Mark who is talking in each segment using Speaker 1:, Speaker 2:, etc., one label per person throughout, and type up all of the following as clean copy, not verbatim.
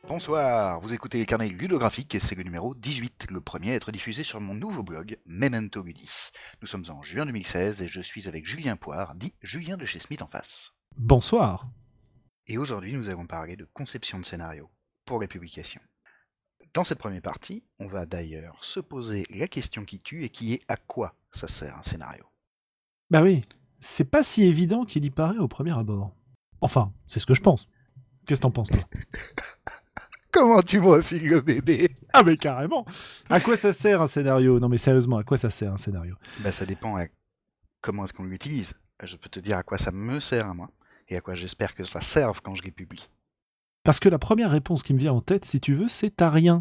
Speaker 1: Bonsoir, vous écoutez le carnet ludographique et c'est le numéro 18, le premier à être diffusé sur mon nouveau blog Memento Ludi. Nous sommes en juin 2016 et je suis avec Julien Poire, dit Julien de chez Smith en face.
Speaker 2: Bonsoir.
Speaker 1: Et aujourd'hui nous allons parler de conception de scénario pour les publications. Dans cette première partie, on va d'ailleurs se poser la question qui tue et qui est à quoi ça sert un scénario.
Speaker 2: Bah oui, c'est pas si évident qu'il y paraît au premier abord. Enfin, c'est ce que je pense. Qu'est-ce que t'en penses, toi?
Speaker 1: Comment tu me refiles le bébé?
Speaker 2: Ah mais carrément. À quoi ça sert un scénario? Non mais sérieusement, à quoi ça sert un scénario?
Speaker 1: Bah ça dépend à comment est-ce qu'on l'utilise. Je peux te dire à quoi ça me sert à moi et à quoi j'espère que ça serve quand je les publie.
Speaker 2: Parce que la première réponse qui me vient en tête, si tu veux, c'est à rien.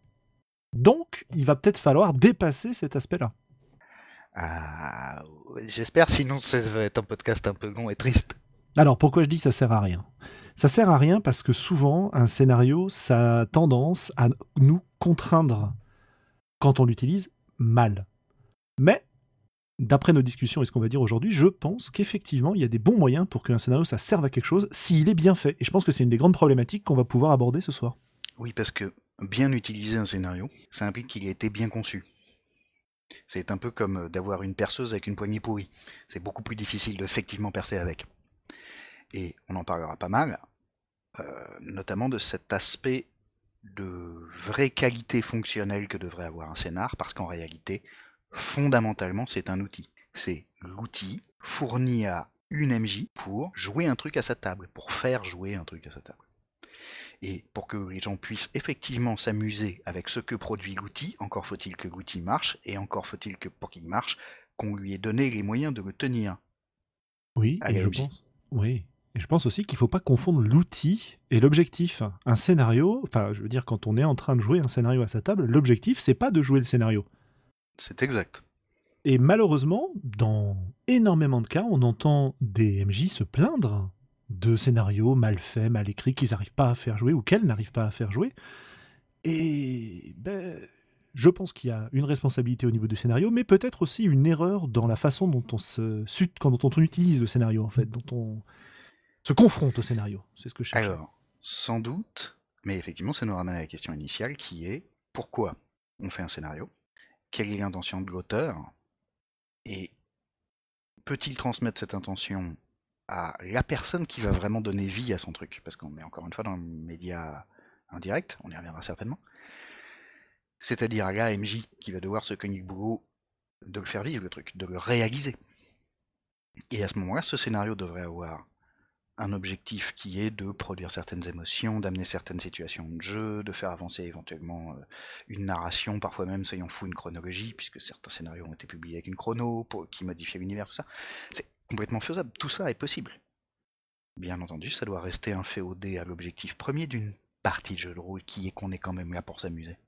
Speaker 2: Donc, il va peut-être falloir dépasser cet aspect-là.
Speaker 1: Ah, ouais, j'espère, sinon ça va être un podcast un peu long et triste.
Speaker 2: Alors, pourquoi je dis que ça sert à rien? Ça sert à rien parce que souvent, un scénario, ça a tendance à nous contraindre quand on l'utilise mal. Mais d'après nos discussions et ce qu'on va dire aujourd'hui, je pense qu'effectivement, il y a des bons moyens pour qu'un scénario, ça serve à quelque chose s'il est bien fait. Et je pense que c'est une des grandes problématiques qu'on va pouvoir aborder ce soir.
Speaker 1: Oui, parce que bien utiliser un scénario, ça implique qu'il ait été bien conçu. C'est un peu comme d'avoir une perceuse avec une poignée pourrie. C'est beaucoup plus difficile d'effectivement percer avec. Et on en parlera pas mal, notamment de cet aspect de vraie qualité fonctionnelle que devrait avoir un scénar, parce qu'en réalité, fondamentalement, c'est un outil. C'est l'outil fourni à une MJ pour jouer un truc à sa table, pour faire jouer un truc à sa table. Et pour que les gens puissent effectivement s'amuser avec ce que produit l'outil, encore faut-il que l'outil marche, et encore faut-il que pour qu'il marche, qu'on lui ait donné les moyens de le tenir
Speaker 2: Oui,
Speaker 1: à
Speaker 2: et
Speaker 1: la
Speaker 2: je
Speaker 1: MJ.
Speaker 2: pense. Oui. Et je pense aussi qu'il ne faut pas confondre l'outil et l'objectif. Un scénario, enfin, je veux dire, quand on est en train de jouer un scénario à sa table, l'objectif, c'est pas de jouer le scénario.
Speaker 1: C'est exact.
Speaker 2: Et malheureusement, dans énormément de cas, on entend des MJ se plaindre de scénarios mal faits, mal écrits, qu'ils n'arrivent pas à faire jouer ou qu'elles n'arrivent pas à faire jouer. Et ben, je pense qu'il y a une responsabilité au niveau du scénario, mais peut-être aussi une erreur dans la façon dont dont on utilise le scénario, en fait, dont on se confronte au scénario. C'est ce que je cherchais.
Speaker 1: Alors, sans doute, mais effectivement, ça nous ramène à la question initiale qui est pourquoi on fait un scénario? Quelle est l'intention de l'auteur? Et peut-il transmettre cette intention à la personne qui va vraiment donner vie à son truc? Parce qu'on est encore une fois dans le média indirect, on y reviendra certainement. C'est-à-dire à la MJ qui va devoir se cogner le boulot de le faire vivre le truc, de le réaliser. Et à ce moment-là, ce scénario devrait avoir un objectif qui est de produire certaines émotions, d'amener certaines situations de jeu, de faire avancer éventuellement une narration, parfois même, soyons fous, une chronologie, puisque certains scénarios ont été publiés avec une chrono qui modifiait l'univers, tout ça. C'est complètement faisable, tout ça est possible. Bien entendu, ça doit rester inféodé à l'objectif premier d'une partie de jeu de rôle qui est qu'on est quand même là pour s'amuser.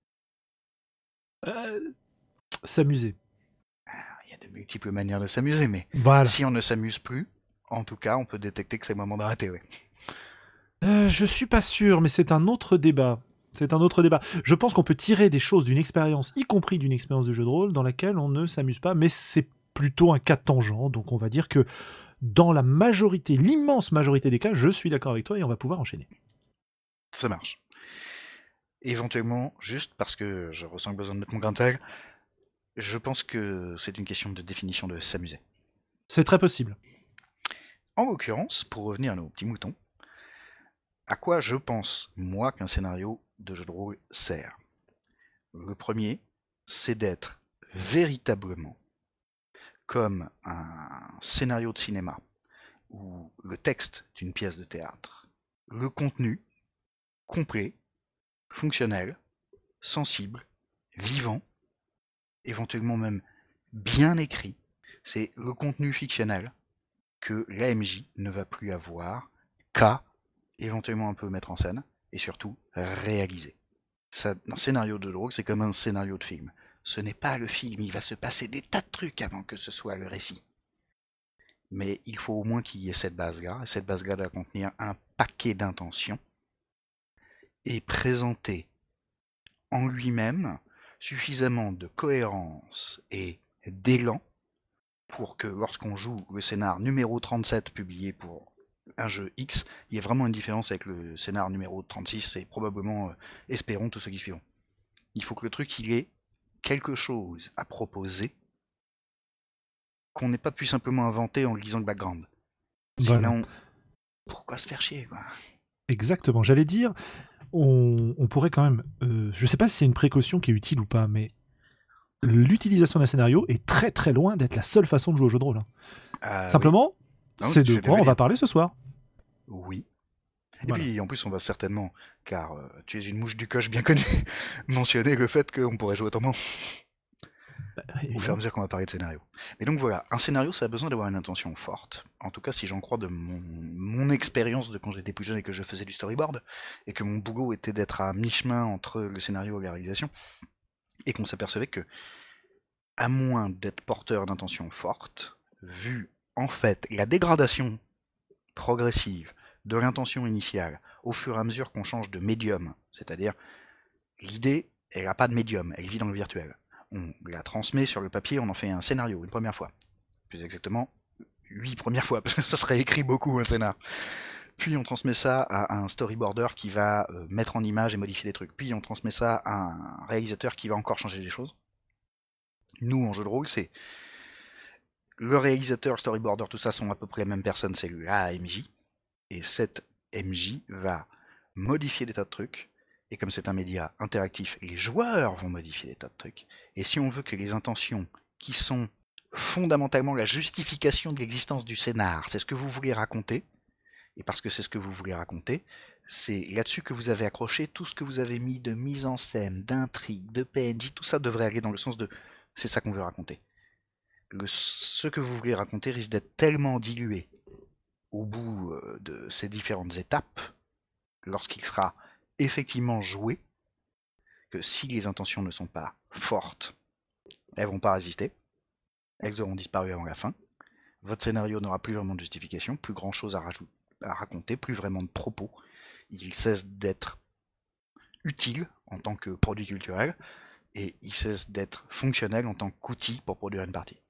Speaker 2: Euh, S'amuser.
Speaker 1: Il y a de multiples manières de s'amuser, mais
Speaker 2: Voilà.
Speaker 1: si on ne s'amuse plus, en tout cas, on peut détecter que c'est le moment d'arrêter, ouais.
Speaker 2: Je suis pas sûr, mais c'est un autre débat. C'est un autre débat. Je pense qu'on peut tirer des choses d'une expérience, y compris d'une expérience de jeu de rôle, dans laquelle on ne s'amuse pas, mais c'est plutôt un cas tangent. Donc on va dire que dans la majorité, l'immense majorité des cas, je suis d'accord avec toi et on va pouvoir enchaîner.
Speaker 1: Ça marche. Éventuellement, juste parce que je ressens le besoin de mettre mon grain de sel, je pense que c'est une question de définition de s'amuser.
Speaker 2: C'est très possible.
Speaker 1: En l'occurrence, pour revenir à nos petits moutons, à quoi je pense, moi, qu'un scénario de jeu de rôle sert? Le premier, c'est d'être véritablement comme un scénario de cinéma ou le texte d'une pièce de théâtre. Le contenu complet, fonctionnel, sensible, vivant, éventuellement même bien écrit. C'est le contenu fictionnel que l'AMJ ne va plus avoir qu'à éventuellement un peu mettre en scène et surtout réaliser. Ça, un scénario de drogue, c'est comme un scénario de film. Ce n'est pas le film, il va se passer des tas de trucs avant que ce soit le récit. Mais il faut au moins qu'il y ait cette base-là, et cette base-là doit contenir un paquet d'intentions et présenter en lui-même suffisamment de cohérence et d'élan pour que lorsqu'on joue le scénar numéro 37 publié pour un jeu X, il y a vraiment une différence avec le scénar numéro 36 et probablement, espérons, tous ceux qui suivront. Il faut que le truc, il ait quelque chose à proposer qu'on n'ait pas pu simplement inventer en lisant le background.
Speaker 2: Voilà.
Speaker 1: Sinon, pourquoi se faire chier, quoi?
Speaker 2: Exactement. J'allais dire, on pourrait quand même. Je sais pas si c'est une précaution qui est utile ou pas, mais l'utilisation d'un scénario est très très loin d'être la seule façon de jouer au jeu de rôle.
Speaker 1: Ah oui.
Speaker 2: Simplement,
Speaker 1: Non,
Speaker 2: c'est
Speaker 1: tu
Speaker 2: de
Speaker 1: fais
Speaker 2: quoi
Speaker 1: bien
Speaker 2: on va
Speaker 1: dire.
Speaker 2: parler ce soir.
Speaker 1: Oui. Et
Speaker 2: Voilà.
Speaker 1: puis, en plus, on va certainement, car tu es une mouche du coche bien connue, mentionner le fait qu'on pourrait jouer autrement au fur et à
Speaker 2: Évidemment.
Speaker 1: mesure qu'on va parler de scénario. Mais donc voilà, un scénario, ça a besoin d'avoir une intention forte. En tout cas, si j'en crois de mon expérience de quand j'étais plus jeune et que je faisais du storyboard, et que mon boulot était d'être à mi-chemin entre le scénario et la réalisation, et qu'on s'apercevait que, à moins d'être porteur d'intentions fortes, vu en fait la dégradation progressive de l'intention initiale au fur et à mesure qu'on change de médium, c'est-à-dire l'idée, elle n'a pas de médium, elle vit dans le virtuel. On la transmet sur le papier, on en fait un scénario une première fois. Plus exactement, 8 premières fois, parce que ça serait écrit beaucoup un scénar. Puis on transmet ça à un storyboarder qui va mettre en image et modifier des trucs. Puis on transmet ça à un réalisateur qui va encore changer des choses. Nous, en jeu de rôle, c'est le réalisateur, le storyboarder, tout ça sont à peu près la même personne, c'est la MJ. Et cette MJ va modifier des tas de trucs. Et comme c'est un média interactif, les joueurs vont modifier des tas de trucs. Et si on veut que les intentions qui sont fondamentalement la justification de l'existence du scénar, c'est ce que vous voulez raconter, et parce que c'est ce que vous voulez raconter, c'est là-dessus que vous avez accroché tout ce que vous avez mis de mise en scène, d'intrigue, de PNJ, tout ça devrait aller dans le sens de c'est ça qu'on veut raconter. Ce que vous voulez raconter risque d'être tellement dilué au bout de ces différentes étapes, lorsqu'il sera effectivement joué, que si les intentions ne sont pas fortes, elles vont pas résister, elles auront disparu avant la fin, votre scénario n'aura plus vraiment de justification, plus grand chose à raconter, plus vraiment de propos, il cesse d'être utile en tant que produit culturel, et il cesse d'être fonctionnel en tant qu'outil pour produire une partie.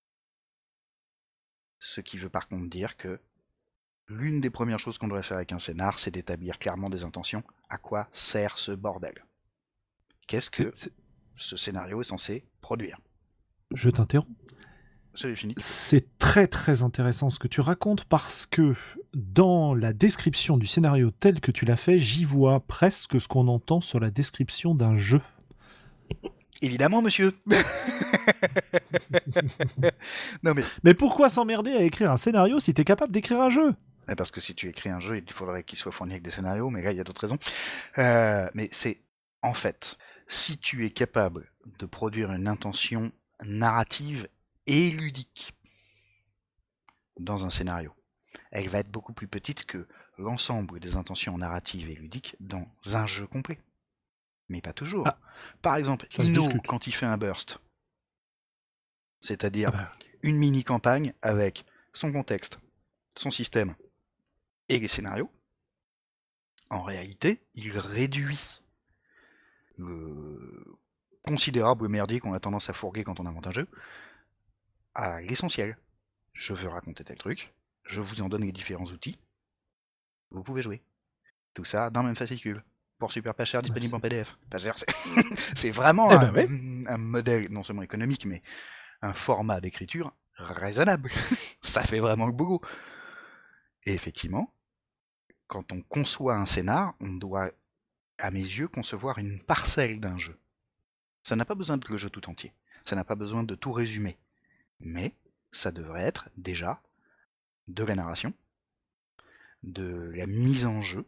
Speaker 1: Ce qui veut par contre dire que l'une des premières choses qu'on devrait faire avec un scénar, c'est d'établir clairement des intentions. À quoi sert ce bordel? Qu'est-ce que ce scénario est censé produire?
Speaker 2: Je t'interromps.
Speaker 1: J'avais fini.
Speaker 2: C'est très très intéressant ce que tu racontes parce que dans la description du scénario tel que tu l'as fait, j'y vois presque ce qu'on entend sur la description d'un jeu.
Speaker 1: Évidemment, monsieur. Non
Speaker 2: mais pourquoi s'emmerder à écrire un scénario si t'es capable d'écrire un jeu?
Speaker 1: Parce que si tu écris un jeu, il faudrait qu'il soit fourni avec des scénarios, mais là, il y a d'autres raisons. Mais c'est, en fait, si tu es capable de produire une intention narrative et ludique dans un scénario, elle va être beaucoup plus petite que l'ensemble des intentions narratives et ludiques dans un jeu complet. Mais pas toujours.
Speaker 2: Ah,
Speaker 1: par exemple, Inno, quand il fait un burst, c'est-à-dire une mini-campagne avec son contexte, son système et les scénarios, en réalité, il réduit le considérable merdier qu'on a tendance à fourguer quand on invente un jeu à l'essentiel. Je veux raconter tel truc, je vous en donne les différents outils, vous pouvez jouer. Tout ça dans le même fascicule. Pour super pas cher, disponible en PDF. Pas cher, c'est vraiment un modèle non seulement économique, mais un format d'écriture raisonnable. Ça fait vraiment le boulot. Et effectivement, quand on conçoit un scénar, on doit, à mes yeux, concevoir une parcelle d'un jeu. Ça n'a pas besoin de le jeu tout entier. Ça n'a pas besoin de tout résumer. Mais ça devrait être déjà de la narration, de la mise en jeu,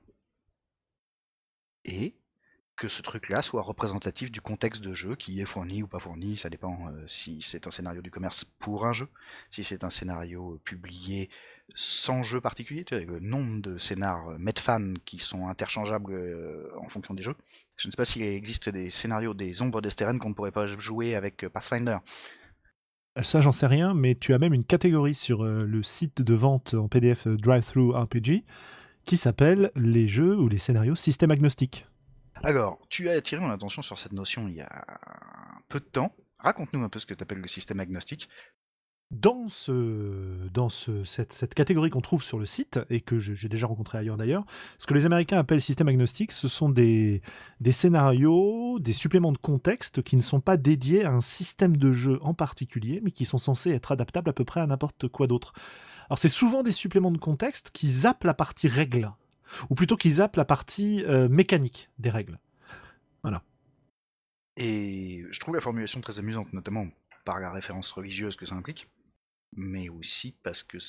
Speaker 1: et que ce truc-là soit représentatif du contexte de jeu qui est fourni ou pas fourni, ça dépend si c'est un scénario du commerce pour un jeu, si c'est un scénario publié sans jeu particulier, tu vois, le nombre de scénars Medfan qui sont interchangeables en fonction des jeux. Je ne sais pas s'il existe des scénarios des ombres d'Esteren qu'on ne pourrait pas jouer avec Pathfinder.
Speaker 2: Ça, j'en sais rien, mais tu as même une catégorie sur le site de vente en PDF Drive-Thru RPG qui s'appelle les jeux ou les scénarios système agnostique.
Speaker 1: Alors, tu as attiré mon attention sur cette notion il y a peu de temps. Raconte-nous un peu ce que tu appelles le système agnostique.
Speaker 2: Cette catégorie qu'on trouve sur le site, et que j'ai déjà rencontré ailleurs d'ailleurs, ce que les Américains appellent système agnostique, ce sont des scénarios, des suppléments de contexte qui ne sont pas dédiés à un système de jeu en particulier, mais qui sont censés être adaptables à peu près à n'importe quoi d'autre. Alors c'est souvent des suppléments de contexte qui zappent la partie règle, ou plutôt qui zappent la partie mécanique des règles. Voilà.
Speaker 1: Et je trouve la formulation très amusante, notamment par la référence religieuse que ça implique, mais aussi parce que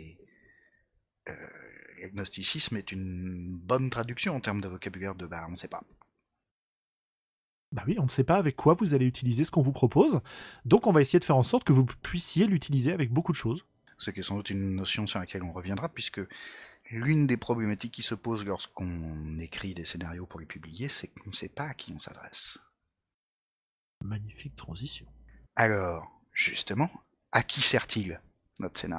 Speaker 1: l'agnosticisme est une bonne traduction en termes de vocabulaire de on ne sait pas.
Speaker 2: Bah oui, on ne sait pas avec quoi vous allez utiliser ce qu'on vous propose, donc on va essayer de faire en sorte que vous puissiez l'utiliser avec beaucoup de choses.
Speaker 1: Ce qui est sans doute une notion sur laquelle on reviendra, puisque l'une des problématiques qui se posent lorsqu'on écrit des scénarios pour les publier, c'est qu'on ne sait pas à qui on s'adresse.
Speaker 2: Magnifique transition.
Speaker 1: Alors, justement, à qui sert-il notre scénario ?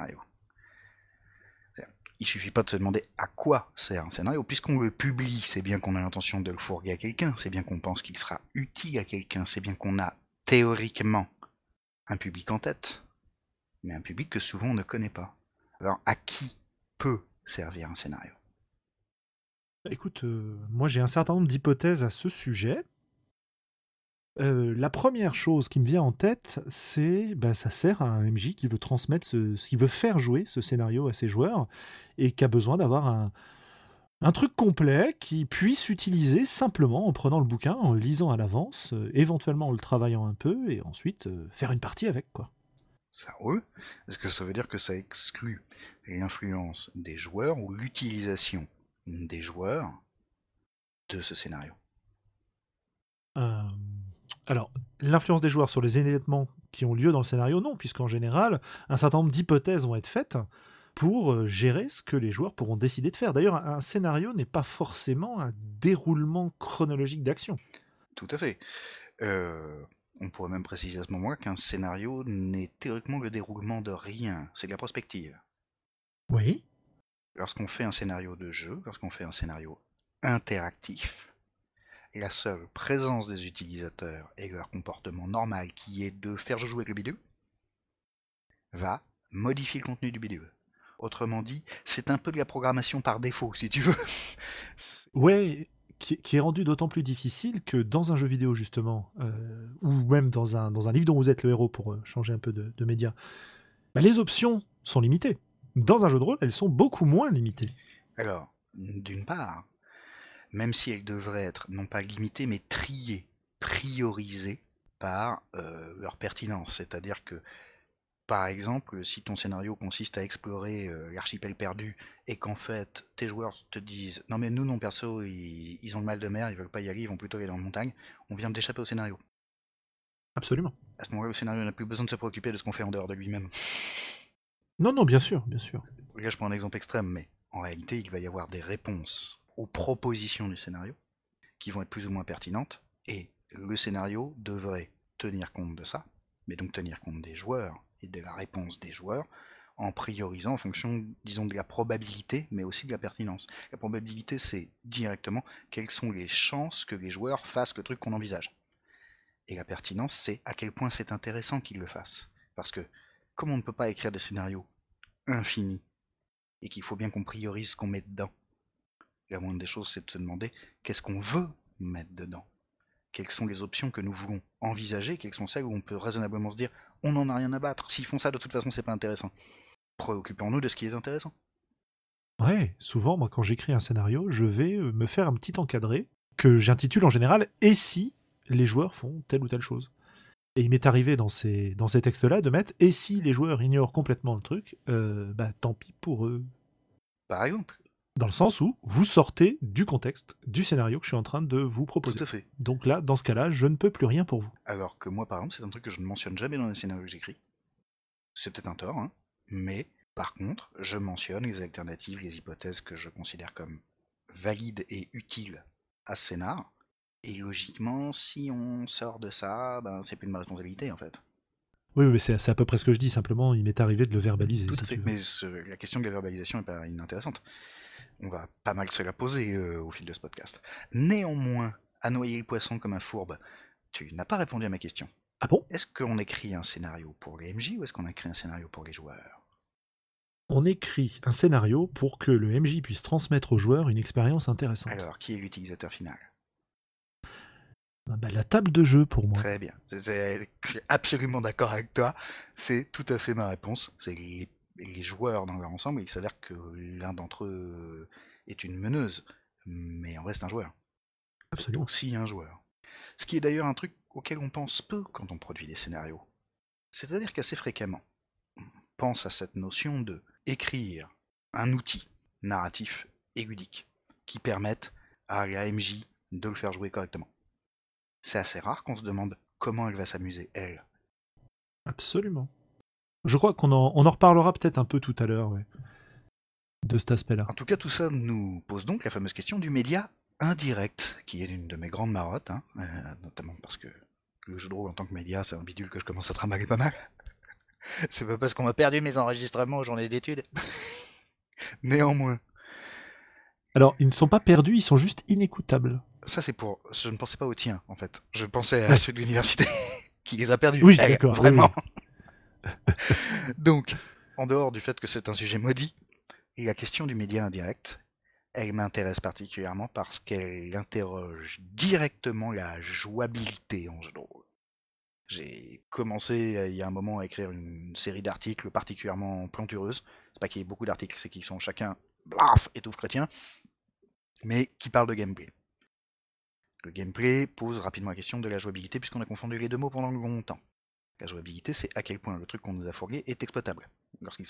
Speaker 1: Il suffit pas de se demander à quoi sert un scénario. Puisqu'on le publie, c'est bien qu'on a l'intention de le fourguer à quelqu'un, c'est bien qu'on pense qu'il sera utile à quelqu'un, c'est bien qu'on a théoriquement un public en tête, mais un public que souvent on ne connaît pas. Alors, à qui peut servir un scénario ?
Speaker 2: Écoute, moi j'ai un certain nombre d'hypothèses à ce sujet. La première chose qui me vient en tête, c'est ça sert à un MJ qui veut transmettre qui veut faire jouer ce scénario à ses joueurs et qui a besoin d'avoir un truc complet qu'il puisse utiliser simplement en prenant le bouquin, en le lisant à l'avance, éventuellement en le travaillant un peu et ensuite faire une partie avec, quoi.
Speaker 1: Ça roule. Est-ce que ça veut dire que ça exclut l'influence des joueurs ou l'utilisation des joueurs de ce scénario ?
Speaker 2: Alors, l'influence des joueurs sur les événements qui ont lieu dans le scénario, non, puisqu'en général, un certain nombre d'hypothèses vont être faites pour gérer ce que les joueurs pourront décider de faire. D'ailleurs, un scénario n'est pas forcément un déroulement chronologique d'action.
Speaker 1: Tout à fait. On pourrait même préciser à ce moment-là qu'un scénario n'est théoriquement le déroulement de rien, c'est de la prospective.
Speaker 2: Oui.
Speaker 1: Lorsqu'on fait un scénario de jeu, lorsqu'on fait un scénario interactif, la seule présence des utilisateurs et leur comportement normal qui est de faire jouer avec le bidule va modifier le contenu du bidule. Autrement dit, c'est un peu de la programmation par défaut, si tu veux.
Speaker 2: Ouais, qui est rendu d'autant plus difficile que dans un jeu vidéo, justement, ou même dans un livre dont vous êtes le héros, pour changer un peu de média, les options sont limitées. Dans un jeu de rôle, elles sont beaucoup moins limitées.
Speaker 1: Alors, d'une part, même si elles devraient être non pas limitées, mais triées, priorisées par leur pertinence. C'est-à-dire que, par exemple, si ton scénario consiste à explorer l'archipel perdu et qu'en fait tes joueurs te disent non mais nous, non perso, ils ont le mal de mer, ils veulent pas y aller, ils vont plutôt aller dans la montagne, on vient d'échapper au scénario.
Speaker 2: Absolument.
Speaker 1: À ce moment-là, le scénario n'a plus besoin de se préoccuper de ce qu'on fait en dehors de lui-même.
Speaker 2: Non, non, bien sûr, bien sûr.
Speaker 1: Là, je prends un exemple extrême, mais en réalité, il va y avoir des réponses aux propositions du scénario qui vont être plus ou moins pertinentes, et le scénario devrait tenir compte de ça, mais donc tenir compte des joueurs et de la réponse des joueurs, en priorisant en fonction, disons, de la probabilité, mais aussi de la pertinence. La probabilité, c'est directement quelles sont les chances que les joueurs fassent le truc qu'on envisage. Et la pertinence, c'est à quel point c'est intéressant qu'ils le fassent. Parce que, comme on ne peut pas écrire des scénarios infinis, et qu'il faut bien qu'on priorise ce qu'on met dedans, la moindre des choses, c'est de se demander qu'est-ce qu'on veut mettre dedans. Quelles sont les options que nous voulons envisager, quelles sont celles où on peut raisonnablement se dire on n'en a rien à battre, s'ils font ça de toute façon c'est pas intéressant. Préoccupons-nous de ce qui est intéressant.
Speaker 2: Ouais, souvent, moi, quand j'écris un scénario, je vais me faire un petit encadré que j'intitule en général « Et si les joueurs font telle ou telle chose ?» Et il m'est arrivé dans ces textes-là de mettre « Et si les joueurs ignorent complètement le truc, tant pis pour eux. »
Speaker 1: Par exemple.
Speaker 2: Dans le sens où vous sortez du contexte du scénario que je suis en train de vous proposer.
Speaker 1: Tout à fait.
Speaker 2: Donc là, dans ce cas-là, je ne peux plus rien pour vous.
Speaker 1: Alors que moi, par exemple, c'est un truc que je ne mentionne jamais dans les scénarios que j'écris. C'est peut-être un tort, hein, mais par contre, je mentionne les alternatives, les hypothèses que je considère comme valides et utiles à ce scénar. Et logiquement, si on sort de ça, c'est plus de ma responsabilité en fait.
Speaker 2: Oui, mais c'est à peu près ce que je dis, simplement, il m'est arrivé de le verbaliser.
Speaker 1: Tout à fait, mais la question de la verbalisation n'est pas inintéressante. On va pas mal se la poser au fil de ce podcast. Néanmoins, à noyer le poisson comme un fourbe, tu n'as pas répondu à ma question.
Speaker 2: Ah bon?
Speaker 1: Est-ce qu'on écrit un scénario pour les MJ ou est-ce qu'on écrit un scénario pour les joueurs?
Speaker 2: On écrit un scénario pour que le MJ puisse transmettre aux joueurs une expérience intéressante.
Speaker 1: Alors, qui est l'utilisateur final?
Speaker 2: La table de jeu pour moi.
Speaker 1: Très bien. Je suis absolument d'accord avec toi. C'est tout à fait ma réponse. C'est les joueurs dans leur ensemble. Il s'avère que l'un d'entre eux est une meneuse, mais on reste un joueur. C'est
Speaker 2: Absolument.
Speaker 1: aussi un joueur. Ce qui est d'ailleurs un truc auquel on pense peu quand on produit des scénarios. C'est-à-dire qu'assez fréquemment, on pense à cette notion de écrire un outil narratif et ludique qui permette à la MJ de le faire jouer correctement. C'est assez rare qu'on se demande comment elle va s'amuser, elle.
Speaker 2: Absolument. Je crois qu'on en reparlera peut-être un peu tout à l'heure, ouais, de cet aspect-là.
Speaker 1: En tout cas, tout ça nous pose donc la fameuse question du média indirect, qui est l'une de mes grandes marottes, notamment parce que le jeu de rôle en tant que média, c'est un bidule que je commence à trimballer pas mal. C'est pas parce qu'on m'a perdu mes enregistrements aux journées d'études. Néanmoins,
Speaker 2: Alors, ils ne sont pas perdus, ils sont juste inécoutables.
Speaker 1: ça c'est pour... Je ne pensais pas aux tiens, en fait. Je pensais à
Speaker 2: Ouais.
Speaker 1: ceux de l'université, qui les a perdus.
Speaker 2: Oui,
Speaker 1: Elle,
Speaker 2: d'accord.
Speaker 1: vraiment.
Speaker 2: Oui.
Speaker 1: Donc, en dehors du fait que c'est un sujet maudit, la question du média indirect, elle m'intéresse particulièrement parce qu'elle interroge directement la jouabilité en jeu de rôle. J'ai commencé il y a un moment à écrire une série d'articles particulièrement plantureuses. C'est pas qu'il y ait beaucoup d'articles, c'est qu'ils sont chacun blaf étouffe chrétien, mais qui parlent de gameplay. Le gameplay pose rapidement la question de la jouabilité puisqu'on a confondu les deux mots pendant longtemps. La jouabilité, c'est à quel point le truc qu'on nous a fourgué est exploitable lorsqu'il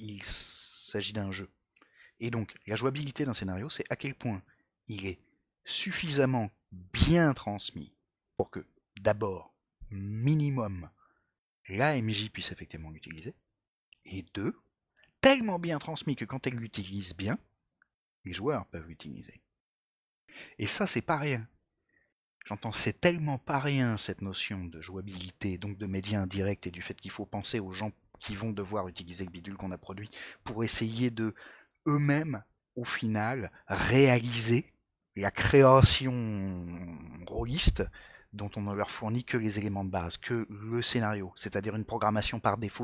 Speaker 1: s'agit d'un jeu. Et donc, la jouabilité d'un scénario, c'est à quel point il est suffisamment bien transmis pour que, d'abord, minimum, la MJ puisse effectivement l'utiliser, et deux, tellement bien transmis que quand elle l'utilise bien, les joueurs peuvent l'utiliser. Et ça, c'est pas rien. J'entends, c'est tellement pas rien cette notion de jouabilité, donc de média indirect et du fait qu'il faut penser aux gens qui vont devoir utiliser le bidule qu'on a produit pour essayer de eux-mêmes, au final, réaliser la création rôliste dont on ne leur fournit que les éléments de base, que le scénario, c'est-à-dire une programmation par défaut,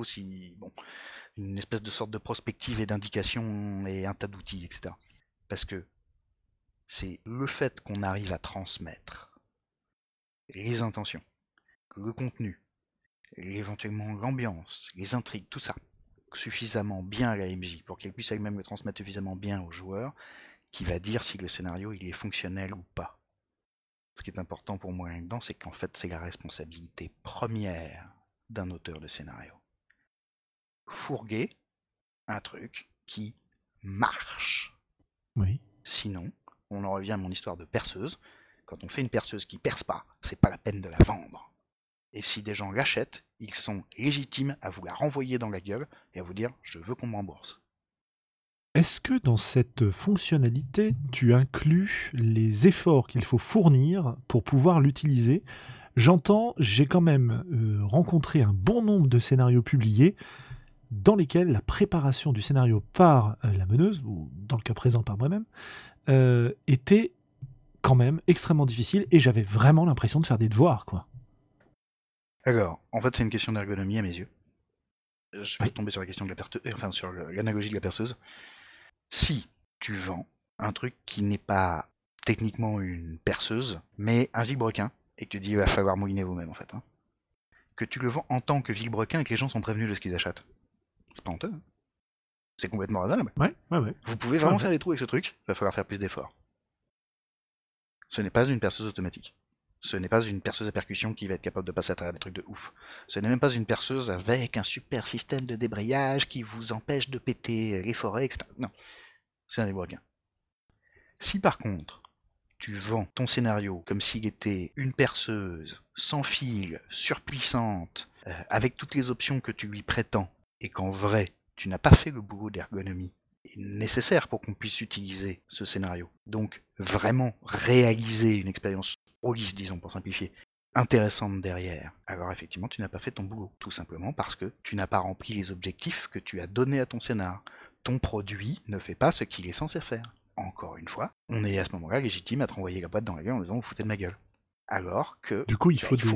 Speaker 1: une espèce de sorte de prospective et d'indication et un tas d'outils, etc. Parce que c'est le fait qu'on arrive à transmettre les intentions, le contenu, éventuellement l'ambiance, les intrigues, tout ça, suffisamment bien à la MJ pour qu'elle puisse elle-même le transmettre suffisamment bien aux joueurs, qui va dire si le scénario il est fonctionnel ou pas. Ce qui est important pour moi là-dedans, c'est qu'en fait c'est la responsabilité première d'un auteur de scénario. Fourguer un truc qui marche.
Speaker 2: Oui.
Speaker 1: Sinon, on en revient à mon histoire de perceuse. Quand on fait une perceuse qui perce pas, c'est pas la peine de la vendre. Et si des gens l'achètent, ils sont légitimes à vous la renvoyer dans la gueule et à vous dire je veux qu'on me rembourse.
Speaker 2: Est-ce que dans cette fonctionnalité, tu inclus les efforts qu'il faut fournir pour pouvoir l'utiliser? J'entends, j'ai quand même rencontré un bon nombre de scénarios publiés dans lesquels la préparation du scénario par la meneuse, ou dans le cas présent par moi-même, était quand même extrêmement difficile et j'avais vraiment l'impression de faire des devoirs, quoi.
Speaker 1: Alors, en fait, c'est une question d'ergonomie à mes yeux. Je vais
Speaker 2: Oui.
Speaker 1: tomber sur la question de sur l'analogie de la perceuse. Si tu vends un truc qui n'est pas techniquement une perceuse, mais un vilebrequin, et que tu dis il va falloir mouliner vous-même en fait, que tu le vends en tant que vilebrequin et que les gens sont prévenus de ce qu'ils achètent, c'est pas honteux. C'est complètement raisonnable.
Speaker 2: Ouais.
Speaker 1: Vous pouvez vraiment faire des trous avec ce truc, il va falloir faire plus d'efforts. Ce n'est pas une perceuse automatique. Ce n'est pas une perceuse à percussion qui va être capable de passer à travers des trucs de ouf. Ce n'est même pas une perceuse avec un super système de débrayage qui vous empêche de péter les forêts, etc. Non, c'est un vilebrequin. Si par contre, tu vends ton scénario comme s'il était une perceuse, sans fil, surpuissante, avec toutes les options que tu lui prétends, et qu'en vrai, tu n'as pas fait le boulot d'ergonomie nécessaire pour qu'on puisse utiliser ce scénario. Donc, vraiment réaliser une expérience rôliste, disons, pour simplifier, intéressante derrière. Alors effectivement, tu n'as pas fait ton boulot, tout simplement parce que tu n'as pas rempli les objectifs que tu as donnés à ton scénar. Ton produit ne fait pas ce qu'il est censé faire. Encore une fois, on est à ce moment-là légitime à te renvoyer la boîte dans la gueule en disant vous foutez de ma gueule. Alors que
Speaker 2: Du coup, il faut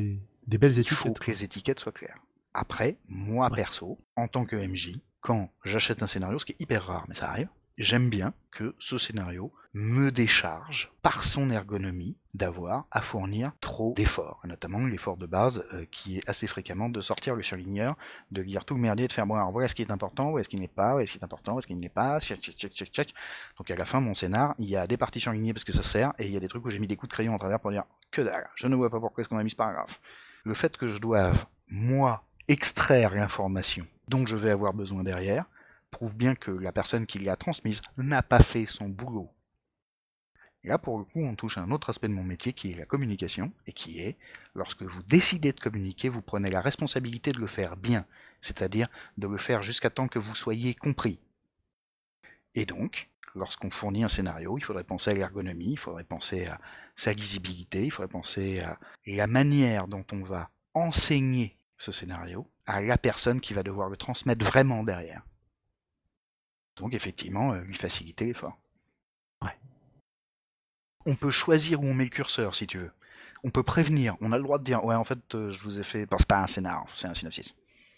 Speaker 2: Des belles
Speaker 1: Il
Speaker 2: étiquettes.
Speaker 1: faut que les étiquettes soient claires. Après, moi perso, en tant que MJ, quand j'achète un scénario, ce qui est hyper rare, mais ça arrive, j'aime bien que ce scénario me décharge par son ergonomie d'avoir à fournir trop d'efforts, notamment l'effort de base qui est assez fréquemment de sortir le surligneur, de lire tout le merdier, de faire bon, alors voilà ce qui est important, où est-ce qu'il n'est pas, où est-ce qu'il est important, où est-ce qu'il n'est pas, check. Donc à la fin, mon scénar, il y a des parties surlignées parce que ça sert, et il y a des trucs où j'ai mis des coups de crayon en travers pour dire que dalle, je ne vois pas pourquoi est-ce qu'on a mis ce paragraphe. Le fait que je doive, moi, extraire l'information dont je vais avoir besoin derrière, prouve bien que la personne qui l'a transmise n'a pas fait son boulot. Et là, pour le coup, on touche à un autre aspect de mon métier qui est la communication, et qui est, lorsque vous décidez de communiquer, vous prenez la responsabilité de le faire bien, c'est-à-dire de le faire jusqu'à temps que vous soyez compris. Et donc, lorsqu'on fournit un scénario, il faudrait penser à l'ergonomie, il faudrait penser à sa lisibilité, il faudrait penser à la manière dont on va enseigner ce scénario à la personne qui va devoir le transmettre vraiment derrière. Donc effectivement, lui faciliter l'effort.
Speaker 2: Ouais.
Speaker 1: On peut choisir où on met le curseur, si tu veux. On peut prévenir, on a le droit de dire, ouais, en fait, je vous ai fait... c'est pas un scénar, c'est un synopsis.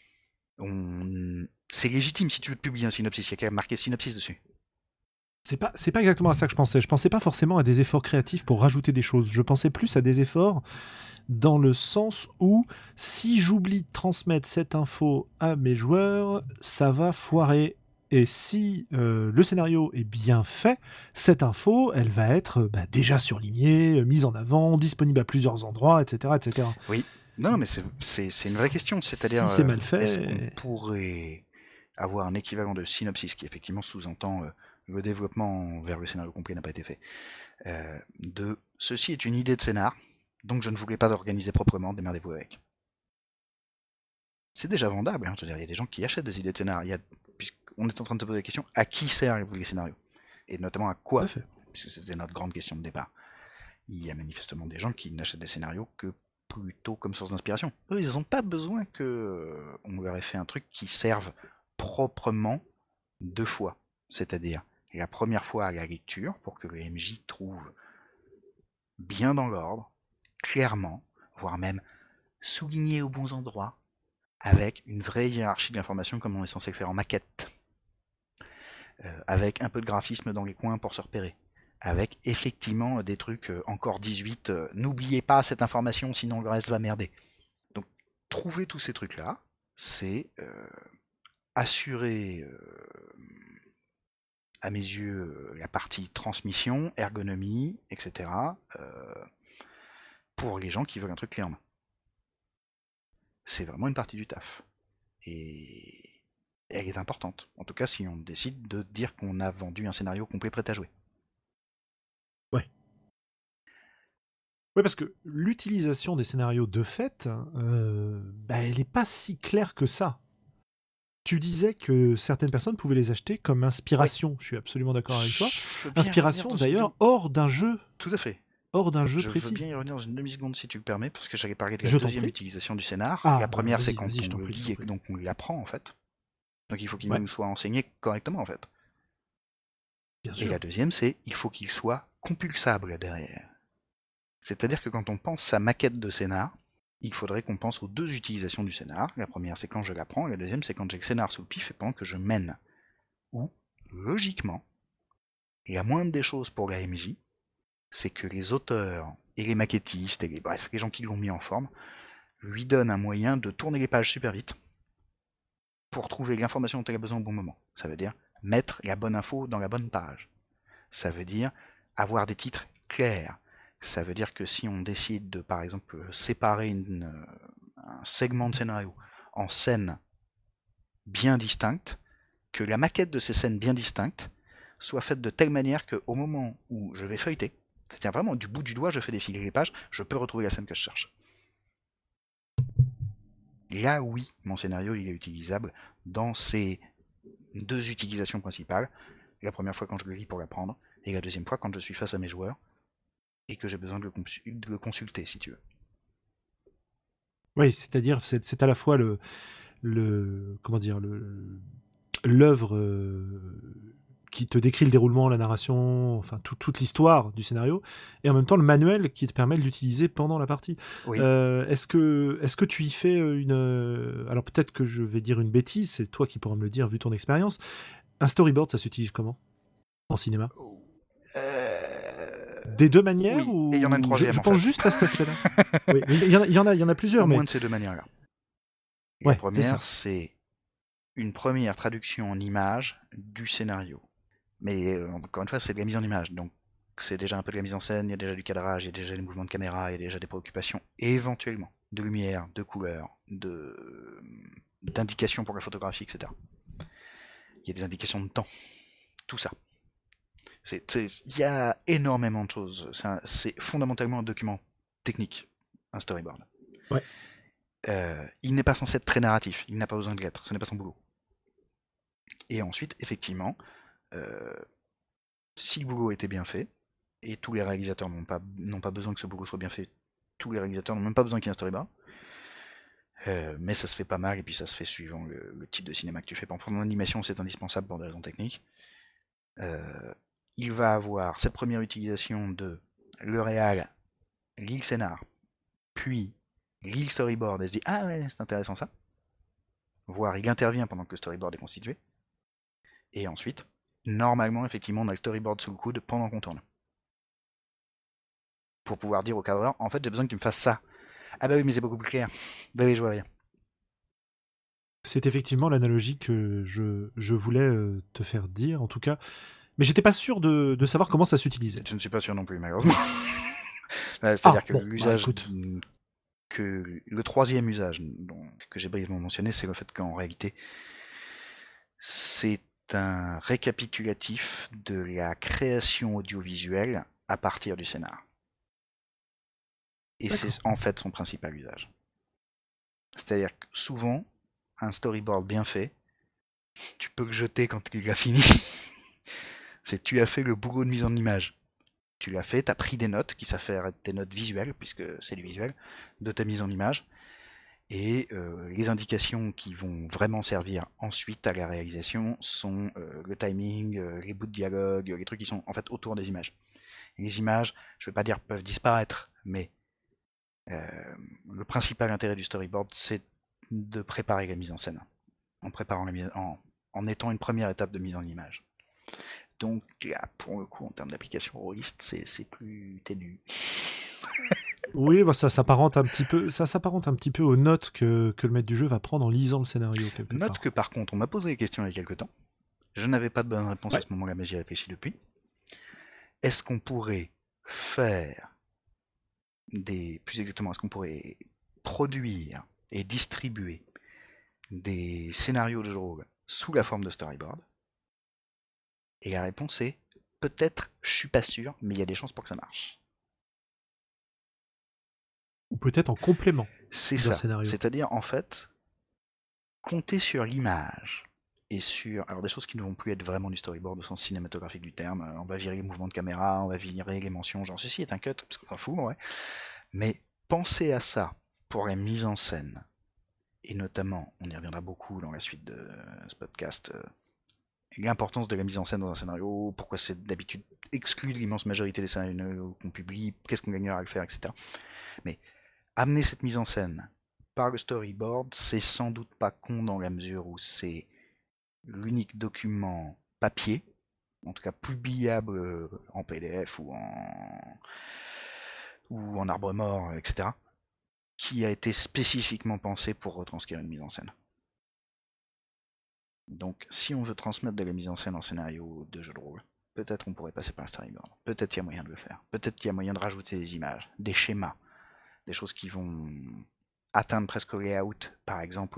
Speaker 1: C'est légitime si tu veux te publier un synopsis, il y a quand même marqué synopsis dessus.
Speaker 2: C'est pas exactement à ça que je pensais. Je pensais pas forcément à des efforts créatifs pour rajouter des choses. Je pensais plus à des efforts dans le sens où si j'oublie de transmettre cette info à mes joueurs, ça va foirer. Et si le scénario est bien fait, cette info, elle va être déjà surlignée, mise en avant, disponible à plusieurs endroits, etc. etc.
Speaker 1: Oui, non, mais c'est une vraie question. C'est-à-dire,
Speaker 2: si c'est mal
Speaker 1: est-ce qu'on
Speaker 2: fait...
Speaker 1: pourrait avoir un équivalent de synopsis qui effectivement sous-entend le développement vers le scénario complet n'a pas été fait. De ceci est une idée de scénar, donc je ne voulais pas organiser proprement, démerdez-vous avec. C'est déjà vendable, hein, je veux dire, il y a des gens qui achètent des idées de scénar. Puisqu'on est en train de se poser la question, à qui servent les scénarios? Et notamment à
Speaker 2: Tout
Speaker 1: quoi?
Speaker 2: à fait.
Speaker 1: Puisque c'était notre grande question de départ. Il y a manifestement des gens qui n'achètent des scénarios que plutôt comme source d'inspiration. Eux, ils n'ont pas besoin qu'on leur ait fait un truc qui serve proprement deux fois. C'est-à-dire la première fois à la lecture, pour que le MJ trouve bien dans l'ordre, clairement, voire même souligné aux bons endroits, avec une vraie hiérarchie de l'information comme on est censé le faire en maquette, avec un peu de graphisme dans les coins pour se repérer, avec effectivement des trucs encore 18, n'oubliez pas cette information sinon le reste va merder. Donc trouver tous ces trucs-là, c'est assurer à mes yeux la partie transmission, ergonomie, etc. Pour les gens qui veulent un truc clé en main. C'est vraiment une partie du taf. Et elle est importante. En tout cas, si on décide de dire qu'on a vendu un scénario complet prêt à jouer.
Speaker 2: Ouais. Oui, parce que l'utilisation des scénarios de fait, elle n'est pas si claire que ça. Tu disais que certaines personnes pouvaient les acheter comme inspiration. Oui. Je suis absolument d'accord avec toi. Inspiration d'ailleurs hors d'un jeu.
Speaker 1: Tout à fait.
Speaker 2: Hors d'un jeu
Speaker 1: précis.
Speaker 2: précis.
Speaker 1: Je veux bien y revenir dans une demi-seconde si tu le permets, parce que j'allais parler de la deuxième utilisation du scénar. La première, c'est quand on le lit et donc on l'apprend en fait. Donc il faut qu'il nous soit enseigné correctement en fait. Bien sûr. Et la deuxième, c'est il faut qu'il soit compulsable derrière. C'est-à-dire que quand on pense sa maquette de scénar, il faudrait qu'on pense aux deux utilisations du scénar. La première, c'est quand je l'apprends, et la deuxième, c'est quand j'ai le scénar sous le pif et pendant que je mène. Ou, logiquement, la moindre des choses pour la MJ, c'est que les auteurs et les maquettistes, et bref, les gens qui l'ont mis en forme, lui donnent un moyen de tourner les pages super vite pour trouver l'information dont elle a besoin au bon moment. Ça veut dire mettre la bonne info dans la bonne page. Ça veut dire avoir des titres clairs. Ça veut dire que si on décide de, par exemple, séparer un segment de scénario en scènes bien distinctes, que la maquette de ces scènes bien distinctes soit faite de telle manière qu'au moment où je vais feuilleter, c'est-à-dire vraiment du bout du doigt, je fais défiler les pages, je peux retrouver la scène que je cherche. Là, oui, mon scénario il est utilisable dans ces deux utilisations principales. La première fois quand je le lis pour l'apprendre, et la deuxième fois quand je suis face à mes joueurs, et que j'ai besoin de le consulter, si tu veux.
Speaker 2: Oui, c'est-à-dire c'est à la fois l'œuvre qui te décrit le déroulement, la narration, enfin toute l'histoire du scénario, et en même temps le manuel qui te permet de l'utiliser pendant la partie.
Speaker 1: Oui.
Speaker 2: Est-ce que tu y fais alors peut-être que je vais dire une bêtise, c'est toi qui pourras me le dire vu ton expérience. Un storyboard, ça s'utilise comment en cinéma? Des deux manières
Speaker 1: Oui, et il y en a une
Speaker 2: ou
Speaker 1: troisième
Speaker 2: je
Speaker 1: en
Speaker 2: pense
Speaker 1: fait.
Speaker 2: juste à cet aspect-là. Oui, mais il y en a plusieurs,
Speaker 1: Au
Speaker 2: mais
Speaker 1: moins de ces deux manières-là. La
Speaker 2: ouais, c'est
Speaker 1: première,
Speaker 2: ça.
Speaker 1: c'est une première traduction en images du scénario. Mais encore une fois, c'est de la mise en image, donc c'est déjà un peu de la mise en scène, il y a déjà du cadrage, il y a déjà des mouvements de caméra, il y a déjà des préoccupations, et éventuellement de lumière, de couleur, d'indications pour la photographie, etc. Il y a des indications de temps, tout ça. Il y a énormément de choses. C'est fondamentalement un document technique, un storyboard.
Speaker 2: Ouais.
Speaker 1: Il n'est pas censé être très narratif, il n'a pas besoin de l'être, ce n'est pas son boulot. Et ensuite, effectivement, euh, si le boulot était bien fait, et tous les réalisateurs n'ont pas besoin que ce boulot soit bien fait, tous les réalisateurs n'ont même pas besoin qu'il y ait un storyboard, mais ça se fait pas mal, et puis ça se fait suivant le type de cinéma que tu fais. Pour prendre l'animation, c'est indispensable pour des raisons techniques. Il va avoir cette première utilisation de le réal, lit le scénar, puis lit le storyboard et se dit ah ouais, c'est intéressant ça. Voire il intervient pendant que le storyboard est constitué. Et ensuite, normalement, effectivement, on a le storyboard sous le coude pendant qu'on tourne. Pour pouvoir dire au cadreur, en fait, j'ai besoin que tu me fasses ça. Ah bah oui, mais c'est beaucoup plus clair. Bah oui, je vois bien.
Speaker 2: C'est effectivement l'analogie que je voulais te faire dire, en tout cas. Mais j'étais pas sûr de savoir comment ça s'utilisait.
Speaker 1: Je ne suis pas sûr non plus, malheureusement. C'est-à-dire
Speaker 2: Ah,
Speaker 1: que
Speaker 2: bon, bah
Speaker 1: l'usage
Speaker 2: écoute.
Speaker 1: que le troisième usage que j'ai brièvement mentionné, c'est le fait qu'en réalité, c'est un récapitulatif de la création audiovisuelle à partir du scénar. Et c'est
Speaker 2: D'accord.
Speaker 1: en fait son principal usage. C'est-à-dire que souvent, un storyboard bien fait, tu peux le jeter quand il a fini. C'est tu as fait le boulot de mise en image. Tu l'as fait, tu as pris des notes qui s'affairent être tes notes visuelles, puisque c'est du visuel, de ta mise en image. Et les indications qui vont vraiment servir ensuite à la réalisation sont le timing, les bouts de dialogue, les trucs qui sont en fait autour des images. Et les images, je ne vais pas dire peuvent disparaître, mais euh, le principal intérêt du storyboard, c'est de préparer la mise en scène, en préparant en étant une première étape de mise en image. Donc là, pour le coup, en termes d'application rôliste, c'est plus ténu.
Speaker 2: Oui, bah, ça s'apparente un petit peu aux notes que le maître du jeu va prendre en lisant le scénario quelque
Speaker 1: Note
Speaker 2: part.
Speaker 1: que par contre, on m'a posé la question il y a quelques temps. Je n'avais pas de bonne réponse à
Speaker 2: Ouais.
Speaker 1: ce moment-là, mais j'y ai réfléchi depuis. Est-ce qu'on pourrait faire plus exactement, est-ce qu'on pourrait produire et distribuer des scénarios de jeu de rôle sous la forme de storyboard? Et la réponse est peut-être, je suis pas sûr, mais il y a des chances pour que ça marche.
Speaker 2: Ou peut-être en complément
Speaker 1: C'est
Speaker 2: d'un
Speaker 1: ça.
Speaker 2: scénario.
Speaker 1: C'est-à-dire, en fait, compter sur l'image et sur alors des choses qui ne vont plus être vraiment du storyboard au sens cinématographique du terme. On va virer les mouvements de caméra, on va virer les mentions, genre ceci est un cut, parce qu'on s'en fout, ouais. Mais pensez à ça pour la mise en scène, et notamment, on y reviendra beaucoup dans la suite de ce podcast, l'importance de la mise en scène dans un scénario, pourquoi c'est d'habitude exclu de l'immense majorité des scénarios qu'on publie, qu'est-ce qu'on gagnera à le faire, etc. Mais amener cette mise en scène par le storyboard, c'est sans doute pas con dans la mesure où c'est l'unique document papier, en tout cas publiable en PDF ou en arbre mort, etc., qui a été spécifiquement pensé pour retranscrire une mise en scène. Donc, si on veut transmettre de la mise en scène en scénario de jeu de rôle, peut-être on pourrait passer par un storyboard. Peut-être il y a moyen de le faire. Peut-être qu'il y a moyen de rajouter des images, des schémas, des choses qui vont atteindre presque au layout. Par exemple,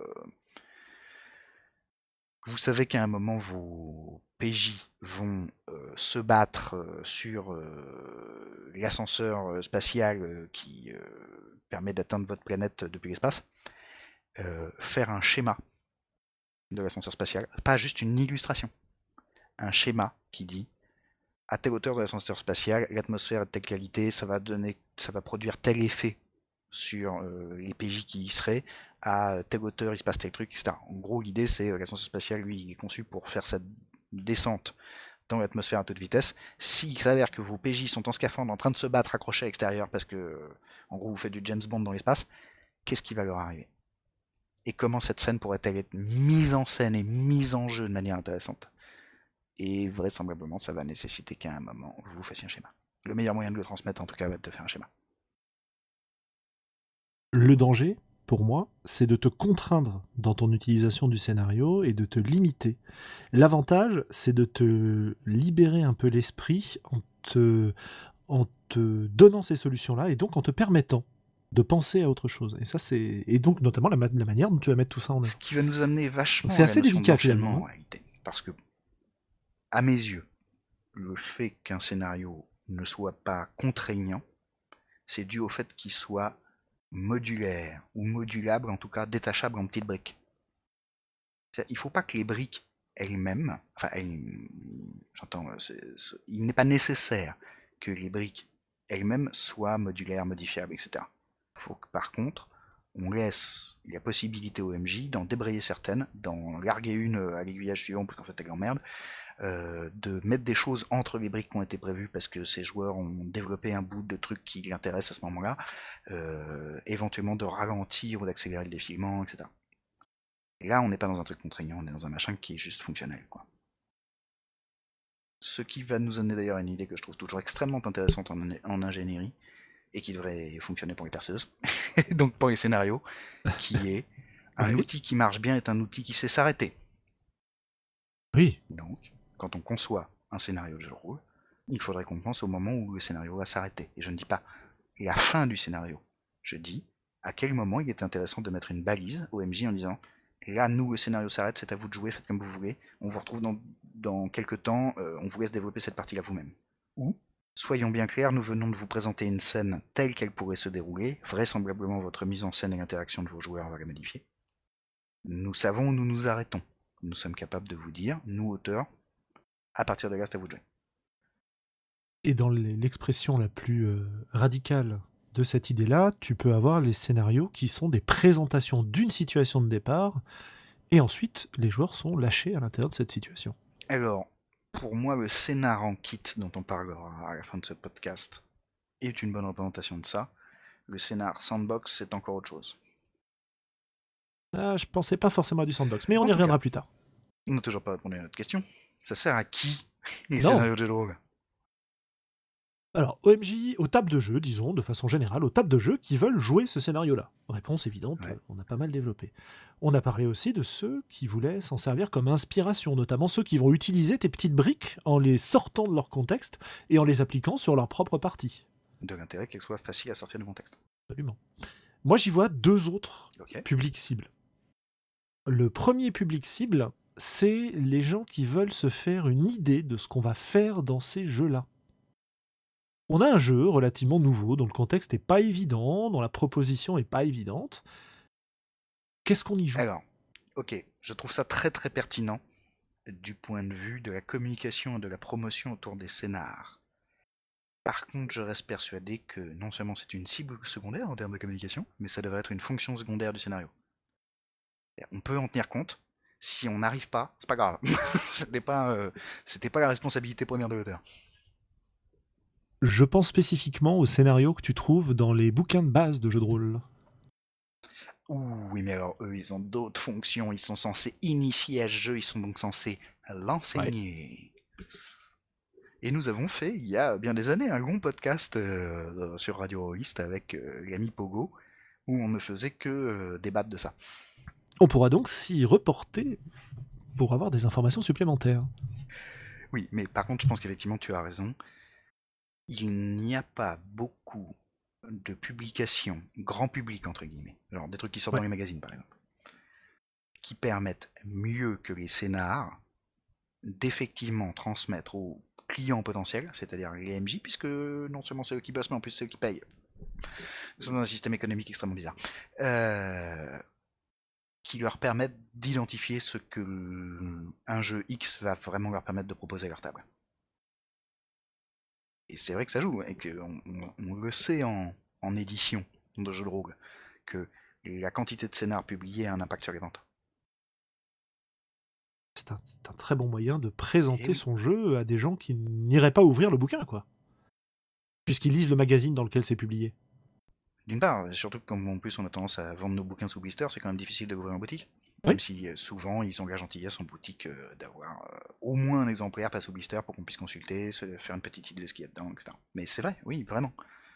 Speaker 1: vous savez qu'à un moment, vos PJ vont se battre sur l'ascenseur spatial qui permet d'atteindre votre planète depuis l'espace. Faire un schéma de l'ascenseur spatial, pas juste une illustration, un schéma qui dit à telle hauteur de l'ascenseur spatial, l'atmosphère est de telle qualité, ça va produire tel effet sur les PJ qui y seraient, à telle hauteur il se passe tel truc, etc. En gros, l'idée c'est l'ascenseur spatial, lui, il est conçu pour faire descente dans l'atmosphère à toute vitesse. S'il s'avère que vos PJ sont en scaphandre en train de se battre accrochés à l'extérieur parce que, en gros, vous faites du James Bond dans l'espace, qu'est-ce qui va leur arriver? Et comment cette scène pourrait-elle être mise en scène et mise en jeu de manière intéressante? Et vraisemblablement, ça va nécessiter qu'à un moment, vous fassiez un schéma. Le meilleur moyen de le transmettre, en tout cas, va être de faire un schéma.
Speaker 2: Le danger, pour moi, c'est de te contraindre dans ton utilisation du scénario et de te limiter. L'avantage, c'est de te libérer un peu l'esprit en te donnant ces solutions-là et donc en te permettant de penser à autre chose. Et ça, et donc notamment la manière dont tu vas mettre tout ça en
Speaker 1: Ce
Speaker 2: œuvre.
Speaker 1: qui va nous amener vachement
Speaker 2: C'est
Speaker 1: à la
Speaker 2: assez
Speaker 1: notion
Speaker 2: délicat
Speaker 1: d'enchaînement
Speaker 2: finalement.
Speaker 1: en réalité. Parce que, à mes yeux, le fait qu'un scénario ne soit pas contraignant, c'est dû au fait qu'il soit modulaire, ou modulable, en tout cas détachable en petites briques. Il ne faut pas que les briques elles-mêmes, il n'est pas nécessaire que les briques elles-mêmes soient modulaires, modifiables, etc. Il faut que par contre, on laisse la possibilité au MJ d'en débrayer certaines, d'en larguer une à l'aiguillage suivant parce qu'en fait elle emmerde, de mettre des choses entre les briques qui ont été prévues parce que ces joueurs ont développé un bout de truc qui l'intéresse à ce moment-là, éventuellement de ralentir ou d'accélérer le défilement, etc. Et là, on n'est pas dans un truc contraignant, on est dans un machin qui est juste fonctionnel, quoi. Ce qui va nous amener d'ailleurs à une idée que je trouve toujours extrêmement intéressante en ingénierie, et qui devrait fonctionner pour les perceuses, donc pour les scénarios, qui est un outil qui marche bien est un outil qui sait s'arrêter.
Speaker 2: Oui.
Speaker 1: Donc, quand on conçoit un scénario de jeu de rôle, il faudrait qu'on pense au moment où le scénario va s'arrêter. Et je ne dis pas la fin du scénario. Je dis à quel moment il est intéressant de mettre une balise au MJ en disant là, nous, le scénario s'arrête, c'est à vous de jouer, faites comme vous voulez, on vous retrouve dans quelques temps, on vous laisse développer cette partie-là vous-même. Ou, soyons bien clairs, nous venons de vous présenter une scène telle qu'elle pourrait se dérouler, vraisemblablement votre mise en scène et l'interaction de vos joueurs va la modifier. Nous savons où nous nous arrêtons. Nous sommes capables de vous dire, nous auteurs, à partir de là, c'est à vous de jouer.
Speaker 2: Et dans l'expression la plus radicale de cette idée-là, tu peux avoir les scénarios qui sont des présentations d'une situation de départ, et ensuite les joueurs sont lâchés à l'intérieur de cette situation.
Speaker 1: Alors, pour moi, le scénar en kit dont on parlera à la fin de ce podcast est une bonne représentation de ça. Le scénar sandbox, c'est encore autre chose.
Speaker 2: Ah, je pensais pas forcément à du sandbox, mais on
Speaker 1: En
Speaker 2: y
Speaker 1: tout
Speaker 2: reviendra
Speaker 1: cas,
Speaker 2: plus tard.
Speaker 1: on n'a toujours pas répondu à notre question. Ça sert à qui les
Speaker 2: Non.
Speaker 1: scénarios de jeux de rôle?
Speaker 2: Alors, OMJ, aux tables de jeu, disons, de façon générale, aux tables de jeu qui veulent jouer ce scénario-là. Réponse évidente,
Speaker 1: Ouais.
Speaker 2: on a pas mal développé. On a parlé aussi de ceux qui voulaient s'en servir comme inspiration, notamment ceux qui vont utiliser tes petites briques en les sortant de leur contexte et en les appliquant sur leur propre partie.
Speaker 1: De l'intérêt qu'elles soient faciles à sortir du contexte.
Speaker 2: Absolument. Moi, j'y vois deux autres
Speaker 1: Ok.
Speaker 2: publics cibles. Le premier public cible, c'est les gens qui veulent se faire une idée de ce qu'on va faire dans ces jeux-là. On a un jeu relativement nouveau, dont le contexte n'est pas évident, dont la proposition n'est pas évidente. Qu'est-ce qu'on y joue?
Speaker 1: Alors, ok, je trouve ça très très pertinent du point de vue de la communication et de la promotion autour des scénars. Par contre, je reste persuadé que non seulement c'est une cible secondaire en termes de communication, mais ça devrait être une fonction secondaire du scénario. On peut en tenir compte. Si on n'arrive pas, c'est pas grave. C'était pas la responsabilité première de l'auteur.
Speaker 2: Je pense spécifiquement aux scénarios que tu trouves dans les bouquins de base de jeux de rôle.
Speaker 1: Oui, mais alors eux, ils ont d'autres fonctions. Ils sont censés initier à ce jeu, ils sont donc censés l'enseigner. Ouais. Et nous avons fait, il y a bien des années, un long podcast sur Radio Rolliste avec l'ami Pogo, où on ne faisait que débattre de ça.
Speaker 2: On pourra donc s'y reporter pour avoir des informations supplémentaires.
Speaker 1: Oui, mais par contre, je pense qu'effectivement, tu as raison. Il n'y a pas beaucoup de publications grand public, entre guillemets, genre des trucs qui sortent dans les magazines, par exemple, qui permettent mieux que les scénars d'effectivement transmettre aux clients potentiels, c'est-à-dire les MJ, puisque non seulement c'est eux qui bossent, mais en plus c'est eux qui payent. Nous sommes dans un système économique extrêmement bizarre. Qui leur permettent d'identifier ce que un jeu X va vraiment leur permettre de proposer à leur table. Et c'est vrai que ça joue, et qu'on on le sait en édition de jeux de rôle, que la quantité de scénars publiés a un impact sur les ventes.
Speaker 2: c'est un très bon moyen de présenter
Speaker 1: oui.
Speaker 2: son jeu à des gens qui n'iraient pas ouvrir le bouquin, quoi. Puisqu'ils lisent le magazine dans lequel c'est publié.
Speaker 1: D'une part, surtout que comme en plus on a tendance à vendre nos bouquins sous blister, c'est quand même difficile de l'ouvrir en boutique.
Speaker 2: Oui.
Speaker 1: Même si souvent ils engagent gentillesse en boutique d'avoir au moins un exemplaire pas sous blister pour qu'on puisse consulter, se faire une petite idée de ce qu'il y a dedans, etc. Mais c'est vrai, oui, vraiment.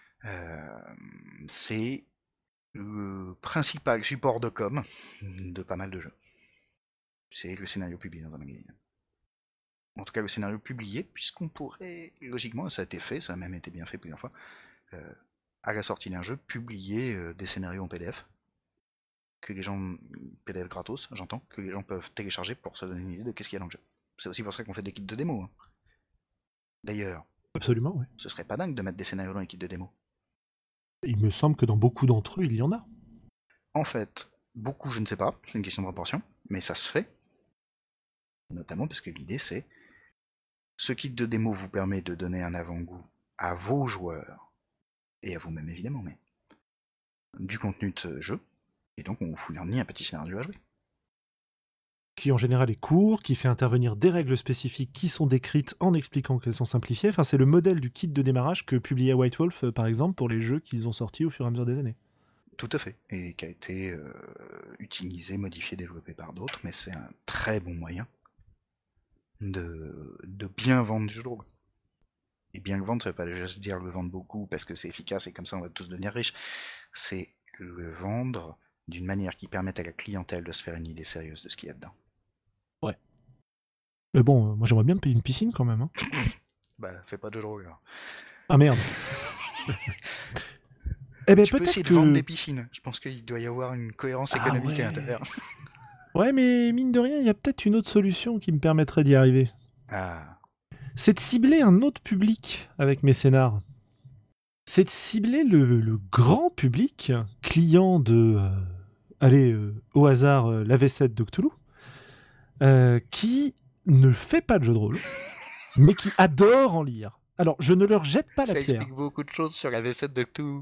Speaker 1: C'est le principal support de com de pas mal de jeux. C'est le scénario publié dans un magazine. En tout cas, le scénario publié, puisqu'on pourrait, logiquement, ça a été fait, ça a même été bien fait plusieurs fois, à la sortie d'un jeu, publier des scénarios en PDF, que les gens, PDF gratos, j'entends, que les gens peuvent télécharger pour se donner une idée de qu'est-ce qu'il y a dans le jeu. C'est aussi pour ça qu'on fait des kits de démo. Hein. D'ailleurs,
Speaker 2: Absolument, oui.
Speaker 1: ce serait pas dingue de mettre des scénarios dans les kits de démo.
Speaker 2: Il me semble que dans beaucoup d'entre eux, il y en a.
Speaker 1: En fait, beaucoup, je ne sais pas, c'est une question de proportion, mais ça se fait. Notamment parce que l'idée c'est, ce kit de démo vous permet de donner un avant-goût à vos joueurs, et à vous-même évidemment, mais du contenu de ce jeu, et donc on vous fournit un petit scénario à jouer.
Speaker 2: Qui en général est court, qui fait intervenir des règles spécifiques qui sont décrites en expliquant qu'elles sont simplifiées. Enfin, c'est le modèle du kit de démarrage que publiait White Wolf, par exemple, pour les jeux qu'ils ont sortis au fur et à mesure des années.
Speaker 1: Tout à fait, et qui a été utilisé, modifié, développé par d'autres, mais c'est un très bon moyen de bien vendre du jeu de rôle. Et bien le vendre, ça veut pas juste dire le vendre beaucoup parce que c'est efficace et comme ça on va tous devenir riches. C'est le vendre d'une manière qui permette à la clientèle de se faire une idée sérieuse de ce qu'il y a dedans.
Speaker 2: Ouais. Mais bon, moi j'aimerais bien me payer une piscine quand même. Hein.
Speaker 1: Bah, fais pas de jeu de rôle alors.
Speaker 2: Ah merde. Eh ben,
Speaker 1: Tu peux
Speaker 2: peut-être
Speaker 1: essayer de
Speaker 2: que...
Speaker 1: vendre des piscines. Je pense qu'il doit y avoir une cohérence économique à l'intérieur.
Speaker 2: Ouais, mais mine de rien, il y a peut-être une autre solution qui me permettrait d'y arriver.
Speaker 1: Ah.
Speaker 2: C'est de cibler un autre public avec mes scénars. C'est de cibler le grand public, client de... au hasard, la V7 de Cthulhu, qui ne fait pas de jeu de rôle, mais qui adore en lire. Alors, je ne leur jette pas la
Speaker 1: Ça
Speaker 2: pierre.
Speaker 1: explique beaucoup de choses sur la V7 de Cthulhu.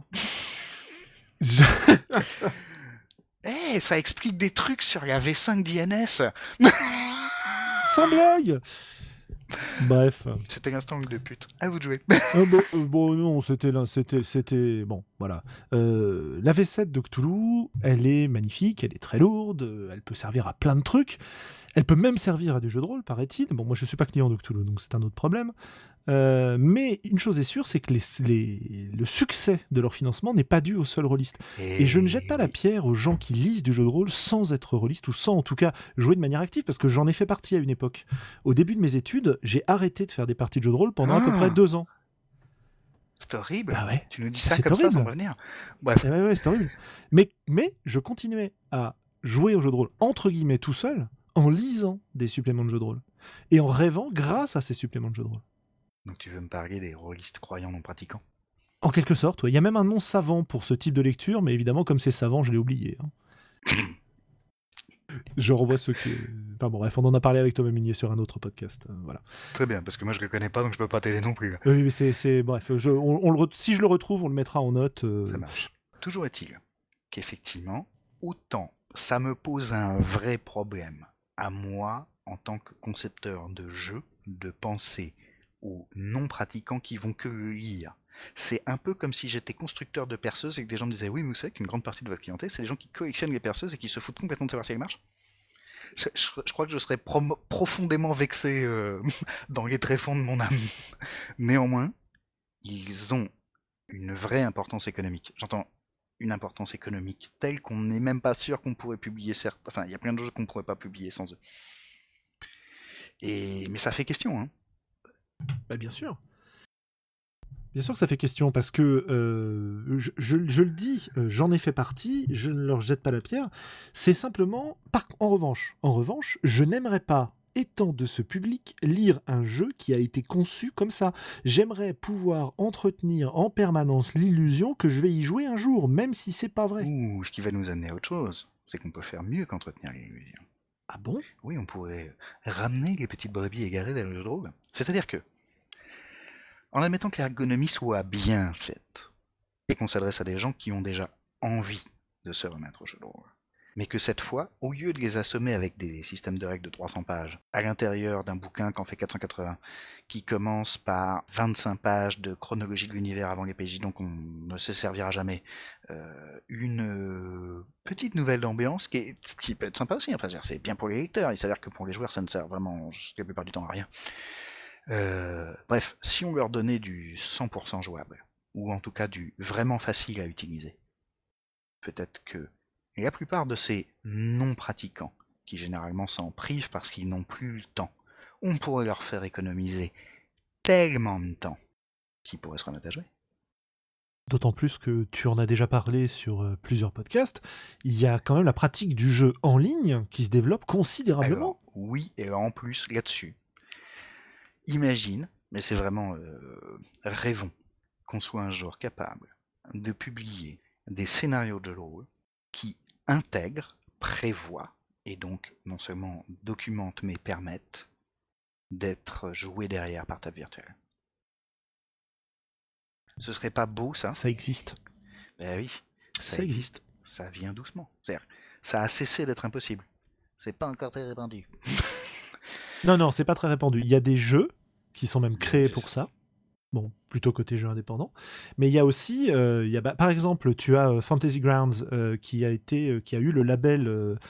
Speaker 1: Eh, ça explique des trucs sur la V5 d'INS.
Speaker 2: Sans blague. Bref.
Speaker 1: C'était l'instant de pute. À vous de jouer.
Speaker 2: Bon, non, c'était... Bon, voilà. La V7 de Cthulhu, elle est magnifique, elle est très lourde, elle peut servir à plein de trucs. Elle peut même servir à des jeux de rôle, paraît-il. Bon, moi, je ne suis pas client de Cthulhu, donc c'est un autre problème. Mais une chose est sûre, c'est que le succès de leur financement n'est pas dû aux seuls rôlistes. Et je ne jette pas la pierre aux gens qui lisent du jeu de rôle sans être rôliste ou sans, en tout cas, jouer de manière active, parce que j'en ai fait partie à une époque. Au début de mes études, j'ai arrêté de faire des parties de jeux de rôle pendant à peu près 2 ans.
Speaker 1: C'est horrible.
Speaker 2: Bah ouais.
Speaker 1: Tu nous dis ça
Speaker 2: C'est
Speaker 1: comme
Speaker 2: horrible.
Speaker 1: ça sans revenir. Bref.
Speaker 2: Ouais, c'est horrible. Mais je continuais à jouer au jeu de rôle, entre guillemets, tout seul, en lisant des suppléments de jeu de rôle. Et en rêvant grâce à ces suppléments de jeu de rôle.
Speaker 1: Donc tu veux me parler des rôlistes croyants non pratiquants?
Speaker 2: En quelque sorte, ouais. Il y a même un nom savant pour ce type de lecture, mais évidemment, comme c'est savant, je l'ai oublié. Hein. Je renvoie ceux qui... Enfin bon, bref, on en a parlé avec Thomas Munier sur un autre podcast. Voilà.
Speaker 1: Très bien, parce que moi je le connais pas, donc je peux pas t'aider non plus.
Speaker 2: Oui, mais c'est... Bref, si je le retrouve, on le mettra en note.
Speaker 1: Ça marche. Toujours est-il qu'effectivement, autant ça me pose un vrai problème à moi, en tant que concepteur de jeu, de penser aux non-pratiquants qui vont que le lire. C'est un peu comme si j'étais constructeur de perceuses et que des gens me disaient « Oui, mais vous savez qu'une grande partie de votre clientèle, c'est les gens qui collectionnent les perceuses et qui se foutent complètement de savoir si elles marchent. » Je crois que je serais profondément vexé dans les tréfonds de mon âme. Néanmoins, ils ont une vraie importance économique. J'entends une importance économique telle qu'on n'est même pas sûr qu'on pourrait publier certes. Enfin, il y a plein de jeux qu'on ne pourrait pas publier sans eux. Mais ça fait question, hein.
Speaker 2: Bah bien sûr. Bien sûr que ça fait question, parce que je le dis, j'en ai fait partie, je ne leur jette pas la pierre. C'est simplement... En revanche, je n'aimerais pas, étant de ce public, lire un jeu qui a été conçu comme ça. J'aimerais pouvoir entretenir en permanence l'illusion que je vais y jouer un jour, même si c'est pas vrai.
Speaker 1: Ouh, ce qui va nous amener à autre chose, c'est qu'on peut faire mieux qu'entretenir l'illusion.
Speaker 2: Ah bon ?
Speaker 1: Oui, on pourrait ramener les petites brebis égarées dans le jeu de rôle. C'est-à-dire que, en admettant que l'ergonomie soit bien faite, et qu'on s'adresse à des gens qui ont déjà envie de se remettre au jeu de rôle, Mais que cette fois, au lieu de les assommer avec des systèmes de règles de 300 pages, à l'intérieur d'un bouquin qu'en fait 480, qui commence par 25 pages de chronologie de l'univers avant les PJ, donc on ne se servira jamais, une petite nouvelle d'ambiance qui peut être sympa aussi, enfin c'est bien pour les lecteurs, il s'avère que pour les joueurs ça ne sert vraiment la plupart du temps à rien. Bref, si on leur donnait du 100% jouable, ou en tout cas du vraiment facile à utiliser, peut-être que la plupart de ces non-pratiquants, qui généralement s'en privent parce qu'ils n'ont plus le temps, on pourrait leur faire économiser tellement de temps qu'ils pourraient se remettre à jouer.
Speaker 2: D'autant plus que tu en as déjà parlé sur plusieurs podcasts, il y a quand même la pratique du jeu en ligne qui se développe considérablement.
Speaker 1: Alors, oui, et en plus, là-dessus, imagine, mais c'est vraiment rêvons, qu'on soit un jour capable de publier des scénarios de jeux de rôle qui intègrent, prévoient, et donc non seulement documentent, mais permettent d'être joués derrière par table virtuelle. Ce serait pas beau, ça?
Speaker 2: Ça existe.
Speaker 1: Ben oui,
Speaker 2: Ça existe.
Speaker 1: Ça vient doucement. C'est-à-dire, ça a cessé d'être impossible. C'est pas encore très répandu.
Speaker 2: Non, c'est pas très répandu. Il y a des jeux qui sont même créés pour ça. Bon, plutôt côté jeu indépendant. Mais il y a aussi, par exemple, tu as Fantasy Grounds qui a eu le label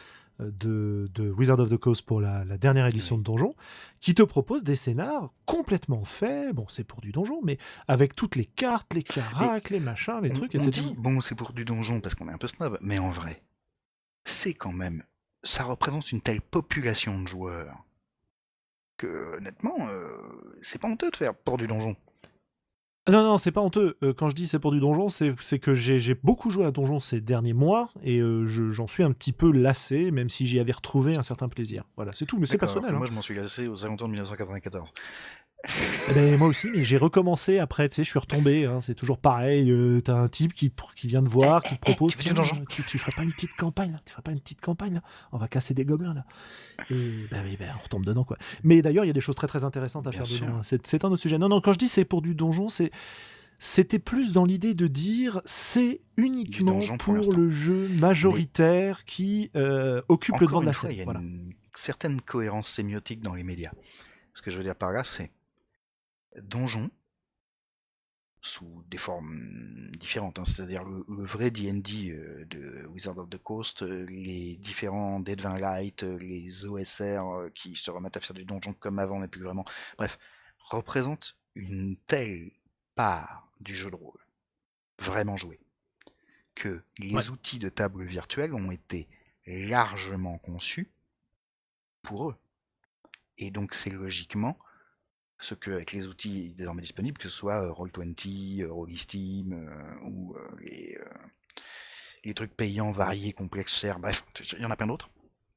Speaker 2: de Wizard of the Coast pour la dernière édition de Donjon, qui te propose des scénars complètement faits. Bon, c'est pour du donjon, mais avec toutes les cartes, les caracs, les machins, les trucs, etc.
Speaker 1: On dit, bon, c'est pour du donjon parce qu'on est un peu snob, mais en vrai, c'est quand même. Ça représente une telle population de joueurs que, honnêtement, c'est pas honteux de faire pour du donjon.
Speaker 2: Non, c'est pas honteux. Quand je dis c'est pour du donjon, c'est que j'ai beaucoup joué à donjon ces derniers mois et j'en suis un petit peu lassé, même si j'y avais retrouvé un certain plaisir. Voilà, c'est tout, mais c'est personnel.
Speaker 1: Moi, je m'en suis lassé aux alentours de 1994.
Speaker 2: Eh ben, moi aussi, mais j'ai recommencé après, tu sais, je suis retombé, hein, c'est toujours pareil, t'as un type qui vient te voir, qui te propose,
Speaker 1: tu
Speaker 2: ferais pas une petite campagne, là, on va casser des gobelins, là. Et oui, on retombe dedans, quoi. Mais d'ailleurs, il y a des choses très très intéressantes à faire dedans, hein. C'est un autre sujet. Non, quand je dis c'est pour du donjon, c'était plus dans l'idée de dire c'est uniquement pour le jeu majoritaire qui occupe le devant de la scène.
Speaker 1: Il y a une certaine cohérence sémiotique dans les médias. Ce que je veux dire par là, c'est donjon, sous des formes différentes, hein, c'est-à-dire le vrai D&D de Wizard of the Coast, les différents Dead 20 Light, les OSR qui se remettent à faire du donjon comme avant, mais plus vraiment, bref, représentent une telle part du jeu de rôle, vraiment joué, que les outils de table virtuelle ont été largement conçus pour eux. Et donc c'est logiquement ce que, avec les outils désormais disponibles, que ce soit Roll20, Rollisteam ou les trucs payants, variés, complexes, chers, bref, il y en a plein d'autres.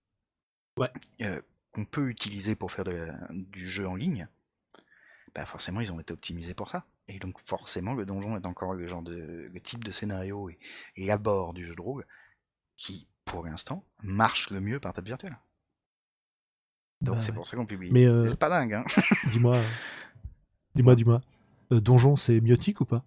Speaker 1: Qu'on peut utiliser pour faire du jeu en ligne, bah forcément ils ont été optimisés pour ça. Et donc forcément le donjon est encore le type de scénario et l'abord du jeu de rôle qui, pour l'instant, marche le mieux par table virtuelle. Donc c'est pour ça qu'on publie.
Speaker 2: Mais
Speaker 1: c'est pas dingue, hein.
Speaker 2: Dis-moi. Donjon, c'est myotique ou pas?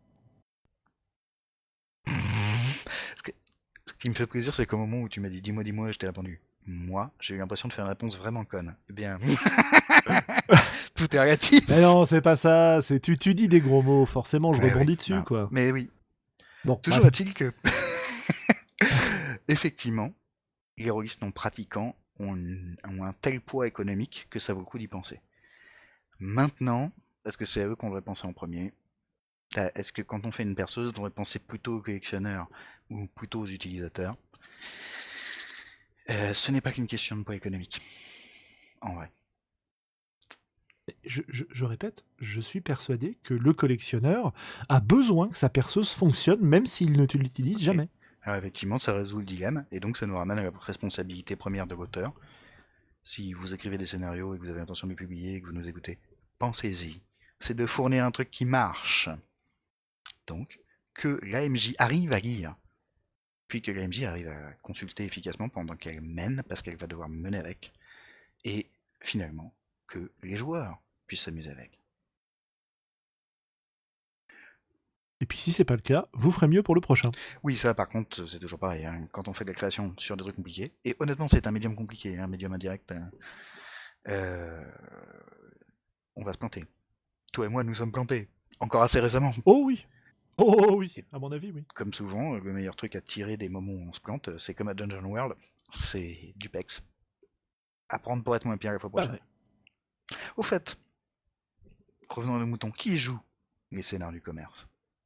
Speaker 1: Ce qui me fait plaisir, c'est qu'au moment où tu m'as dit dis-moi, je t'ai répondu. Moi, j'ai eu l'impression de faire une réponse vraiment conne. Eh bien, tout est relatif.
Speaker 2: Mais non, c'est pas ça. Tu dis des gros mots, forcément, je rebondis dessus, quoi.
Speaker 1: Mais oui.
Speaker 2: Bon,
Speaker 1: toujours est-il que, effectivement, les rôlistes non pratiquants ont un tel poids économique que ça vaut le coup d'y penser. Maintenant, est-ce que c'est à eux qu'on devrait penser en premier? Est-ce que quand on fait une perceuse, on devrait penser plutôt aux collectionneurs ou plutôt aux utilisateurs? Ce n'est pas qu'une question de poids économique. En vrai.
Speaker 2: Je répète, je suis persuadé que le collectionneur a besoin que sa perceuse fonctionne, même s'il ne l'utilise jamais.
Speaker 1: Alors effectivement, ça résout le dilemme, et donc ça nous ramène à la responsabilité première de l'auteur. Si vous écrivez des scénarios et que vous avez l'intention de les publier et que vous nous écoutez, pensez-y. C'est de fournir un truc qui marche. Donc, que l'AMJ arrive à lire, puis que l'AMJ arrive à consulter efficacement pendant qu'elle mène, parce qu'elle va devoir mener avec, et finalement, que les joueurs puissent s'amuser avec.
Speaker 2: Et puis si c'est pas le cas, vous ferez mieux pour le prochain.
Speaker 1: Oui, ça par contre, c'est toujours pareil, hein, quand on fait de la création sur des trucs compliqués, et honnêtement c'est un médium compliqué, un médium indirect, euh, on va se planter. Toi et moi nous sommes plantés, encore assez récemment.
Speaker 2: Oh oui. Oh oui,
Speaker 1: Et
Speaker 2: à mon avis, oui.
Speaker 1: comme souvent, le meilleur truc à tirer des moments où on se plante, c'est comme à Dungeon World, c'est du PEX. Apprendre pour être moins pire la fois
Speaker 2: Bah
Speaker 1: prochaine.
Speaker 2: ouais.
Speaker 1: Au fait, revenons à nos moutons, qui joue les scénars du commerce?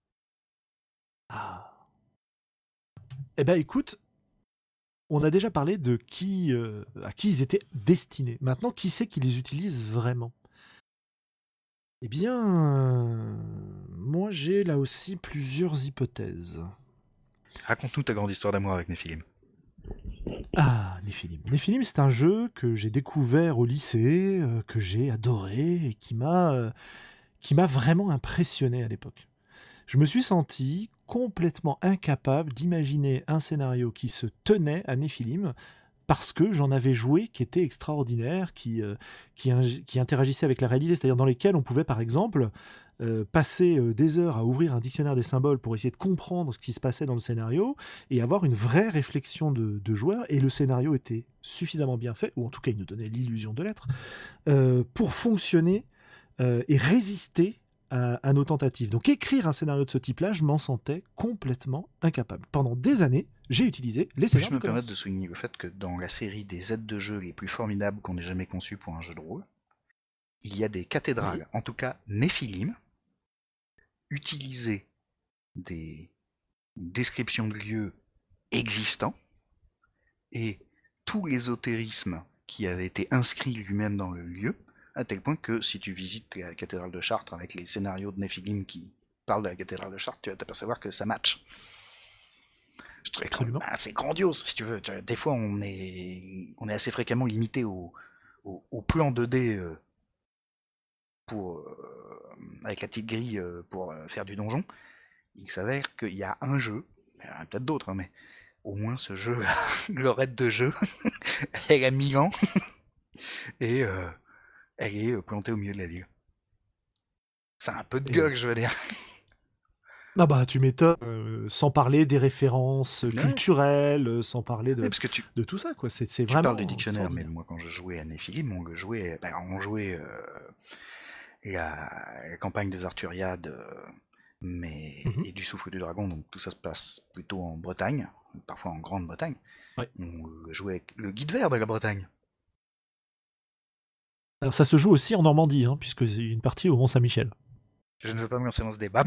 Speaker 2: Ah. Eh ben écoute, on a déjà parlé de à qui ils étaient destinés. Maintenant, qui c'est qui les utilise vraiment? Eh bien, moi j'ai là aussi plusieurs hypothèses.
Speaker 1: Raconte-nous ta grande histoire d'amour avec Nephilim.
Speaker 2: Ah, Nephilim. Nephilim, c'est un jeu que j'ai découvert au lycée, que j'ai adoré et qui m'a vraiment impressionné à l'époque. Je me suis senti complètement incapable d'imaginer un scénario qui se tenait à Nephilim parce que j'en avais joué qui était extraordinaire, qui interagissait avec la réalité, c'est-à-dire dans lesquels on pouvait par exemple passer des heures à ouvrir un dictionnaire des symboles pour essayer de comprendre ce qui se passait dans le scénario et avoir une vraie réflexion de joueur, et le scénario était suffisamment bien fait, ou en tout cas il nous donnait l'illusion de l'être, pour fonctionner et résister à nos tentatives. Donc écrire un scénario de ce type-là, je m'en sentais complètement incapable. Pendant des années, j'ai utilisé les
Speaker 1: Puis
Speaker 2: scénarios
Speaker 1: je
Speaker 2: de
Speaker 1: me permettre
Speaker 2: commerce.
Speaker 1: de souligner le fait que dans la série des aides de jeu les plus formidables qu'on ait jamais conçues pour un jeu de rôle, il y a des
Speaker 2: Oui,
Speaker 1: cathédrales, en tout cas Néphilim, utiliser des descriptions de lieux existants et tout l'ésotérisme qui avait été inscrit lui-même dans le lieu, à tel point que si tu visites la cathédrale de Chartres avec les scénarios de Néphilim qui parlent de la cathédrale de Chartres, tu vas t'apercevoir que ça match. Je trouvais quand même
Speaker 2: absolument.
Speaker 1: assez grandiose, si tu veux. Des fois, on est assez fréquemment limité au plan 2D avec la petite grille pour faire du donjon. Il s'avère qu'il y a un jeu, il y en a peut-être d'autres, hein, mais au moins ce jeu, le raid de jeu, elle a 1000 ans et elle est plantée au milieu de la ville. Ça a un peu de
Speaker 2: Et oui.
Speaker 1: gueule, je veux dire.
Speaker 2: Ah bah tu m'étonnes, sans parler des références
Speaker 1: Ouais.
Speaker 2: culturelles, sans parler
Speaker 1: Ouais, parce que
Speaker 2: de tout ça, quoi. C'est
Speaker 1: tu parles de
Speaker 2: vraiment
Speaker 1: dictionnaire, mais
Speaker 2: extraordinaire.
Speaker 1: moi quand je jouais à Néphilim, on jouait, on jouait la campagne des Arthuriades
Speaker 2: Mhm.
Speaker 1: et du Souffle du Dragon, donc tout ça se passe plutôt en Bretagne, parfois en Grande-Bretagne.
Speaker 2: Ouais.
Speaker 1: On jouait avec le guide vert de la Bretagne.
Speaker 2: Alors ça se joue aussi en Normandie, hein, puisque c'est une partie au Mont-Saint-Michel.
Speaker 1: Je ne veux pas me lancer dans ce débat.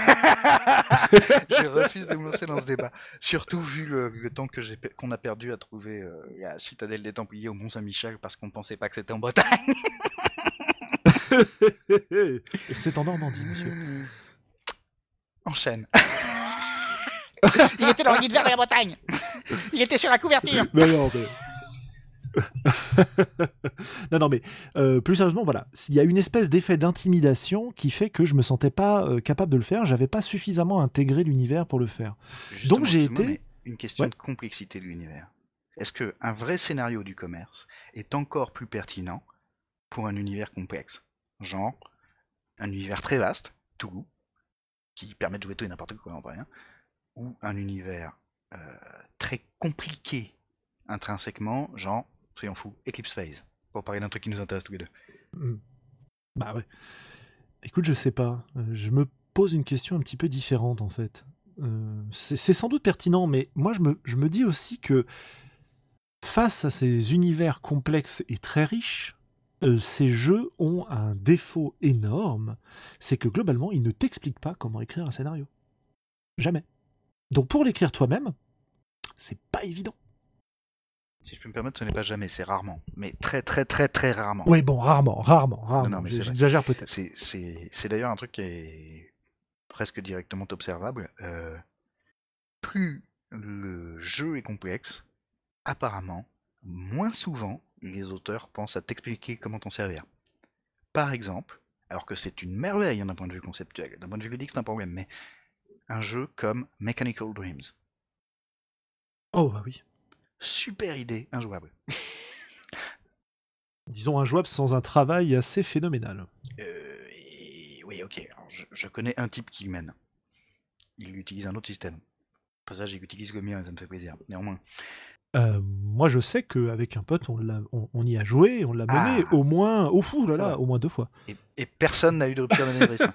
Speaker 1: Je refuse de me lancer dans ce débat. Surtout vu le temps qu'on a perdu à trouver la citadelle des Templiers au Mont-Saint-Michel parce qu'on ne pensait pas que c'était en Bretagne.
Speaker 2: C'est en Normandie, monsieur.
Speaker 1: Enchaîne. Il était dans le guide vert de la Bretagne. Il était sur la couverture.
Speaker 2: Non, non, mais... non, mais plus sérieusement, voilà. Il y a une espèce d'effet d'intimidation qui fait que je me sentais pas capable de le faire. J'avais pas suffisamment intégré l'univers pour le faire. Donc
Speaker 1: Justement,
Speaker 2: j'ai
Speaker 1: excuse-moi,
Speaker 2: été...
Speaker 1: mais une question
Speaker 2: Ouais.
Speaker 1: de complexité de l'univers. Est-ce qu'un vrai scénario du commerce est encore plus pertinent pour un univers complexe? Genre, un univers très vaste, tout, qui permet de jouer tout et n'importe quoi en vrai, hein, ou un univers très compliqué intrinsèquement, genre, soyons fous, Eclipse Phase, pour parler d'un truc qui nous intéresse tous les deux.
Speaker 2: Mm. Bah ouais. Écoute, je sais pas. Je me pose une question un petit peu différente en fait. C'est sans doute pertinent, mais moi je me dis aussi que face à ces univers complexes et très riches, ces jeux ont un défaut énorme, c'est que globalement, ils ne t'expliquent pas comment écrire un scénario. Jamais. Donc pour l'écrire toi-même, c'est pas évident.
Speaker 1: Si je peux me permettre, ce n'est pas jamais, c'est rarement, mais très très très très rarement.
Speaker 2: Oui, bon, rarement.
Speaker 1: Non, non, mais c'est vrai.
Speaker 2: J'exagère peut-être.
Speaker 1: C'est d'ailleurs un truc qui est presque directement observable. Plus le jeu est complexe, apparemment, moins souvent les auteurs pensent à t'expliquer comment t'en servir. Par exemple, alors que c'est une merveille d'un point de vue conceptuel, d'un point de vue ludique c'est un problème, mais un jeu comme Mechanical Dreams.
Speaker 2: Oh bah oui.
Speaker 1: Super idée, injouable.
Speaker 2: Disons injouable sans un travail assez phénoménal.
Speaker 1: Oui, ok, alors je connais un type qui le mène. Il utilise un autre système. Au passage, il utilise le mien et ça me fait plaisir. Néanmoins.
Speaker 2: Moi, je sais qu'avec un pote, on y a joué, on l'a mené
Speaker 1: Ah,
Speaker 2: au moins,
Speaker 1: ça va.
Speaker 2: au moins 2 fois.
Speaker 1: Et personne n'a eu de rupture d'anévrisme.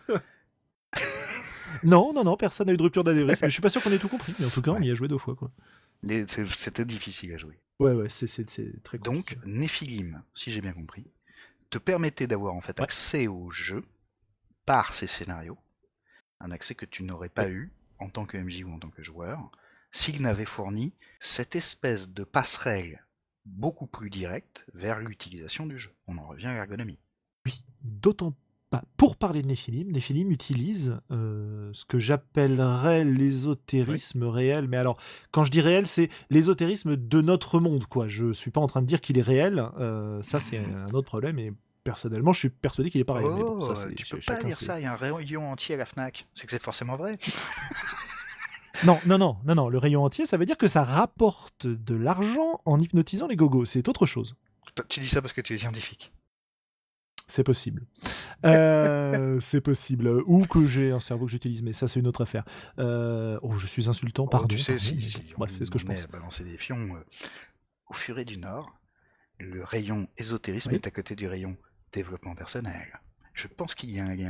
Speaker 2: Non, personne n'a eu de rupture d'anévrisme, mais je suis pas sûr qu'on ait tout compris. Mais en tout cas, on
Speaker 1: Ouais.
Speaker 2: y a joué 2 fois, quoi.
Speaker 1: C'était difficile à jouer.
Speaker 2: Ouais, c'est très compliqué.
Speaker 1: Donc, Nephilim, si j'ai bien compris, te permettait d'avoir en fait
Speaker 2: Ouais.
Speaker 1: accès au jeu par ces scénarios, un accès que tu n'aurais pas
Speaker 2: Ouais.
Speaker 1: eu en tant que MJ ou en tant que joueur, s'il n'avait fourni cette espèce de passerelle beaucoup plus directe vers l'utilisation du jeu. On en revient à l'ergonomie.
Speaker 2: Oui, d'autant pas. Pour parler de Néphilim utilise ce que j'appellerais
Speaker 1: Oui.
Speaker 2: l'ésotérisme réel. Mais alors, quand je dis réel, c'est l'ésotérisme de notre monde, quoi. Je suis pas en train de dire qu'il est réel. Ça, c'est un autre problème. Et personnellement, je suis persuadé qu'il est pas réel. Mais bon, ça,
Speaker 1: Oh,
Speaker 2: c'est
Speaker 1: tu peux pas
Speaker 2: chacun.
Speaker 1: dire ça, il y a un rayon entier à la FNAC. C'est que c'est forcément vrai.
Speaker 2: Non. Le rayon entier, ça veut dire que ça rapporte de l'argent en hypnotisant les gogos. C'est autre chose.
Speaker 1: Tu dis ça parce que tu es scientifique.
Speaker 2: C'est possible. C'est possible. Ou que j'ai un cerveau que j'utilise, mais ça, c'est une autre affaire. Je suis insultant, pardon.
Speaker 1: Tu sais,
Speaker 2: pardon, mais
Speaker 1: si
Speaker 2: bon, bref, c'est ce que je
Speaker 1: on est
Speaker 2: pense.
Speaker 1: à balancer des fions, au Furet du Nord, le rayon ésotérisme
Speaker 2: Oui.
Speaker 1: est à côté du rayon développement personnel. Je pense qu'il y a un lien.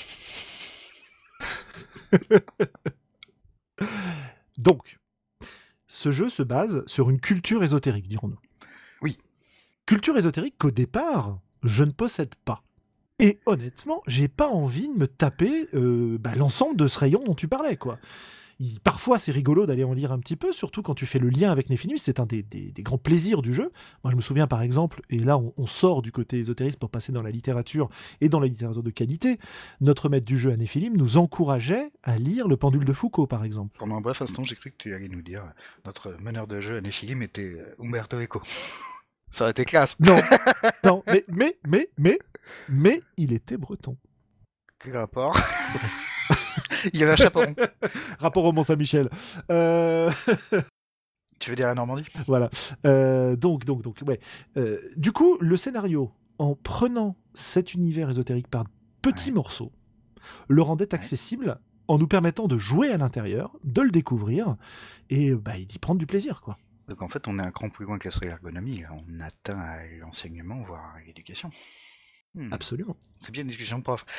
Speaker 2: Donc, ce jeu se base sur une culture ésotérique, dirons-nous.
Speaker 1: Oui.
Speaker 2: Culture ésotérique qu'au départ, je ne possède pas. Et honnêtement, j'ai pas envie de me taper l'ensemble de ce rayon dont tu parlais, quoi. Parfois, c'est rigolo d'aller en lire un petit peu, surtout quand tu fais le lien avec Néphilim, c'est un des grands plaisirs du jeu. Moi, je me souviens par exemple, et là, on sort du côté ésotériste pour passer dans la littérature, et dans la littérature de qualité, notre maître du jeu à Néphilim nous encourageait à lire Le Pendule de Foucault, par exemple.
Speaker 1: Pendant un bref instant, j'ai cru que tu allais nous dire notre meneur de jeu à Nephilim était Umberto Eco. Ça aurait été classe.
Speaker 2: Non, mais il était breton.
Speaker 1: Quel rapport? Il avait un chaperon.
Speaker 2: Rapport au Mont-Saint-Michel.
Speaker 1: Tu veux dire la Normandie?
Speaker 2: Voilà. Donc, ouais. Du coup, le scénario, en prenant cet univers ésotérique par petits morceaux, le rendait accessible en nous permettant de jouer à l'intérieur, de le découvrir et d'y prendre du plaisir, quoi.
Speaker 1: Donc en fait, on est un cran plus loin que la seule ergonomie. On atteint à l'enseignement, voire à l'éducation.
Speaker 2: Absolument.
Speaker 1: C'est bien une discussion de prof.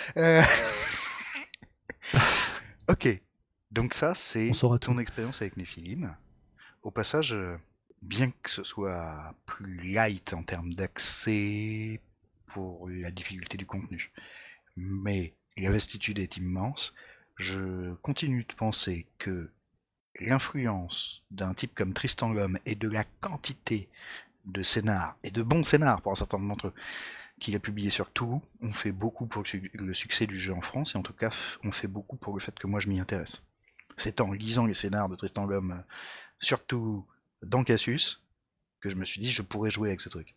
Speaker 1: Ok. Donc ça, c'est ton expérience avec Nephilim. Au passage, bien que ce soit plus light en termes d'accès pour la difficulté du contenu, mais la vastitude est immense, je continue de penser que l'influence d'un type comme Tristan Lhomme et de la quantité de scénars, et de bons scénars pour un certain nombre d'entre eux, qu'il a publié sur Toulouse, ont fait beaucoup pour le succès du jeu en France, et en tout cas, on fait beaucoup pour le fait que moi je m'y intéresse. C'est en lisant les scénars de Tristan Lhomme, surtout dans Cassius, que je me suis dit je pourrais jouer avec ce truc.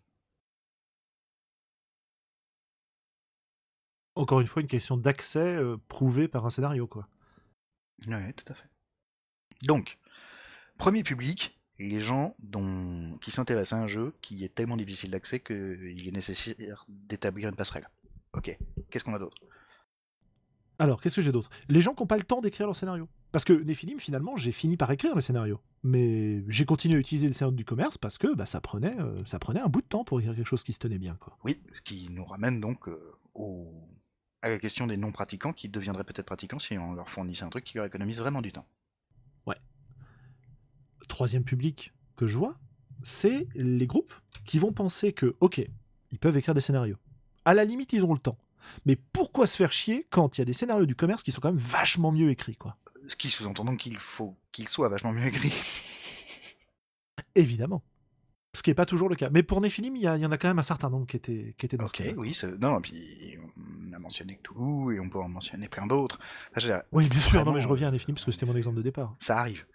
Speaker 2: Encore une fois, une question d'accès prouvé par un scénario, quoi.
Speaker 1: Ouais, tout à fait. Donc, premier public, les gens qui s'intéressent à un jeu qui est tellement difficile d'accès qu'il est nécessaire d'établir une passerelle. Ok, qu'est-ce qu'on a d'autre?
Speaker 2: Alors, qu'est-ce que j'ai d'autre? Les gens qui n'ont pas le temps d'écrire leur scénario. Parce que Nephilim, finalement, j'ai fini par écrire les scénarios. Mais j'ai continué à utiliser les scénarios du commerce parce que ça prenait un bout de temps pour écrire quelque chose qui se tenait bien, quoi.
Speaker 1: Oui, ce qui nous ramène donc à la question des non-pratiquants qui deviendraient peut-être pratiquants si on leur fournissait un truc qui leur économise vraiment du temps.
Speaker 2: Ouais. Troisième public que je vois, c'est les groupes qui vont penser que, ok, ils peuvent écrire des scénarios. À la limite, ils ont le temps. Mais pourquoi se faire chier quand il y a des scénarios du commerce qui sont quand même vachement mieux écrits, quoi.
Speaker 1: Ce qui sous-entend donc qu'il faut qu'ils soient vachement mieux écrits.
Speaker 2: Évidemment. Ce qui n'est pas toujours le cas. Mais pour Nephilim, il y en a quand même un certain nombre qui étaient dans ce cas-là.
Speaker 1: Ok, oui, non, puis on a mentionné Toulouse et on peut en mentionner plein d'autres. Enfin,
Speaker 2: oui, bien sûr,
Speaker 1: vraiment,
Speaker 2: non, mais je reviens à Nephilim parce que c'était mon exemple de départ.
Speaker 1: Ça arrive.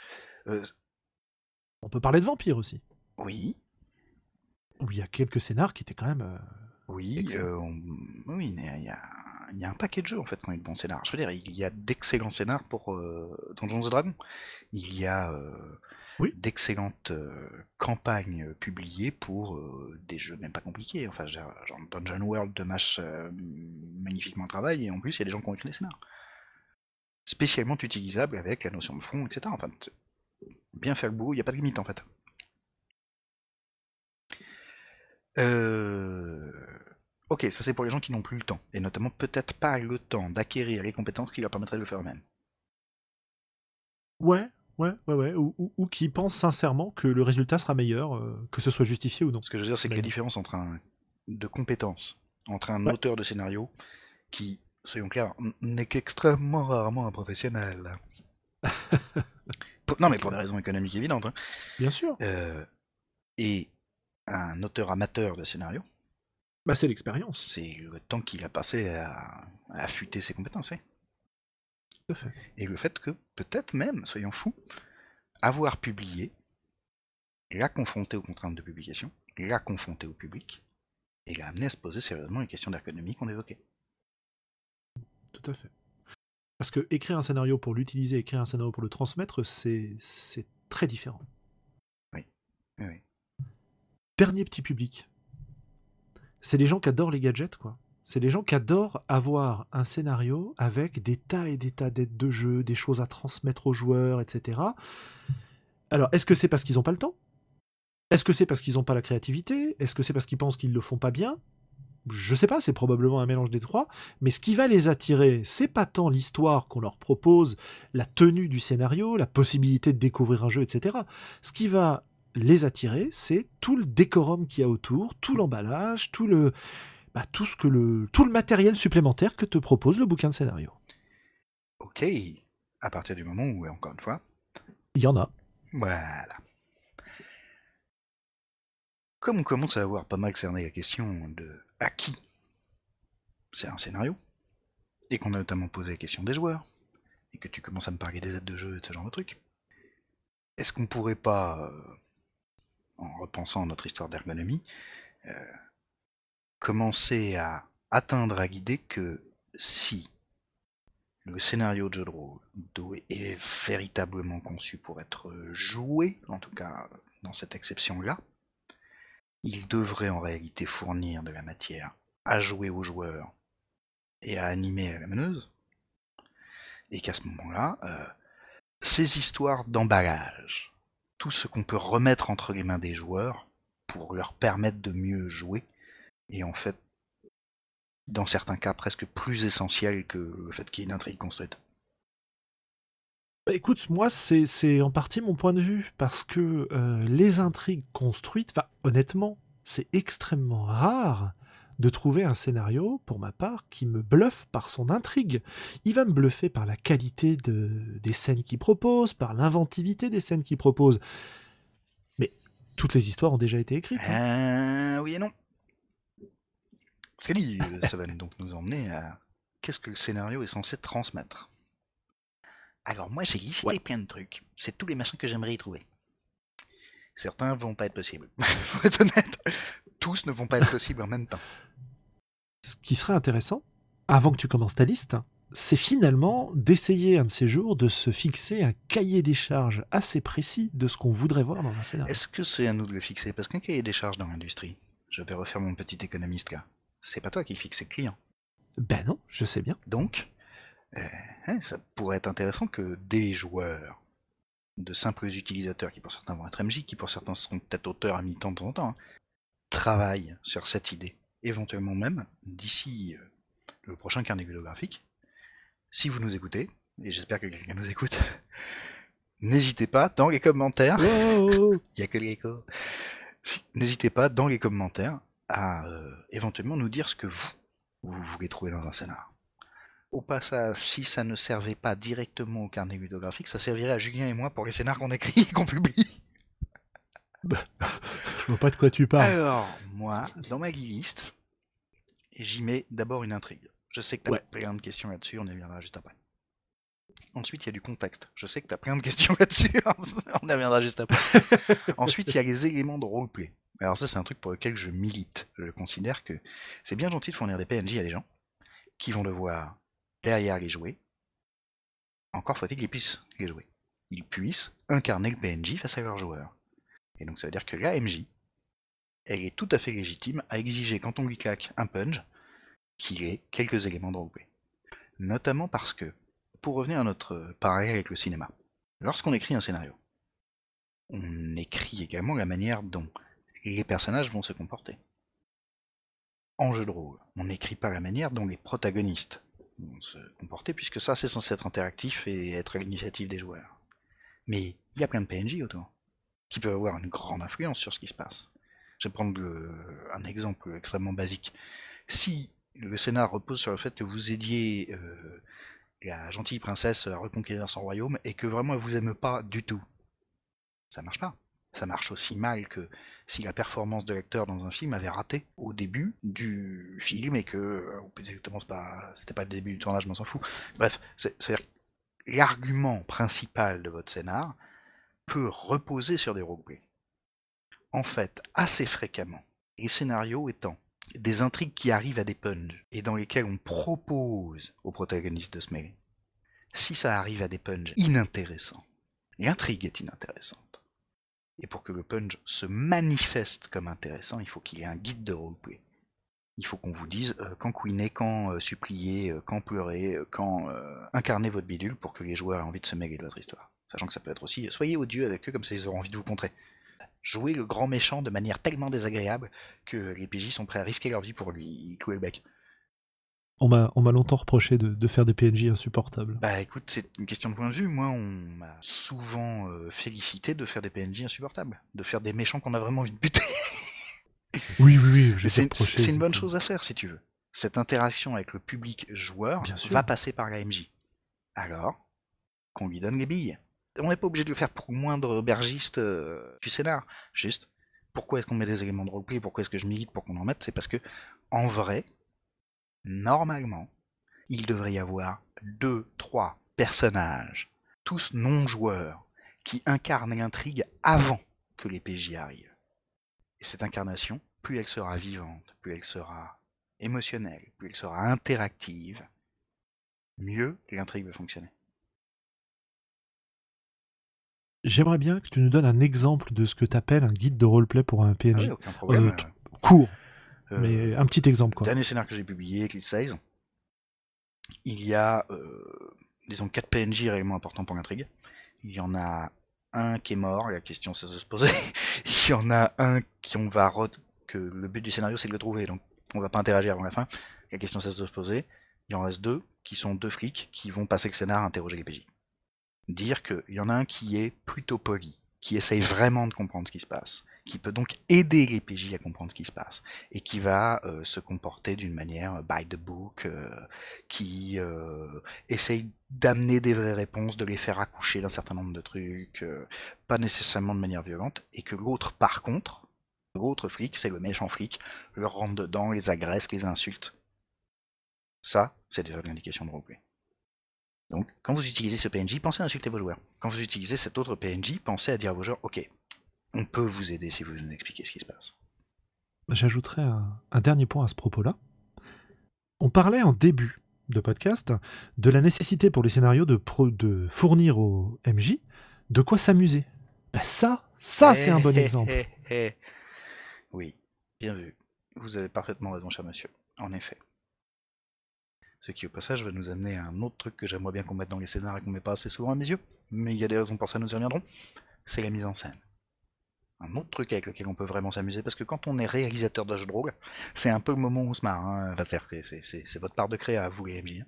Speaker 2: On peut parler de Vampire aussi.
Speaker 1: Oui.
Speaker 2: Où il y a quelques scénars qui étaient quand même.
Speaker 1: Oui, oui, il y a un paquet de jeux en fait qui ont eu de bons scénars. Je veux dire, il y a d'excellents scénars pour Donjons et Dragons. Il y a d'excellentes campagnes publiées pour des jeux même pas compliqués. Enfin, genre Dungeon World de Mash magnifiquement travaillé, et en plus il y a des gens qui ont écrit des scénars. spécialement utilisable avec la notion de front, etc. Enfin, bien faire le boulot, il n'y a pas de limite en fait. Ok, ça c'est pour les gens qui n'ont plus le temps, et notamment peut-être pas le temps d'acquérir les compétences qui leur permettraient de le faire eux-mêmes.
Speaker 2: Ouais, ou qui pensent sincèrement que le résultat sera meilleur, que ce soit justifié ou non.
Speaker 1: Ce que je veux dire, c'est que
Speaker 2: Mais
Speaker 1: la
Speaker 2: non.
Speaker 1: différence de compétences entre un
Speaker 2: Ouais,
Speaker 1: auteur de scénario qui, soyons clairs, n'est qu'extrêmement rarement un professionnel. Non,
Speaker 2: c'est
Speaker 1: mais pour des
Speaker 2: clair.
Speaker 1: raisons économiques évidentes, hein.
Speaker 2: Bien sûr.
Speaker 1: Euh, et un auteur amateur de scénario,
Speaker 2: Bah, c'est l'expérience.
Speaker 1: c'est le temps qu'il a passé à affûter ses compétences, oui.
Speaker 2: Tout à fait.
Speaker 1: Et le fait que, peut-être même, soyons fous, avoir publié, l'a confronté aux contraintes de publication, l'a confronté au public, et l'a amené à se poser sérieusement les questions d'ergonomie qu'on évoquait.
Speaker 2: Tout à fait. Parce que écrire un scénario pour l'utiliser, écrire un scénario pour le transmettre, c'est très différent.
Speaker 1: Oui, oui, oui.
Speaker 2: Dernier petit public. C'est les gens qui adorent les gadgets, quoi. C'est les gens qui adorent avoir un scénario avec des tas et des tas d'aides de jeu, des choses à transmettre aux joueurs, etc. Alors, est-ce que c'est parce qu'ils n'ont pas le temps? Est-ce que c'est parce qu'ils n'ont pas la créativité? Est-ce que c'est parce qu'ils pensent qu'ils le font pas bien? Je sais pas, c'est probablement un mélange des trois, mais ce qui va les attirer, c'est pas tant l'histoire qu'on leur propose, la tenue du scénario, la possibilité de découvrir un jeu, etc. Ce qui va les attirer, c'est tout le décorum qu'il y a autour, tout l'emballage, tout le matériel supplémentaire que te propose le bouquin de scénario.
Speaker 1: Ok, à partir du moment où, encore une fois,
Speaker 2: Il y en a.
Speaker 1: voilà. Comme on commence à avoir pas mal cerné la question de à qui c'est un scénario, et qu'on a notamment posé la question des joueurs, et que tu commences à me parler des aides de jeu et de ce genre de trucs, est-ce qu'on pourrait pas, en repensant à notre histoire d'ergonomie, commencer à atteindre à l'idée que si le scénario de jeu de rôle est véritablement conçu pour être joué, en tout cas dans cette exception-là, il devrait en réalité fournir de la matière à jouer aux joueurs et à animer à la meneuse, et qu'à ce moment-là, ces histoires d'emballage, tout ce qu'on peut remettre entre les mains des joueurs pour leur permettre de mieux jouer, est en fait, dans certains cas, presque plus essentiel que le fait qu'il y ait une intrigue construite.
Speaker 2: Bah, écoute, moi, c'est en partie mon point de vue, parce que les intrigues construites, honnêtement, c'est extrêmement rare de trouver un scénario, pour ma part, qui me bluffe par son intrigue. Il va me bluffer par la qualité des scènes qu'il propose, par l'inventivité des scènes qu'il propose. Mais toutes les histoires ont déjà été écrites.
Speaker 1: Oui et non. Scully, ça va donc nous emmener à qu'est-ce que le scénario est censé transmettre. Alors moi j'ai listé
Speaker 2: Ouais.
Speaker 1: plein de trucs, c'est tous les machins que j'aimerais y trouver. Certains vont pas être possibles. Faut être honnête, tous ne vont pas être possibles en même temps.
Speaker 2: Ce qui serait intéressant, avant que tu commences ta liste, c'est finalement d'essayer un de ces jours de se fixer un cahier des charges assez précis de ce qu'on voudrait voir dans un scénario.
Speaker 1: Est-ce que c'est à nous de le fixer? Parce qu'un cahier des charges dans l'industrie, je vais refaire mon petit économiste là, c'est pas toi qui fixes le client.
Speaker 2: Ben non, je sais bien.
Speaker 1: Donc, ça pourrait être intéressant que des joueurs, de simples utilisateurs, qui pour certains vont être MJ, qui pour certains seront peut-être auteurs à mi-temps de temps en temps, hein, travaillent sur cette idée. Éventuellement même, d'ici le prochain carnet bibliographique, si vous nous écoutez, et j'espère que quelqu'un nous écoute, n'hésitez pas dans les commentaires,
Speaker 2: Oh
Speaker 1: il y a que l'écho, n'hésitez pas dans les commentaires à éventuellement nous dire ce que vous voulez trouver dans un scénar. Au passage, si ça ne servait pas directement au carnet bibliographique, ça servirait à Julien et moi pour les scénars qu'on écrit et qu'on publie.
Speaker 2: Je vois pas de quoi tu parles.
Speaker 1: Alors, moi, dans ma liste, j'y mets d'abord une intrigue. Je sais que t'as
Speaker 2: Ouais.
Speaker 1: plein de questions là-dessus, on y reviendra juste après. Ensuite, il y a du contexte. Je sais que t'as plein de questions là-dessus, on y reviendra juste après. Ensuite, il y a les éléments de roleplay. Alors ça, c'est un truc pour lequel je milite. Je considère que c'est bien gentil de fournir des PNJ à des gens qui vont devoir derrière les jouer. Encore faut-il qu'ils puissent les jouer. Ils puissent incarner le PNJ face à leurs joueurs. Et donc ça veut dire que la MJ, elle est tout à fait légitime à exiger quand on lui claque un punch qu'il ait quelques éléments de roleplay. Notamment parce que, pour revenir à notre parallèle avec le cinéma, lorsqu'on écrit un scénario, on écrit également la manière dont les personnages vont se comporter. En jeu de rôle, on n'écrit pas la manière dont les protagonistes vont se comporter, puisque ça c'est censé être interactif et être à l'initiative des joueurs. Mais il y a plein de PNJ autour, qui peuvent avoir une grande influence sur ce qui se passe. Je vais prendre un exemple extrêmement basique. Si le scénar repose sur le fait que vous aidiez la gentille princesse à reconquérir son royaume et que vraiment elle vous aime pas du tout, ça marche pas. Ça marche aussi mal que si la performance de l'acteur dans un film avait raté au début du film et que exactement c'était pas le début du tournage, mais on s'en fout. Bref, c'est-à-dire que l'argument principal de votre scénar peut reposer sur des roleplays. En fait, assez fréquemment, les scénarios étant des intrigues qui arrivent à des punchs et dans lesquelles on propose aux protagonistes de se mêler. Si ça arrive à des punchs inintéressants, l'intrigue est inintéressante. Et pour que le punch se manifeste comme intéressant, il faut qu'il y ait un guide de roleplay. Il faut qu'on vous dise quand couiner, quand supplier, quand pleurer, quand incarner votre bidule pour que les joueurs aient envie de se mêler de votre histoire. Sachant que ça peut être aussi, soyez odieux avec eux, comme ça ils auront envie de vous contrer. Jouer le grand méchant de manière tellement désagréable que les PJ sont prêts à risquer leur vie pour lui clouer le bec.
Speaker 2: On m'a longtemps reproché de faire des PNJ insupportables.
Speaker 1: Bah écoute, c'est une question de point de vue. Moi, on m'a souvent félicité de faire des PNJ insupportables, de faire des méchants qu'on a vraiment envie de buter.
Speaker 2: Oui,
Speaker 1: c'est une bonne chose à faire si tu veux. Cette interaction avec le public joueur va passer par la MJ. Alors, qu'on lui donne les billes. On n'est pas obligé de le faire pour le moindre aubergiste du scénar. Juste, pourquoi est-ce qu'on met des éléments de roleplay, pourquoi est-ce que je milite pour qu'on en mette, c'est parce que, en vrai, normalement, il devrait y avoir 2-3 personnages, tous non-joueurs, qui incarnent l'intrigue avant que les PJ arrivent. Et cette incarnation, plus elle sera vivante, plus elle sera émotionnelle, plus elle sera interactive, mieux l'intrigue va fonctionner.
Speaker 2: J'aimerais bien que tu nous donnes un exemple de ce que tu appelles un guide de roleplay pour un PNJ.
Speaker 1: Ah oui, aucun problème.
Speaker 2: Court, mais un petit exemple, quoi.
Speaker 1: Le dernier scénario que j'ai publié, Eclipse Phase, il y a, disons, 4 PNJ réellement importants pour l'intrigue. Il y en a un qui est mort, la question c'est de se poser. Il y en a un que le but du scénario c'est de le trouver, donc on va pas interagir avant la fin. La question c'est de se poser. Il en reste 2 qui sont 2 flics qui vont passer le scénar à interroger les PJ. Dire qu'il y en a un qui est plutôt poli, qui essaye vraiment de comprendre ce qui se passe, qui peut donc aider les PJ à comprendre ce qui se passe, et qui va se comporter d'une manière by the book, qui essaye d'amener des vraies réponses, de les faire accoucher d'un certain nombre de trucs, pas nécessairement de manière violente, et que l'autre, par contre, l'autre flic, c'est le méchant flic, leur rentre dedans, les agresse, les insulte. Ça, c'est déjà de l'indication de roleplay. Donc, quand vous utilisez ce PNJ, pensez à insulter vos joueurs. Quand vous utilisez cet autre PNJ, pensez à dire à vos joueurs, ok, on peut vous aider si vous nous expliquez ce qui se passe.
Speaker 2: J'ajouterais un dernier point à ce propos-là. On parlait en début de podcast de la nécessité pour les scénarios de fournir aux MJ de quoi s'amuser. Ben ça c'est un bon exemple.
Speaker 1: Oui, bien vu. Vous avez parfaitement raison, cher monsieur. En effet. Ce qui, au passage, va nous amener à un autre truc que j'aimerais bien qu'on mette dans les scénarios et qu'on met pas assez souvent à mes yeux, mais il y a des raisons pour ça, nous y reviendrons. C'est la mise en scène. Un autre truc avec lequel on peut vraiment s'amuser, parce que quand on est réalisateur de jeux de rôle, c'est un peu le moment où on se marre. Hein. Enfin, c'est votre part de créa à vous, les MJ. Hein.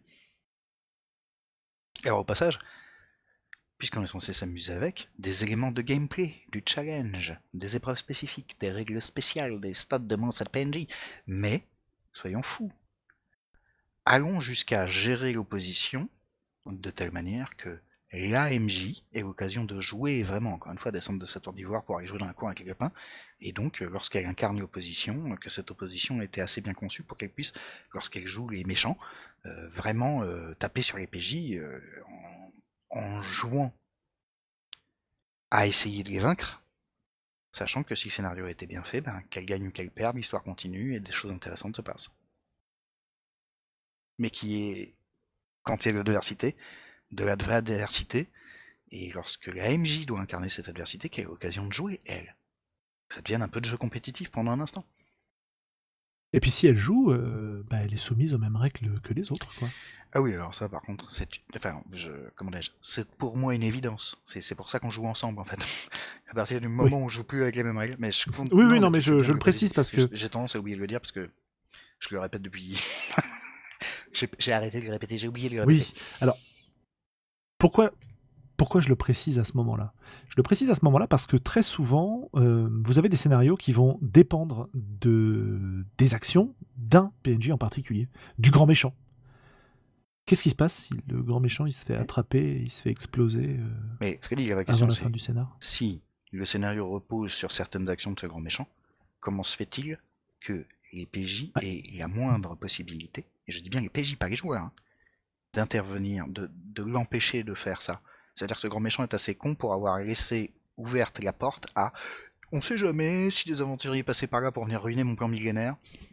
Speaker 1: Alors, au passage, puisqu'on est censé s'amuser avec, des éléments de gameplay, du challenge, des épreuves spécifiques, des règles spéciales, des stats de monstres et de PNJ. Mais, soyons fous. Allons jusqu'à gérer l'opposition de telle manière que l'AMJ ait l'occasion de jouer vraiment, encore une fois, descendre de sa tour d'ivoire pour aller jouer dans la cour avec les copains, et donc lorsqu'elle incarne l'opposition, que cette opposition était assez bien conçue pour qu'elle puisse, lorsqu'elle joue les méchants, vraiment taper sur les PJ en jouant à essayer de les vaincre, sachant que si le scénario était bien fait, qu'elle gagne ou qu'elle perde, l'histoire continue et des choses intéressantes se passent. Mais qui est, quand il y a de vraie adversité, et lorsque la MJ doit incarner cette adversité, qu'elle a l'occasion de jouer, elle. Que ça devienne un peu de jeu compétitif pendant un instant.
Speaker 2: Et puis si elle joue, elle est soumise aux mêmes règles que les autres, quoi.
Speaker 1: Ah oui, alors ça, par contre, comment dirais-je, c'est pour moi une évidence. C'est pour ça qu'on joue ensemble, en fait. À partir du
Speaker 2: Oui.
Speaker 1: moment où on joue plus avec les mêmes règles, mais
Speaker 2: Oui,
Speaker 1: non,
Speaker 2: non,
Speaker 1: mais
Speaker 2: mais
Speaker 1: tu fais bien
Speaker 2: je
Speaker 1: de
Speaker 2: le
Speaker 1: le préciser.
Speaker 2: précise parce que...
Speaker 1: J'ai tendance à oublier de le dire parce que je le répète depuis. J'ai arrêté de le répéter, j'ai oublié de le répéter.
Speaker 2: Oui, alors, pourquoi, pourquoi je le précise à ce moment-là? Je le précise à ce moment-là parce que très souvent, vous avez des scénarios qui vont dépendre des actions d'un PNJ en particulier, du grand méchant. Qu'est-ce qui se passe si le grand méchant il se fait
Speaker 1: Ouais.
Speaker 2: attraper, il se fait exploser
Speaker 1: Mais ce que dit la vraie
Speaker 2: avant
Speaker 1: question,
Speaker 2: la fin
Speaker 1: c'est
Speaker 2: du scénar?
Speaker 1: si le scénario repose sur certaines actions de ce grand méchant, comment se fait-il que les PJ
Speaker 2: Ouais.
Speaker 1: aient la moindre possibilité, et je dis bien les PJ, pas les joueurs, hein, d'intervenir, de l'empêcher de faire ça? C'est-à-dire que ce grand méchant est assez con pour avoir laissé ouverte la porte à on sait jamais si des aventuriers passaient par là pour venir ruiner mon plan millénaire.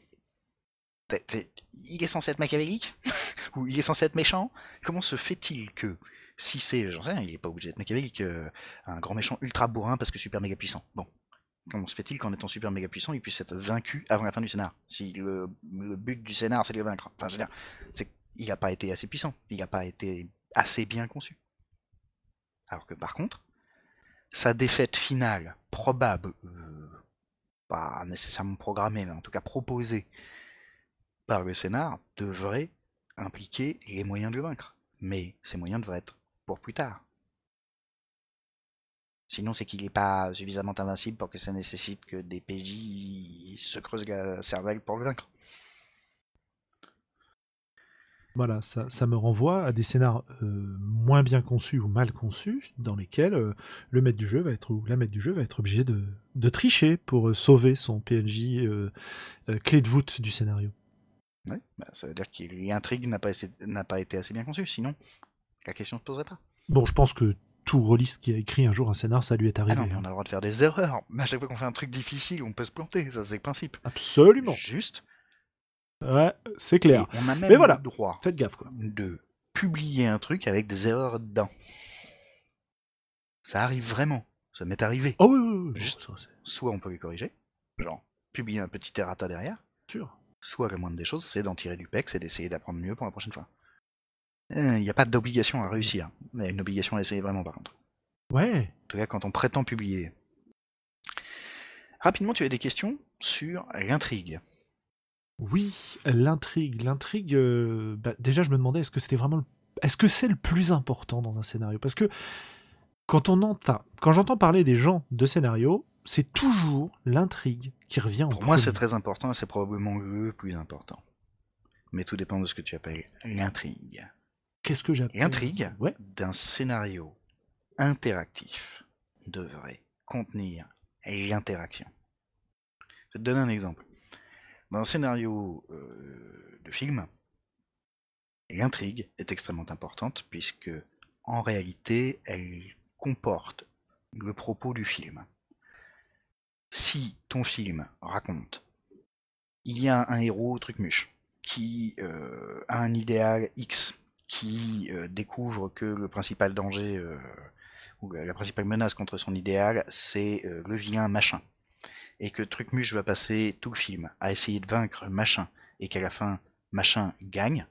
Speaker 1: Il est censé être machiavélique? Ou il est censé être méchant? Comment se fait-il que, si c'est, j'en sais rien, il est pas obligé d'être machiavélique, un grand méchant ultra bourrin parce que super méga puissant? Bon, comment se fait-il qu'en étant super méga puissant, il puisse être vaincu avant la fin du scénar? Si le but du scénar, c'est de le vaincre. Enfin, je veux dire, il n'a pas été assez puissant, il n'a pas été assez bien conçu. Alors que par contre, sa défaite finale, probable, pas nécessairement programmée, mais en tout cas proposée par le scénar, devrait impliquer les moyens de le vaincre. Mais ces moyens devraient être pour plus tard. Sinon, c'est qu'il n'est pas suffisamment invincible pour que ça nécessite que des PJ se creusent la cervelle pour le vaincre.
Speaker 2: Voilà, ça me renvoie à des scénars moins bien conçus ou mal conçus, dans lesquels le maître du jeu va être, ou la maître du jeu va être obligé de tricher pour sauver son PNJ clé de voûte du scénario.
Speaker 1: Ouais, bah, ça veut dire que l'intrigue n'a pas été assez bien conçue, sinon la question ne se poserait pas.
Speaker 2: Bon, je pense que tout rôliste qui a écrit un jour un scénar, ça lui est
Speaker 1: Ah
Speaker 2: arrivé.
Speaker 1: non, mais on a le droit de faire des erreurs. Mais à chaque fois qu'on fait un truc difficile, on peut se planter, ça c'est le principe.
Speaker 2: Absolument.
Speaker 1: Juste.
Speaker 2: Ouais, c'est clair.
Speaker 1: Et on a
Speaker 2: Mais
Speaker 1: même le
Speaker 2: voilà,
Speaker 1: droit
Speaker 2: faites gaffe, quoi.
Speaker 1: de publier un truc avec des erreurs dedans. Ça arrive vraiment. Ça m'est arrivé.
Speaker 2: Oh oui, oui, oui.
Speaker 1: Juste,
Speaker 2: Bon, ça,
Speaker 1: soit on peut les corriger, genre publier un petit errata derrière,
Speaker 2: c'est sûr.
Speaker 1: soit la moindre des choses, c'est d'en tirer du pex et d'essayer d'apprendre mieux pour la prochaine fois. Il n'y a pas d'obligation à réussir, mais il y a une obligation à essayer vraiment par contre.
Speaker 2: Ouais.
Speaker 1: En tout cas, quand on prétend publier. Rapidement, tu as des questions sur l'intrigue.
Speaker 2: Oui, l'intrigue. L'intrigue, déjà, je me demandais, est-ce que c'était vraiment est-ce que c'est le plus important dans un scénario? Parce que quand j'entends parler des gens de scénario, c'est toujours l'intrigue qui revient en
Speaker 1: Pour moi, c'est
Speaker 2: premier.
Speaker 1: très important et c'est probablement le plus important. Mais tout dépend de ce que tu appelles l'intrigue.
Speaker 2: Qu'est-ce que j'appelle
Speaker 1: L'intrigue
Speaker 2: Ouais.
Speaker 1: d'un scénario interactif devrait contenir l'interaction. Je vais te donner un exemple. Dans un scénario de film, l'intrigue est extrêmement importante puisque, en réalité, elle comporte le propos du film. Si ton film raconte, il y a un héros truc-muche qui a un idéal X, qui découvre que le principal danger ou la principale menace contre son idéal, c'est le vilain machin, et que Trucmuche va passer tout le film à essayer de vaincre machin, et qu'à la fin machin gagne,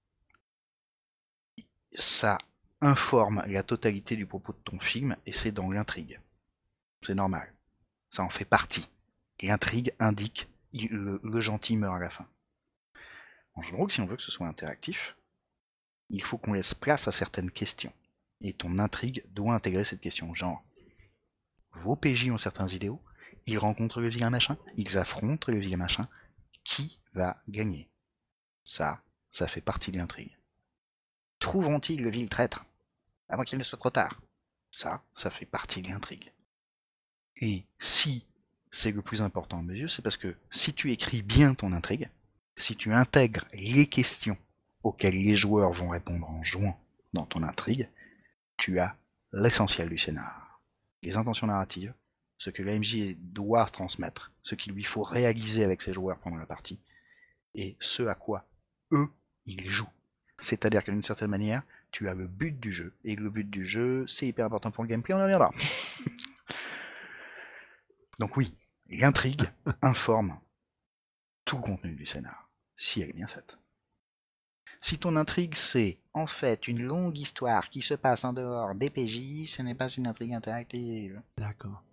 Speaker 1: ça informe la totalité du propos de ton film, et c'est dans l'intrigue. C'est normal. Ça en fait partie. L'intrigue indique le gentil meurt à la fin. En jeu de rôle, si on veut que ce soit interactif, il faut qu'on laisse place à certaines questions. Et ton intrigue doit intégrer cette question. Genre, vos PJ ont certains idéaux, ils rencontrent le vilain machin, ils affrontent le vilain machin, qui va gagner? Ça fait partie de l'intrigue. Trouveront-ils le vil traître avant qu'il ne soit trop tard? Ça fait partie de l'intrigue. Et si c'est le plus important à mes yeux, c'est parce que si tu écris bien ton intrigue, si tu intègres les questions auxquelles les joueurs vont répondre en jouant dans ton intrigue, tu as l'essentiel du scénar. Les intentions narratives, ce que l'AMJ doit transmettre, ce qu'il lui faut réaliser avec ses joueurs pendant la partie, et ce à quoi eux, ils jouent. C'est-à-dire que d'une certaine manière, tu as le but du jeu, et le but du jeu, c'est hyper important pour le gameplay, on y reviendra. Donc oui, l'intrigue informe tout le contenu du scénar, si elle est bien faite. Si ton intrigue c'est en fait une longue histoire qui se passe en dehors des PJ, ce n'est pas une intrigue interactive.
Speaker 2: D'accord.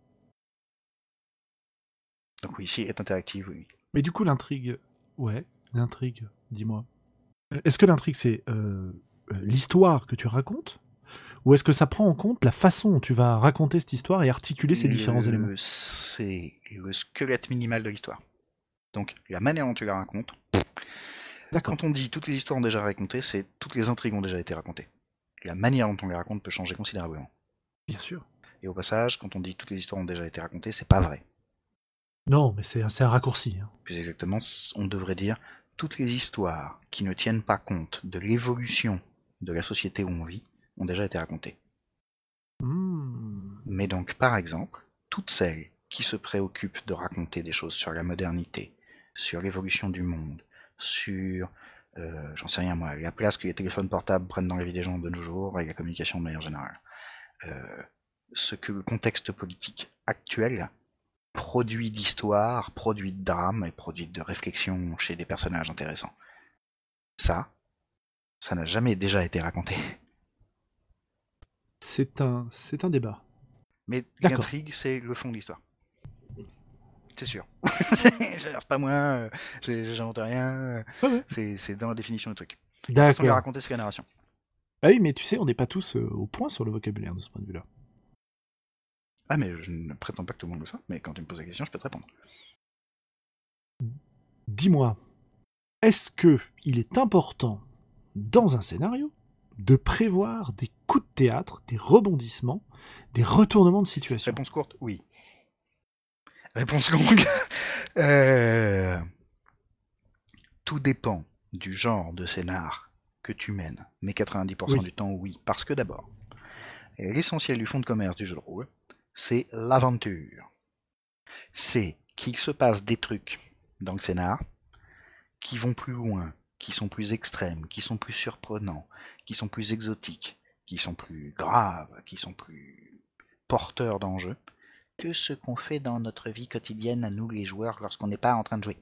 Speaker 1: Donc oui, si elle est interactive, oui.
Speaker 2: Mais du coup, l'intrigue... Ouais, l'intrigue, dis-moi. Est-ce que l'intrigue, c'est l'histoire que tu racontes? Ou est-ce que ça prend en compte la façon dont tu vas raconter cette histoire et articuler ces différents éléments?
Speaker 1: C'est le squelette minimal de l'histoire. Donc la manière dont tu la racontes.
Speaker 2: D'accord.
Speaker 1: Quand on dit toutes les histoires ont déjà raconté, c'est toutes les intrigues ont déjà été racontées. La manière dont on les raconte peut changer considérablement.
Speaker 2: Bien sûr.
Speaker 1: Et au passage, quand on dit toutes les histoires ont déjà été racontées, c'est pas vrai.
Speaker 2: Non, mais c'est un raccourci. Hein.
Speaker 1: Plus exactement, on devrait dire toutes les histoires qui ne tiennent pas compte de l'évolution de la société où on vit ont déjà été racontées. Mais donc, par exemple, toutes celles qui se préoccupent de raconter des choses sur la modernité, sur l'évolution du monde, sur, j'en sais rien moi, la place que les téléphones portables prennent dans la vie des gens de nos jours et la communication de manière générale, ce que le contexte politique actuel produit d'histoire, produit de drame et produit de réflexion chez des personnages intéressants. Ça n'a jamais déjà été raconté.
Speaker 2: C'est un débat.
Speaker 1: Mais
Speaker 2: D'accord.
Speaker 1: l'intrigue, c'est le fond de l'histoire. C'est sûr. C'est pas moi, j'invente rien.
Speaker 2: Ouais.
Speaker 1: C'est dans la définition du truc.
Speaker 2: D'accord.
Speaker 1: La façon de la raconter, c'est la narration.
Speaker 2: Ah oui, mais tu sais, on n'est pas tous au point sur le vocabulaire de ce point de vue-là.
Speaker 1: Ah, mais je ne prétends pas que tout le monde le soit, mais quand tu me poses la question, je peux te répondre.
Speaker 2: Dis-moi, est-ce que il est important, dans un scénario, de prévoir des coups de théâtre, des rebondissements, des retournements de situation?
Speaker 1: Réponse courte, oui. Réponse longue. Tout dépend du genre de scénar que tu mènes, mais 90% du temps, oui. Parce que d'abord, l'essentiel du fonds de commerce du jeu de rôle, c'est l'aventure. C'est qu'il se passe des trucs dans le scénar qui vont plus loin, qui sont plus extrêmes, qui sont plus surprenants, qui sont plus exotiques, qui sont plus graves, qui sont plus porteurs d'enjeux, que ce qu'on fait dans notre vie quotidienne à nous les joueurs lorsqu'on n'est pas en train de jouer.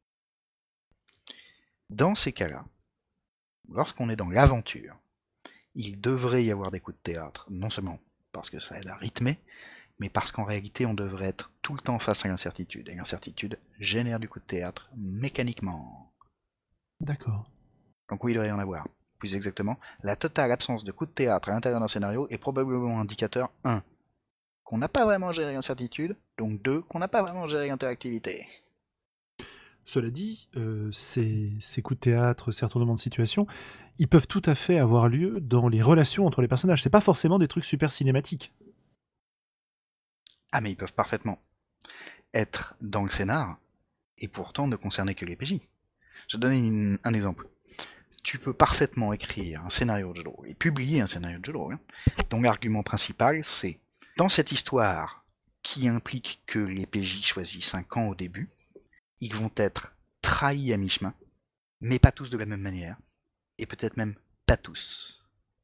Speaker 1: Dans ces cas-là, lorsqu'on est dans l'aventure, il devrait y avoir des coups de théâtre, non seulement parce que ça aide à rythmer, mais parce qu'en réalité on devrait être tout le temps face à l'incertitude, et l'incertitude génère du coup de théâtre mécaniquement.
Speaker 2: D'accord.
Speaker 1: Donc oui, il devrait y en avoir. Plus exactement, la totale absence de coup de théâtre à l'intérieur d'un scénario est probablement indicateur 1. Qu'on n'a pas vraiment géré l'incertitude, donc 2. Qu'on n'a pas vraiment géré l'interactivité.
Speaker 2: Cela dit, ces coups de théâtre, ces retournements de situation, ils peuvent tout à fait avoir lieu dans les relations entre les personnages. C'est pas forcément des trucs super cinématiques.
Speaker 1: Ah mais ils peuvent parfaitement être dans le scénar, et pourtant ne concerner que les PJ. Je vais donner un exemple. Tu peux parfaitement écrire un scénario de jeu de rôle, et publier un scénario de jeu de rôle, dont l'argument principal c'est, dans cette histoire qui implique que les PJ choisissent un camp au début, ils vont être trahis à mi-chemin, mais pas tous de la même manière, et peut-être même pas tous.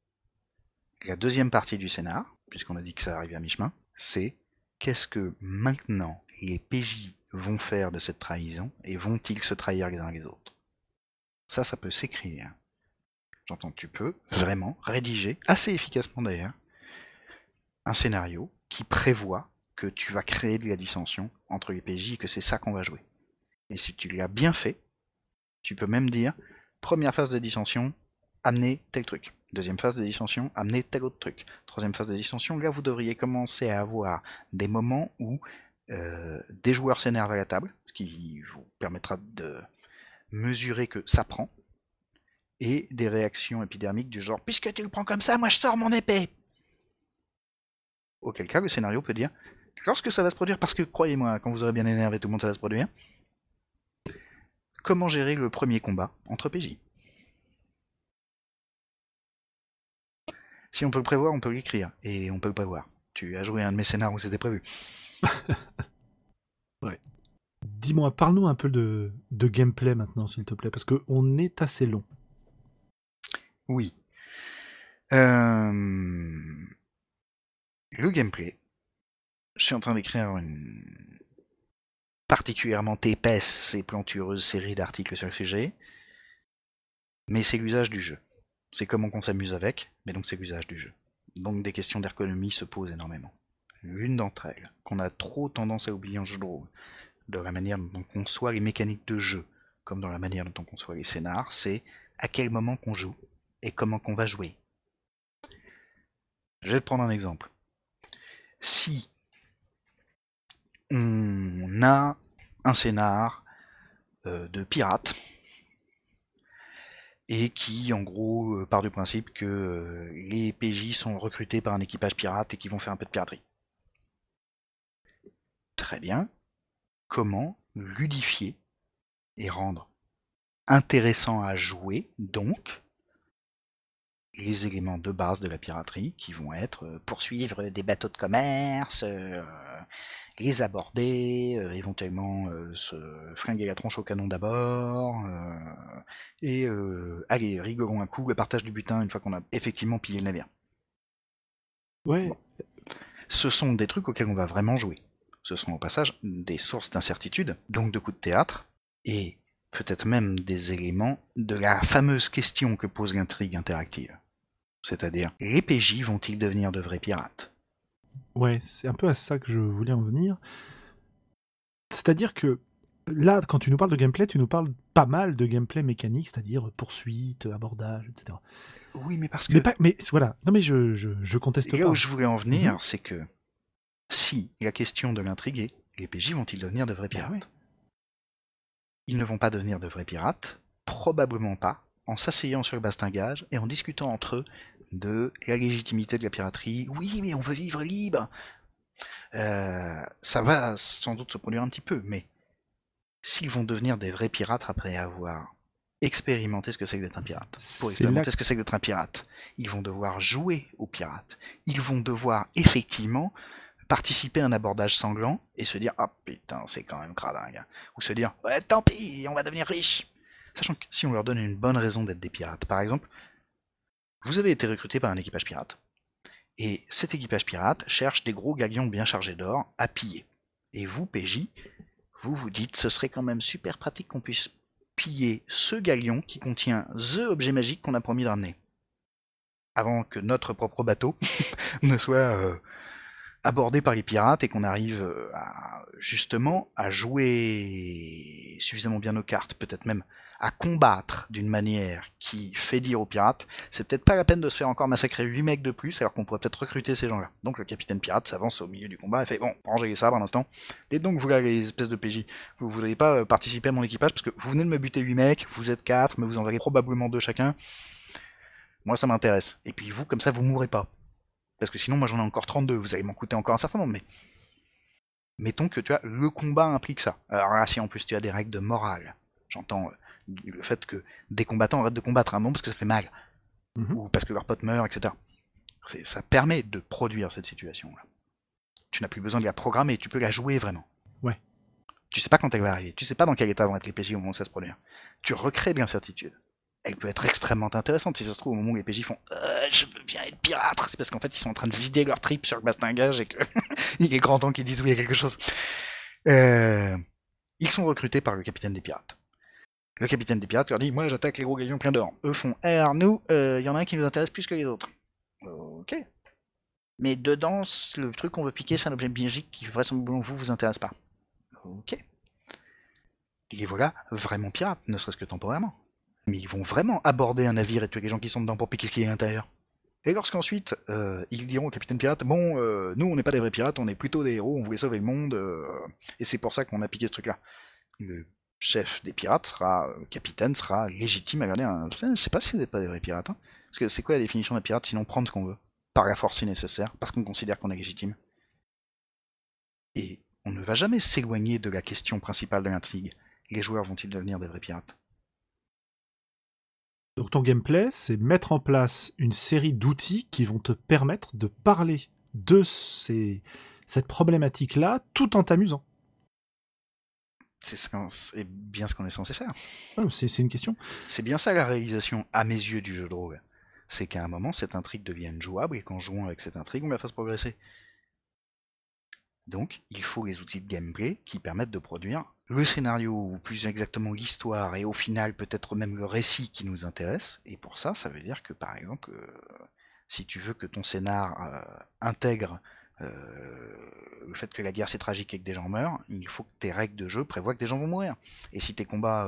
Speaker 1: La deuxième partie du scénar, puisqu'on a dit que ça arrivait à mi-chemin, c'est qu'est-ce que maintenant les PJ vont faire de cette trahison, et vont-ils se trahir les uns les autres? Ça peut s'écrire. J'entends, tu peux vraiment rédiger, assez efficacement d'ailleurs, un scénario qui prévoit que tu vas créer de la dissension entre les PJ et que c'est ça qu'on va jouer. Et si tu l'as bien fait, tu peux même dire, première phase de dissension, amener tel truc. Deuxième phase de dissension, amener tel autre truc. Troisième phase de dissension, là vous devriez commencer à avoir des moments où des joueurs s'énervent à la table, ce qui vous permettra de mesurer que ça prend, et des réactions épidermiques du genre « Puisque tu le prends comme ça, moi je sors mon épée !» Auquel cas, le scénario peut dire « Lorsque ça va se produire, parce que croyez-moi, quand vous aurez bien énervé tout le monde, ça va se produire, comment gérer le premier combat entre PJ ?» Si on peut le prévoir, on peut l'écrire, et on peut le prévoir. Tu as joué un de mes scénars où c'était prévu.
Speaker 2: Ouais. Dis-moi, parle-nous un peu de gameplay maintenant, s'il te plaît, parce qu'on est assez long.
Speaker 1: Oui. Le gameplay, je suis en train d'écrire particulièrement épaisse et plantureuse série d'articles sur le sujet, mais c'est l'usage du jeu. C'est comment qu'on s'amuse avec, mais donc c'est l'usage du jeu. Donc des questions d'ergonomie se posent énormément. L'une d'entre elles, qu'on a trop tendance à oublier en jeu de rôle, de la manière dont on conçoit les mécaniques de jeu, comme dans la manière dont on conçoit les scénars, c'est à quel moment qu'on joue et comment qu'on va jouer. Je vais te prendre un exemple. Si on a un scénar de pirates, et qui, en gros, part du principe que les PJ sont recrutés par un équipage pirate et qui vont faire un peu de piraterie. Très bien. Comment ludifier et rendre intéressant à jouer, donc, les éléments de base de la piraterie, qui vont être poursuivre des bateaux de commerce, les aborder, éventuellement se fringuer la tronche au canon d'abord, et allez, rigolons un coup, le partage du butin une fois qu'on a effectivement pillé le navire.
Speaker 2: Ouais.
Speaker 1: Bon. Ce sont des trucs auxquels on va vraiment jouer. Ce sont au passage des sources d'incertitude, donc de coups de théâtre, et peut-être même des éléments de la fameuse question que pose l'intrigue interactive. C'est-à-dire, les PJ vont-ils devenir de vrais pirates ?
Speaker 2: Ouais, c'est un peu à ça que je voulais en venir. C'est-à-dire que là, quand tu nous parles de gameplay, tu nous parles pas mal de gameplay mécanique, c'est-à-dire poursuite, abordage, etc.
Speaker 1: Oui, mais parce que...
Speaker 2: Mais voilà, non mais je conteste pas.
Speaker 1: Là où je voulais en venir, c'est que si la question de l'intrigue est, les PJ vont-ils devenir de vrais pirates ?
Speaker 2: Ouais.
Speaker 1: Ils ne vont pas devenir de vrais pirates, probablement pas, en s'asseyant sur le bastingage et en discutant entre eux de la légitimité de la piraterie. Oui, mais on veut vivre libre. Ça va sans doute se produire un petit peu, mais s'ils vont devenir des vrais pirates après avoir expérimenter ce que c'est que d'être un pirate. Pour expérimenter ce que c'est que d'être un pirate, ils vont devoir jouer aux pirates. Ils vont devoir effectivement participer à un abordage sanglant et se dire « Ah putain, c'est quand même cradingue ». Ou se dire « Ouais, tant pis, on va devenir riche ». Sachant que si on leur donne une bonne raison d'être des pirates, par exemple, vous avez été recruté par un équipage pirate. Et cet équipage pirate cherche des gros galions bien chargés d'or à piller. Et vous, PJ, vous vous dites « Ce serait quand même super pratique qu'on puisse piller ce galion qui contient THE objet magique qu'on a promis de ramener. Avant que notre propre bateau ne soit abordé par les pirates et qu'on arrive justement à jouer suffisamment bien nos cartes, peut-être même à combattre d'une manière qui fait dire aux pirates, c'est peut-être pas la peine de se faire encore massacrer 8 mecs de plus, alors qu'on pourrait peut-être recruter ces gens-là. Donc le capitaine pirate s'avance au milieu du combat et fait « Bon, rangez les sabres un instant. Et donc vous là, les espèces de PJ, vous voudriez pas participer à mon équipage parce que vous venez de me buter 8 mecs, vous êtes 4, mais vous en verrez probablement 2 chacun. Moi ça m'intéresse. Et puis vous, comme ça, vous mourrez pas. Parce que sinon, moi j'en ai encore 32, vous allez m'en coûter encore un certain nombre, mais... Mettons que tu as le combat implique ça. Alors là, si en plus tu as des règles de morale, j'entends le fait que des combattants arrêtent de combattre à un moment parce que ça fait mal, ou parce que leur pote meurt, etc. Ça permet de produire cette situation-là. Tu n'as plus besoin de la programmer, tu peux la jouer vraiment.
Speaker 2: Ouais.
Speaker 1: Tu sais pas quand elle va arriver, tu sais pas dans quel état vont être les PJ au moment où ça se produire. Tu recrées de l'incertitude. Elle peut être extrêmement intéressante si ça se trouve au moment où les PJ font je veux bien être pirate, c'est parce qu'en fait ils sont en train de vider leur trip sur le bastingage et que il est grand temps qu'ils disent oui à quelque chose. Ils sont recrutés par le capitaine des pirates. Le capitaine des pirates leur dit moi j'attaque les gros galions pleins d'or. Eux font alors nous, y en a un qui nous intéresse plus que les autres. Ok. Mais dedans, le truc qu'on veut piquer, c'est un objet magique qui vraisemblablement vous intéresse pas. Ok. Et les voilà vraiment pirates, ne serait-ce que temporairement. Mais ils vont vraiment aborder un navire et tuer les gens qui sont dedans pour piquer ce qui est à l'intérieur. Et lorsqu'ensuite, ils diront au capitaine pirate, bon, nous on n'est pas des vrais pirates, on est plutôt des héros, on voulait sauver le monde, et c'est pour ça qu'on a piqué ce truc-là. Le chef des pirates sera, le capitaine sera légitime à garder un... Je sais pas si vous n'êtes pas des vrais pirates, hein. Parce que c'est quoi la définition d'un pirate sinon prendre ce qu'on veut, par la force si nécessaire, parce qu'on considère qu'on est légitime. Et on ne va jamais s'éloigner de la question principale de l'intrigue. Les joueurs vont-ils devenir des vrais pirates ?
Speaker 2: Donc ton gameplay, c'est mettre en place une série d'outils qui vont te permettre de parler de cette problématique-là tout en t'amusant.
Speaker 1: C'est bien ce qu'on est censé faire.
Speaker 2: C'est une question.
Speaker 1: C'est bien ça la réalisation, à mes yeux, du jeu de rôle. C'est qu'à un moment, cette intrigue devienne jouable et qu'en jouant avec cette intrigue, on la fasse progresser. Donc, il faut les outils de gameplay qui permettent de produire le scénario, ou plus exactement l'histoire, et au final peut-être même le récit qui nous intéresse. Et pour ça, ça veut dire que par exemple, si tu veux que ton scénar intègre le fait que la guerre c'est tragique et que des gens meurent, il faut que tes règles de jeu prévoient que des gens vont mourir. Et si tes combats,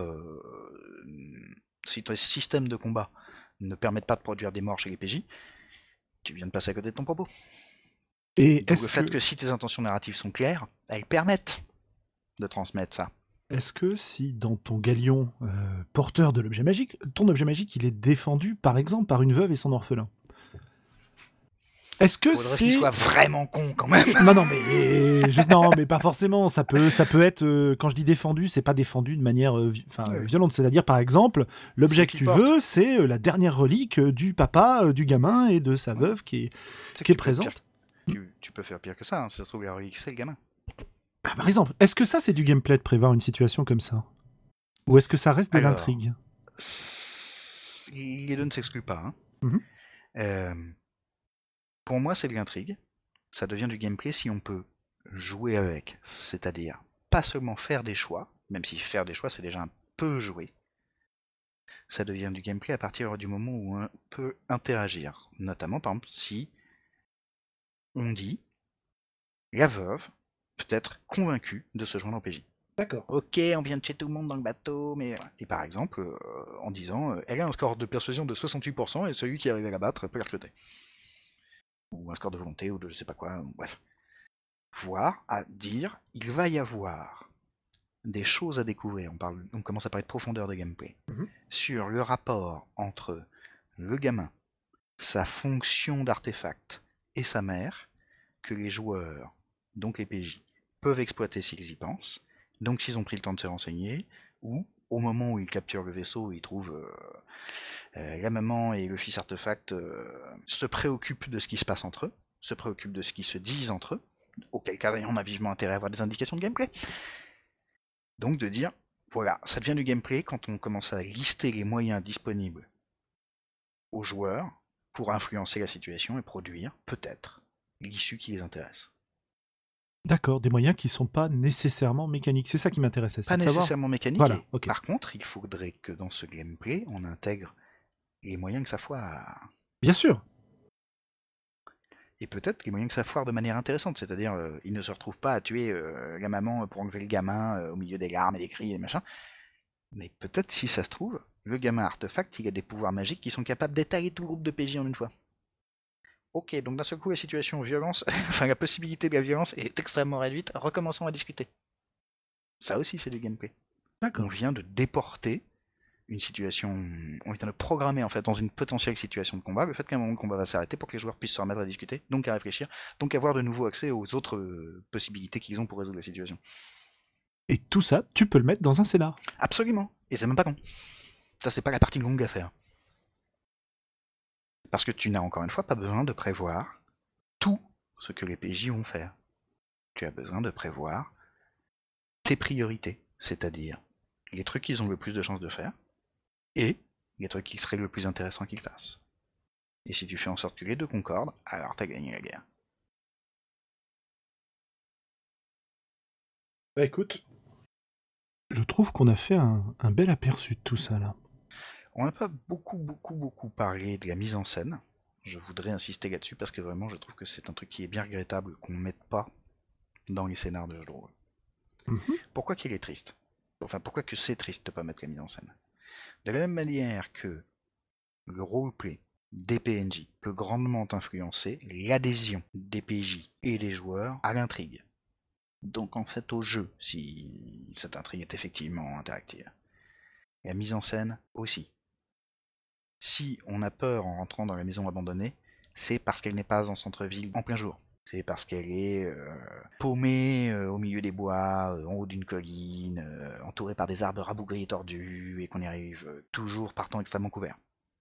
Speaker 1: si ton système de combat ne permettent pas de produire des morts chez les PJ, tu viens de passer à côté de ton propos.
Speaker 2: Et
Speaker 1: D'où le fait que si tes intentions narratives sont claires, elles permettent de transmettre ça.
Speaker 2: Est-ce que si dans ton galion porteur de l'objet magique, ton objet magique il est défendu par exemple par une veuve et son orphelin, est-ce que
Speaker 1: faudrait qu'il soit vraiment con quand même.
Speaker 2: Non mais pas forcément. Ça peut être quand je dis défendu, c'est pas défendu de manière violente. C'est-à-dire par exemple l'objet que tu veux, c'est la dernière relique du papa du gamin et de sa veuve qui est présente.
Speaker 1: Tu peux faire pire que ça. Si ça se trouve la relique c'est le gamin.
Speaker 2: Ah, par exemple, est-ce que ça c'est du gameplay de prévoir une situation comme ça, ou est-ce que ça reste de l'intrigue?
Speaker 1: Les deux ne s'excluent pas.
Speaker 2: Mm-hmm.
Speaker 1: Pour moi, c'est de l'intrigue. Ça devient du gameplay si on peut jouer avec, c'est-à-dire pas seulement faire des choix, même si faire des choix c'est déjà un peu jouer. Ça devient du gameplay à partir du moment où on peut interagir. Notamment, par exemple, si on dit la veuve peut être convaincue de se joindre au PJ.
Speaker 2: D'accord.
Speaker 1: Ok, on vient de tuer tout le monde dans le bateau, mais... Et par exemple, en disant, elle a un score de persuasion de 68% et celui qui arrive à la battre peut la recruter. Ou un score de volonté, ou de je sais pas quoi, bref. Voire à dire, il va y avoir des choses à découvrir, on commence à parler de profondeur de gameplay, sur le rapport entre le gamin, sa fonction d'artefact et sa mère, que les joueurs, donc les PJ, peuvent exploiter s'ils y pensent, donc s'ils ont pris le temps de se renseigner, ou au moment où ils capturent le vaisseau, ils trouvent la maman et le fils artefact se préoccupent de ce qui se passe entre eux, se préoccupent de ce qui se disent entre eux, auquel cas on a vivement intérêt à avoir des indications de gameplay. Donc de dire, voilà, ça devient du gameplay quand on commence à lister les moyens disponibles aux joueurs pour influencer la situation et produire, peut-être, l'issue qui les intéresse.
Speaker 2: D'accord, des moyens qui ne sont pas nécessairement mécaniques. C'est ça qui m'intéressait.
Speaker 1: Pas nécessairement mécaniques.
Speaker 2: Voilà, okay.
Speaker 1: Par contre, il faudrait que dans ce gameplay, on intègre les moyens que ça foire.
Speaker 2: Bien sûr.
Speaker 1: Et peut-être les moyens que ça foire de manière intéressante. C'est-à-dire, ils ne se retrouvent pas à tuer la maman pour enlever le gamin au milieu des larmes et des cris et des machins. Mais peut-être, si ça se trouve, le gamin artefact, il a des pouvoirs magiques qui sont capables d'étaler tout le groupe de PJ en une fois. Ok, donc d'un seul coup, la situation violence, enfin la possibilité de la violence est extrêmement réduite. Recommençons à discuter. Ça aussi, c'est du gameplay. On vient de déporter une situation, on vient de programmer en fait dans une potentielle situation de combat le fait qu'un moment le combat va s'arrêter pour que les joueurs puissent se remettre à discuter, donc à réfléchir, donc avoir de nouveau accès aux autres possibilités qu'ils ont pour résoudre la situation.
Speaker 2: Et tout ça, tu peux le mettre dans un scénar.
Speaker 1: Absolument, et c'est même pas long. Ça, c'est pas la partie longue à faire. Parce que tu n'as encore une fois pas besoin de prévoir tout ce que les PJ vont faire. Tu as besoin de prévoir tes priorités, c'est-à-dire les trucs qu'ils ont le plus de chances de faire, et les trucs qui seraient le plus intéressant qu'ils fassent. Et si tu fais en sorte que les deux concordent, alors t'as gagné la guerre.
Speaker 2: Bah écoute, je trouve qu'on a fait un bel aperçu de tout ça là.
Speaker 1: On n'a pas beaucoup parlé de la mise en scène. Je voudrais insister là-dessus parce que vraiment je trouve que c'est un truc qui est bien regrettable qu'on ne mette pas dans les scénars de jeux de rôle. Pourquoi qu'il est triste? Enfin, pourquoi que c'est triste de ne pas mettre la mise en scène? De la même manière que le roleplay des PNJ peut grandement influencer l'adhésion des PJ et des joueurs à l'intrigue. Donc en fait au jeu, si cette intrigue est effectivement interactive. La mise en scène aussi. Si on a peur en rentrant dans la maison abandonnée, c'est parce qu'elle n'est pas en centre-ville en plein jour. C'est parce qu'elle est paumée au milieu des bois, en haut d'une colline, entourée par des arbres rabougris et tordus, et qu'on y arrive toujours par temps extrêmement couvert.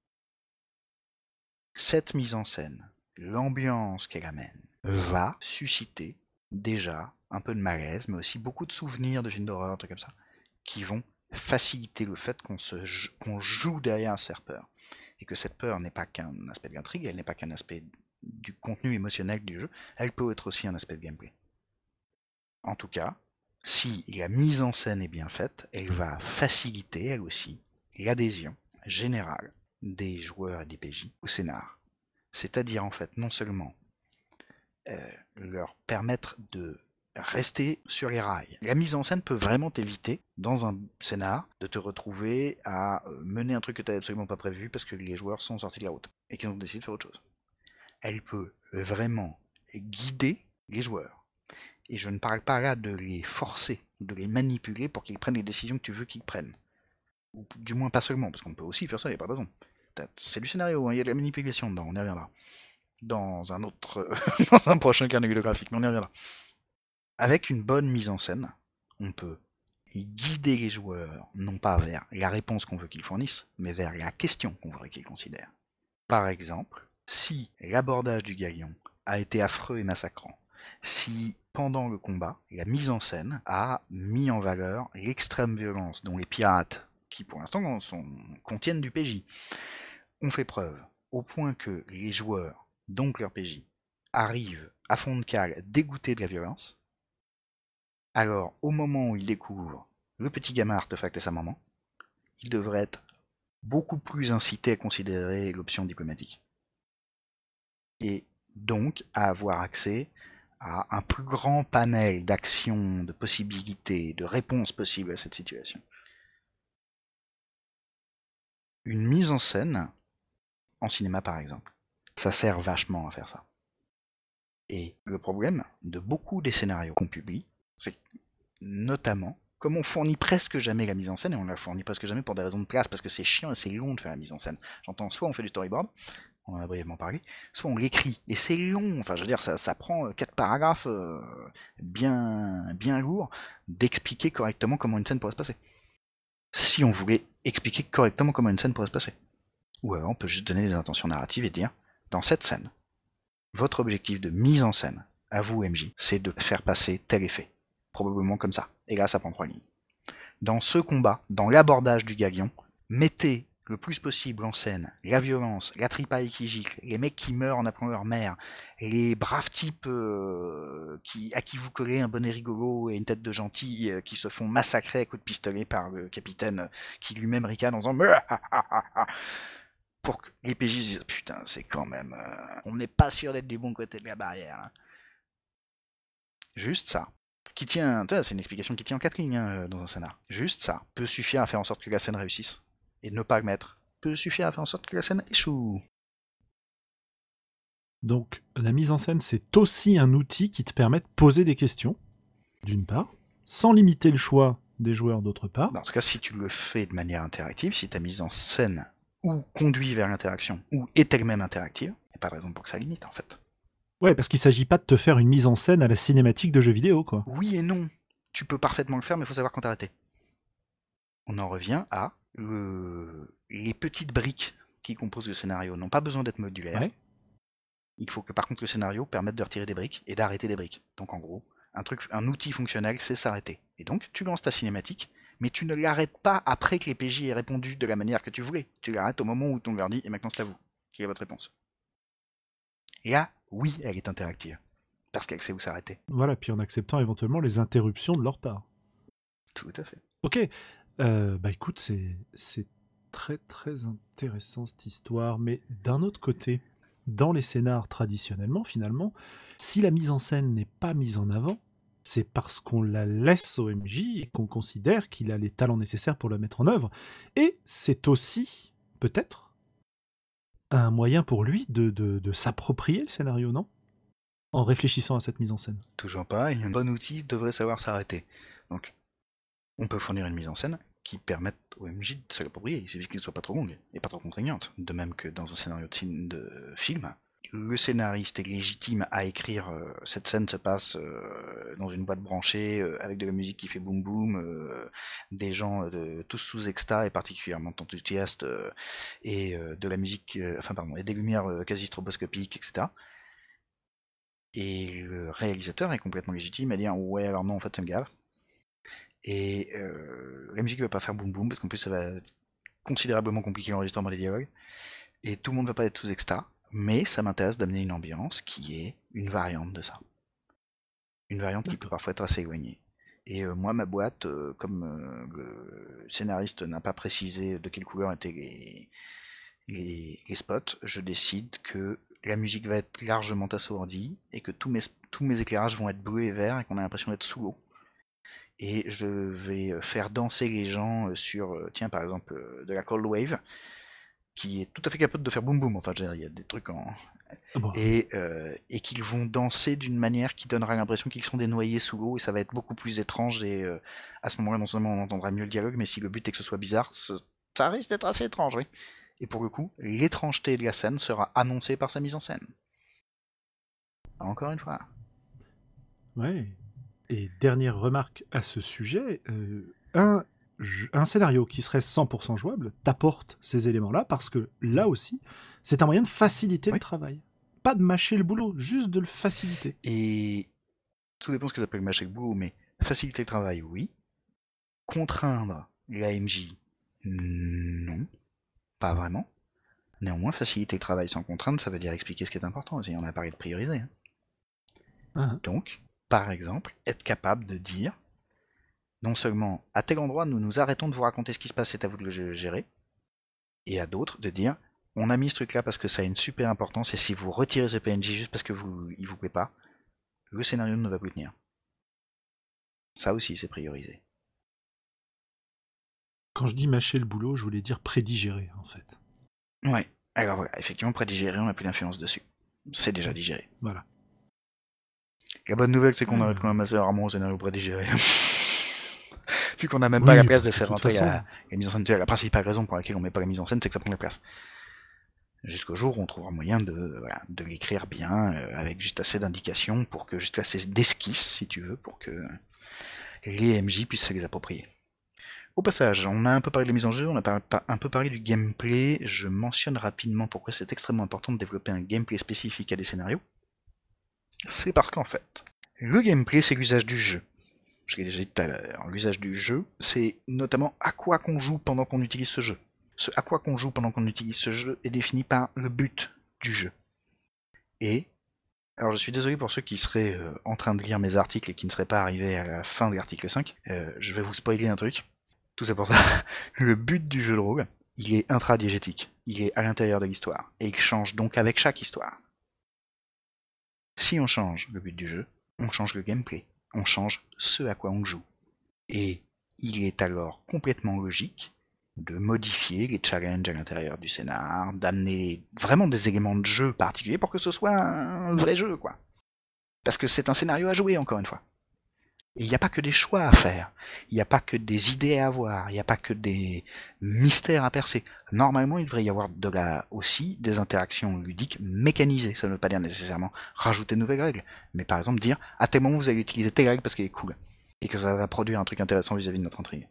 Speaker 1: Cette mise en scène, l'ambiance qu'elle amène, va susciter déjà un peu de malaise, mais aussi beaucoup de souvenirs de films d'horreur, trucs comme ça, qui vont faciliter le fait qu'on joue derrière à se faire peur. Et que cette peur n'est pas qu'un aspect de l'intrigue, elle n'est pas qu'un aspect du contenu émotionnel du jeu, elle peut être aussi un aspect de gameplay. En tout cas, si la mise en scène est bien faite, elle va faciliter, elle aussi, l'adhésion générale des joueurs et des PJ au scénar. C'est-à-dire, en fait, non seulement leur permettre de rester sur les rails. La mise en scène peut vraiment t'éviter, dans un scénar, de te retrouver à mener un truc que tu n'avais absolument pas prévu parce que les joueurs sont sortis de la route et qu'ils ont décidé de faire autre chose. Elle peut vraiment guider les joueurs. Et je ne parle pas là de les forcer, de les manipuler pour qu'ils prennent les décisions que tu veux qu'ils prennent. Ou du moins pas seulement, parce qu'on peut aussi faire ça, il n'y a pas de raison. C'est du scénario, il y a de la manipulation dedans, on y reviendra. Dans un autre, dans un prochain carnet graphique, mais on y reviendra. Avec une bonne mise en scène, on peut guider les joueurs, non pas vers la réponse qu'on veut qu'ils fournissent, mais vers la question qu'on voudrait qu'ils considèrent. Par exemple, si l'abordage du galion a été affreux et massacrant, si pendant le combat, la mise en scène a mis en valeur l'extrême violence dont les pirates, qui pour l'instant contiennent du PJ, ont fait preuve, au point que les joueurs, donc leur PJ, arrivent à fond de cale dégoûtés de la violence, alors au moment où ils découvrent le petit gamin artefact et sa maman, ils devraient être beaucoup plus incités à considérer l'option diplomatique. Et donc à avoir accès à un plus grand panel d'actions, de possibilités, de réponses possibles à cette situation. Une mise en scène, en cinéma par exemple, ça sert vachement à faire ça. Et le problème de beaucoup des scénarios qu'on publie, c'est notamment, comme on fournit presque jamais la mise en scène, et on la fournit presque jamais pour des raisons de place, parce que c'est chiant et c'est long de faire la mise en scène. J'entends, soit on fait du storyboard, on en a brièvement parlé, soit on l'écrit, et c'est long, enfin je veux dire, ça prend 4 paragraphes bien lourds d'expliquer correctement comment une scène pourrait se passer. Si on voulait expliquer correctement comment une scène pourrait se passer. Ou alors on peut juste donner des intentions narratives et dire, dans cette scène, votre objectif de mise en scène, à vous MJ, c'est de faire passer tel effet. Probablement comme ça. Et là, ça prend 3 lignes. Dans ce combat, dans l'abordage du galion, mettez le plus possible en scène la violence, la tripaille qui gicle, les mecs qui meurent en appelant leur mère, les braves types à qui vous collez un bonnet rigolo et une tête de gentil qui se font massacrer à coups de pistolet par le capitaine qui lui-même ricane en disant pour que les PJ disent putain, c'est quand même. On n'est pas sûr d'être du bon côté de la barrière. Hein. Juste ça. Qui tient. C'est une explication qui tient en 4 lignes hein, dans un scénar. Juste ça peut suffire à faire en sorte que la scène réussisse. Et ne pas le mettre peut suffire à faire en sorte que la scène échoue.
Speaker 2: Donc la mise en scène, c'est aussi un outil qui te permet de poser des questions, d'une part, sans limiter le choix des joueurs d'autre part.
Speaker 1: En tout cas, si tu le fais de manière interactive, si ta mise en scène ou conduit vers l'interaction, ou est elle-même interactive, il n'y a pas de raison pour que ça limite en fait.
Speaker 2: Ouais, parce qu'il ne s'agit pas de te faire une mise en scène à la cinématique de jeux vidéo, quoi.
Speaker 1: Oui et non. Tu peux parfaitement le faire, mais il faut savoir quand t'arrêter. On en revient à les petites briques qui composent le scénario n'ont pas besoin d'être modulaires.
Speaker 2: Ouais.
Speaker 1: Il faut que par contre le scénario permette de retirer des briques et d'arrêter des briques. Donc en gros, un outil fonctionnel, c'est s'arrêter. Et donc tu lances ta cinématique, mais tu ne l'arrêtes pas après que les PJ aient répondu de la manière que tu voulais. Tu l'arrêtes au moment où on leur dit et maintenant c'est à vous. Quelle est votre réponse? Et là, oui, elle est interactive. Parce qu'elle sait où s'arrêter.
Speaker 2: Voilà, puis en acceptant éventuellement les interruptions de leur part.
Speaker 1: Tout à fait.
Speaker 2: Ok, bah écoute, c'est très très intéressant cette histoire, mais d'un autre côté, dans les scénars traditionnellement, finalement, si la mise en scène n'est pas mise en avant, c'est parce qu'on la laisse au MJ et qu'on considère qu'il a les talents nécessaires pour la mettre en œuvre. Et c'est aussi, peut-être, un moyen pour lui de s'approprier le scénario, non? En réfléchissant à cette mise en scène.
Speaker 1: Toujours pareil, un bon outil devrait savoir s'arrêter. Donc, on peut fournir une mise en scène qui permette au MJ de se l'approprier. Il suffit qu'elle ne soit pas trop longue et pas trop contraignante. De même que dans un scénario de film, le scénariste est légitime à écrire cette scène se passe dans une boîte branchée avec de la musique qui fait boum boum, des gens tous sous exta et particulièrement enthousiastes et de la musique, et des lumières quasi stroboscopiques, etc. Et le réalisateur est complètement légitime à dire ouais alors non en fait ça me gave. Et la musique va pas faire boum boum parce qu'en plus ça va considérablement compliquer l'enregistrement des dialogues. Et tout le monde va pas être sous exta, mais ça m'intéresse d'amener une ambiance qui est une variante de ça. Une variante qui peut
Speaker 2: D'accord.
Speaker 1: parfois être assez éloignée. Et moi, ma boîte, comme le scénariste n'a pas précisé de quelle couleur étaient les spots, je décide que la musique va être largement assourdie et que tous mes éclairages vont être bleus et verts et qu'on a l'impression d'être sous l'eau. Et je vais faire danser les gens sur, tiens, par exemple, de la Cold Wave, qui est tout à fait capable de faire boum boum. Enfin, je veux dire, il y a des trucs en.
Speaker 2: Ah bah oui.
Speaker 1: Et qu'ils vont danser d'une manière qui donnera l'impression qu'ils sont des noyés sous l'eau, et ça va être beaucoup plus étrange. Et à ce moment-là, non seulement on entendra mieux le dialogue, mais si le but est que ce soit bizarre, ça risque d'être assez étrange, oui. Et pour le coup, l'étrangeté de la scène sera annoncée par sa mise en scène. Encore une fois.
Speaker 2: Ouais. Et dernière remarque à ce sujet, un scénario qui serait 100% jouable t'apporte ces éléments-là parce que là aussi, c'est un moyen de faciliter le
Speaker 1: Oui.
Speaker 2: travail. Pas de mâcher le boulot, juste de le faciliter.
Speaker 1: Et tout dépend de ce que ça peut mâcher le boulot, mais faciliter le travail, oui. Contraindre l'AMJ, non, pas vraiment. Néanmoins, faciliter le travail sans contrainte, ça veut dire expliquer ce qui est important aussi. On a parlé de prioriser. Hein.
Speaker 2: Hein.
Speaker 1: Donc, par exemple, être capable de dire, non seulement à tel endroit, nous nous arrêtons de vous raconter ce qui se passe, c'est à vous de le gérer, et à d'autres de dire, on a mis ce truc-là parce que ça a une super importance, et si vous retirez ce PNJ juste parce que il vous plaît pas, le scénario ne va plus tenir. Ça aussi, c'est priorisé.
Speaker 2: Quand je dis mâcher le boulot, je voulais dire prédigérer, en fait.
Speaker 1: Ouais. Alors voilà, effectivement, prédigéré, on n'a plus d'influence dessus. C'est déjà digéré.
Speaker 2: Voilà.
Speaker 1: La bonne nouvelle, c'est qu'on a
Speaker 2: Ouais.
Speaker 1: quand même assez rarement au scénario prédigéré. Vu qu'on n'a même pas la
Speaker 2: Oui,
Speaker 1: place
Speaker 2: bah,
Speaker 1: de
Speaker 2: de
Speaker 1: faire
Speaker 2: toute
Speaker 1: rentrer
Speaker 2: façon.
Speaker 1: la mise en scène. La principale raison pour laquelle on met pas la mise en scène, c'est que ça prend la place. Jusqu'au jour où on trouvera moyen de l'écrire bien, avec juste assez d'indications, pour que juste assez d'esquisses, si tu veux, pour que les MJ puissent se les approprier. Au passage, on a un peu parlé de la mise en jeu, on a un peu parlé du gameplay. Je mentionne rapidement pourquoi c'est extrêmement important de développer un gameplay spécifique à des scénarios. C'est parce qu'en fait, le gameplay, c'est l'usage du jeu. Je l'ai déjà dit tout à l'heure. L'usage du jeu, c'est notamment à quoi qu'on joue pendant qu'on utilise ce jeu. Ce à quoi qu'on joue pendant qu'on utilise ce jeu est défini par le but du jeu. Et, alors je suis désolé pour ceux qui seraient en train de lire mes articles et qui ne seraient pas arrivés à la fin de l'article 5, je vais vous spoiler un truc. Tout ça pour ça. Le but du jeu de rôle, il est intradiégétique. Il est à l'intérieur de l'histoire. Et il change donc avec chaque histoire. Si on change le but du jeu, on change le gameplay. On change ce à quoi on joue. Et il est alors complètement logique de modifier les challenges à l'intérieur du scénar, d'amener vraiment des éléments de jeu particuliers pour que ce soit un vrai jeu, quoi. Parce que c'est un scénario à jouer, encore une fois. Et il n'y a pas que des choix à faire, il n'y a pas que des idées à avoir, il n'y a pas que des mystères à percer. Normalement, il devrait y avoir aussi des interactions ludiques mécanisées. Ça ne veut pas dire nécessairement rajouter de nouvelles règles, mais par exemple dire à tel moment vous allez utiliser telle règle parce qu'elle est cool, et que ça va produire un truc intéressant vis-à-vis de notre intrigue.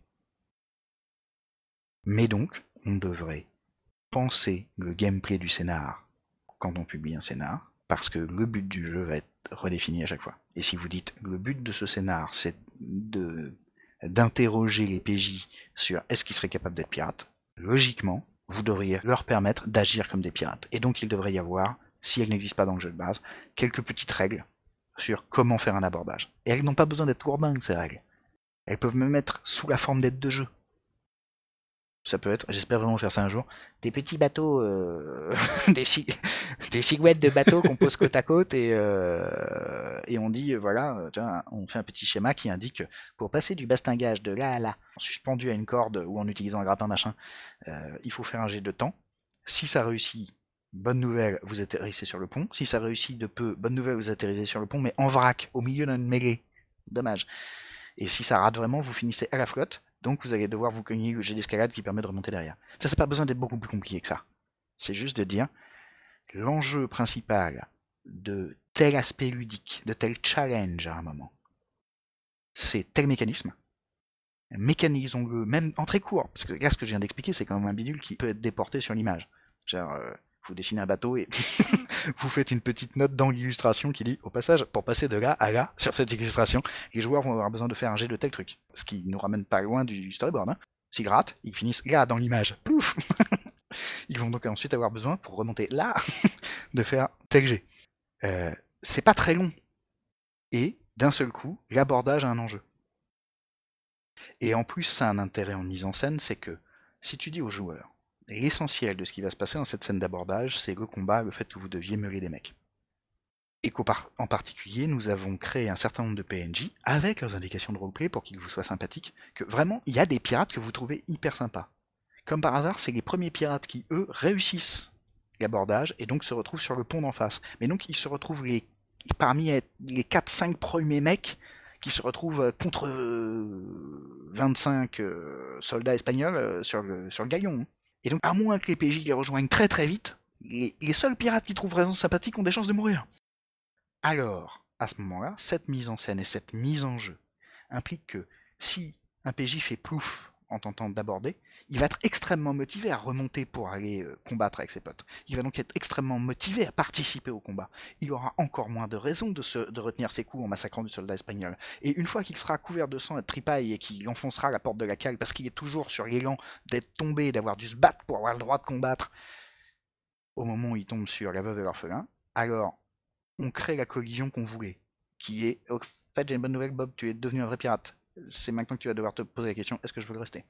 Speaker 1: Mais donc, on devrait penser le gameplay du scénar quand on publie un scénar, parce que le but du jeu va être redéfini à chaque fois. Et si vous dites le but de ce scénar, c'est d'interroger les PJ sur est-ce qu'ils seraient capables d'être pirates, logiquement, vous devriez leur permettre d'agir comme des pirates. Et donc il devrait y avoir, si elles n'existent pas dans le jeu de base, quelques petites règles sur comment faire un abordage. Et elles n'ont pas besoin d'être gourdingues, ces règles. Elles peuvent même être sous la forme d'aides de jeu. Ça peut être, j'espère vraiment faire ça un jour, des petits bateaux, des, des silhouettes de bateaux qu'on pose côte à côte et on dit, voilà, on fait un petit schéma qui indique pour passer du bastingage de là à là, suspendu à une corde ou en utilisant un grappin machin, il faut faire un jet de temps. Si ça réussit, bonne nouvelle, vous atterrissez sur le pont. Si ça réussit de peu, bonne nouvelle, vous atterrissez sur le pont, mais en vrac, au milieu d'une mêlée. Dommage. Et si ça rate vraiment, vous finissez à la flotte. Donc vous allez devoir vous cogner le jet d'escalade qui permet de remonter derrière. Ça, c'est pas besoin d'être beaucoup plus compliqué que ça. C'est juste de dire l'enjeu principal de tel aspect ludique, de tel challenge à un moment, c'est tel mécanisme. Mécanisons-le, même en très court, parce que là, ce que je viens d'expliquer, c'est quand même un bidule qui peut être déporté sur l'image. Genre, vous dessinez un bateau et vous faites une petite note dans l'illustration qui dit, au passage, pour passer de là à là, sur cette illustration, les joueurs vont avoir besoin de faire un jet de tel truc. Ce qui nous ramène pas loin du storyboard. Hein. S'ils ratent, ils finissent là dans l'image. Pouf. Ils vont donc ensuite avoir besoin, pour remonter là, de faire tel jet. C'est pas très long. Et d'un seul coup, l'abordage a un enjeu. Et en plus, ça a un intérêt en mise en scène, c'est que si tu dis aux joueurs, l'essentiel de ce qui va se passer dans cette scène d'abordage, c'est le combat, le fait que vous deviez meuler les mecs. Et qu'en particulier, nous avons créé un certain nombre de PNJ avec leurs indications de roleplay pour qu'ils vous soient sympathiques, que vraiment, il y a des pirates que vous trouvez hyper sympas. Comme par hasard, c'est les premiers pirates qui, eux, réussissent l'abordage et donc se retrouvent sur le pont d'en face. Mais donc, ils se retrouvent parmi les 4-5 premiers mecs qui se retrouvent contre 25 soldats espagnols sur le galion. Et donc, à moins que les PJ les rejoignent très très vite, les seuls pirates qui trouvent vraiment sympathiques ont des chances de mourir. Alors, à ce moment-là, cette mise en scène et cette mise en jeu implique que si un PJ fait plouf en tentant d'aborder, il va être extrêmement motivé à remonter pour aller combattre avec ses potes. Il va donc être extrêmement motivé à participer au combat. Il aura encore moins de raisons de retenir ses coups en massacrant du soldat espagnol. Et une fois qu'il sera couvert de sang et de tripaille et qu'il enfoncera la porte de la cale parce qu'il est toujours sur l'élan d'être tombé, d'avoir dû se battre pour avoir le droit de combattre, au moment où il tombe sur la veuve et l'orphelin, alors on crée la collision qu'on voulait, qui est, en fait, j'ai une bonne nouvelle, Bob, tu es devenu un vrai pirate. C'est maintenant que tu vas devoir te poser la question, est-ce que je veux le rester?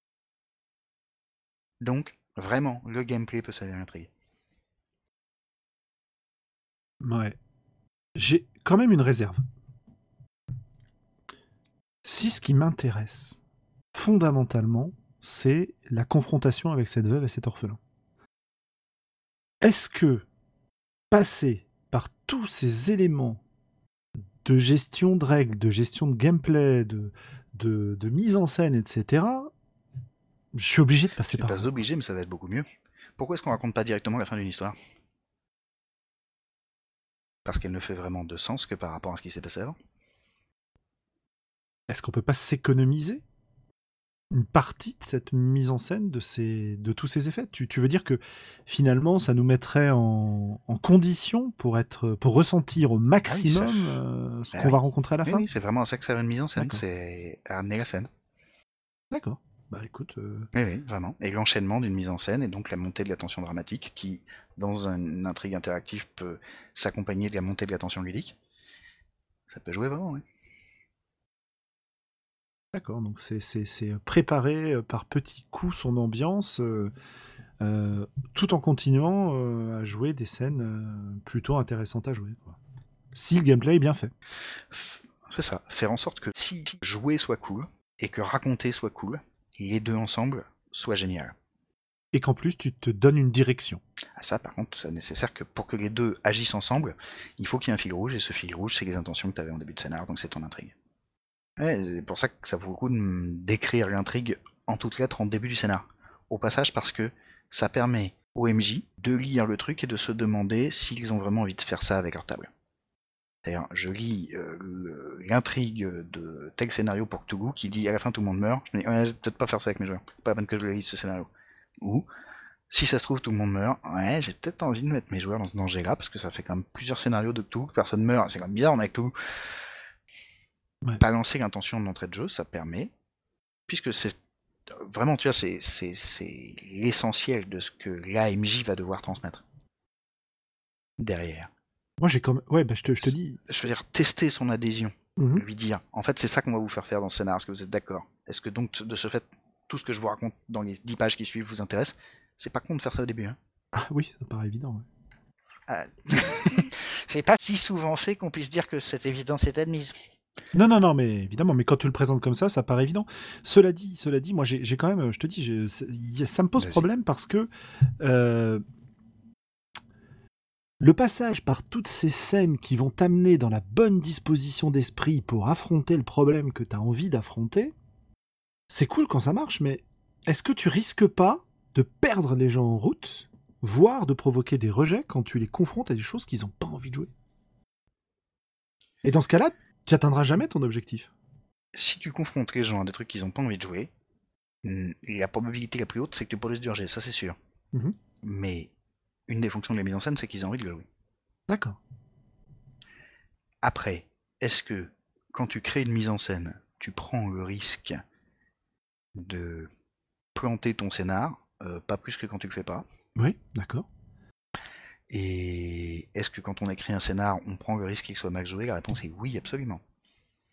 Speaker 1: Donc, vraiment, le gameplay peut servir à l'intrigue.
Speaker 2: Ouais. J'ai quand même une réserve. Si ce qui m'intéresse, fondamentalement, c'est la confrontation avec cette veuve et cet orphelin. Est-ce que passer par tous ces éléments de gestion de règles, de gestion de gameplay, de mise en scène, etc., je suis obligé de passer
Speaker 1: Tu n'es
Speaker 2: par
Speaker 1: pas
Speaker 2: là.
Speaker 1: obligé, mais ça va être beaucoup mieux. Pourquoi est-ce qu'on raconte pas directement la fin d'une histoire? Parce qu'elle ne fait vraiment de sens que par rapport à ce qui s'est passé avant.
Speaker 2: Est-ce qu'on peut pas s'économiser une partie de cette mise en scène de tous ces effets? Tu veux dire que finalement ça nous mettrait en condition pour ressentir au maximum ce qu'on va rencontrer à la fin?
Speaker 1: Oui, c'est vraiment à ça que ça va une mise en scène,
Speaker 2: D'accord.
Speaker 1: c'est à amener la scène.
Speaker 2: D'accord. Bah écoute,
Speaker 1: Oui, vraiment. Et l'enchaînement d'une mise en scène et donc la montée de la tension dramatique qui, dans une intrigue interactive, peut s'accompagner de la montée de la tension ludique. Ça peut jouer vraiment, oui.
Speaker 2: d'accord. Donc c'est préparer par petits coups son ambiance, tout en continuant à jouer des scènes plutôt intéressantes à jouer, quoi. Si le gameplay est bien fait.
Speaker 1: C'est ça. Faire en sorte que si jouer soit cool et que raconter soit cool, les deux ensemble soient génial.
Speaker 2: Et qu'en plus tu te donnes une direction.
Speaker 1: Ah, ça, par contre, c'est nécessaire que pour que les deux agissent ensemble, il faut qu'il y ait un fil rouge, et ce fil rouge, c'est les intentions que tu avais en début de scénar, donc c'est ton intrigue. Ouais, c'est pour ça que ça vaut le coup d'écrire l'intrigue en toutes lettres en début du scénar. Au passage, parce que ça permet aux MJ de lire le truc et de se demander s'ils ont vraiment envie de faire ça avec leur table. D'ailleurs, je lis l'intrigue de tel scénario pour Cthulhu qui dit à la fin tout le monde meurt. Je me dis, ouais, je vais peut-être pas faire ça avec mes joueurs. Pas la peine que je lise ce scénario. Ou, si ça se trouve tout le monde meurt, ouais, j'ai peut-être envie de mettre mes joueurs dans ce danger-là parce que ça fait quand même plusieurs scénarios de Cthulhu que personne meurt. C'est quand même bizarre, on a Cthulhu.
Speaker 2: Ouais.
Speaker 1: Balancer l'intention de l'entrée de jeu, ça permet, puisque c'est vraiment, tu vois, c'est l'essentiel de ce que l'AMJ va devoir transmettre derrière.
Speaker 2: Moi j'ai quand même... Ouais, bah je te dis...
Speaker 1: Je veux dire, tester son adhésion,
Speaker 2: Mhm.
Speaker 1: lui dire, en fait, c'est ça qu'on va vous faire dans ce scénar, est-ce que vous êtes d'accord? Est-ce que donc, de ce fait, tout ce que je vous raconte dans les 10 pages qui suivent vous intéresse? C'est pas con de faire ça au début, hein.
Speaker 2: Ah oui, ça paraît évident. Ouais.
Speaker 1: C'est pas si souvent fait qu'on puisse dire que cette évidence est admise.
Speaker 2: Non, mais évidemment, mais quand tu le présentes comme ça paraît évident. Cela dit, moi j'ai quand même, je te dis, ça me pose
Speaker 1: Vas-y.
Speaker 2: problème parce que le passage par toutes ces scènes qui vont t'amener dans la bonne disposition d'esprit pour affronter le problème que tu as envie d'affronter, c'est cool quand ça marche, mais est-ce que tu risques pas de perdre les gens en route, voire de provoquer des rejets quand tu les confrontes à des choses qu'ils n'ont pas envie de jouer? Et dans ce cas-là, tu n'atteindras jamais ton objectif.
Speaker 1: Si tu confrontes les gens à des trucs qu'ils ont pas envie de jouer, la probabilité la plus haute, c'est que tu produises du rejet, ça c'est sûr.
Speaker 2: Mhm.
Speaker 1: Mais une des fonctions de la mise en scène, c'est qu'ils ont envie de le jouer.
Speaker 2: D'accord.
Speaker 1: Après, est-ce que quand tu crées une mise en scène, tu prends le risque de planter ton scénar, pas plus que quand tu le fais pas?
Speaker 2: Oui, d'accord.
Speaker 1: Et est-ce que quand on écrit un scénar, on prend le risque qu'il soit mal joué? La réponse est oui, absolument.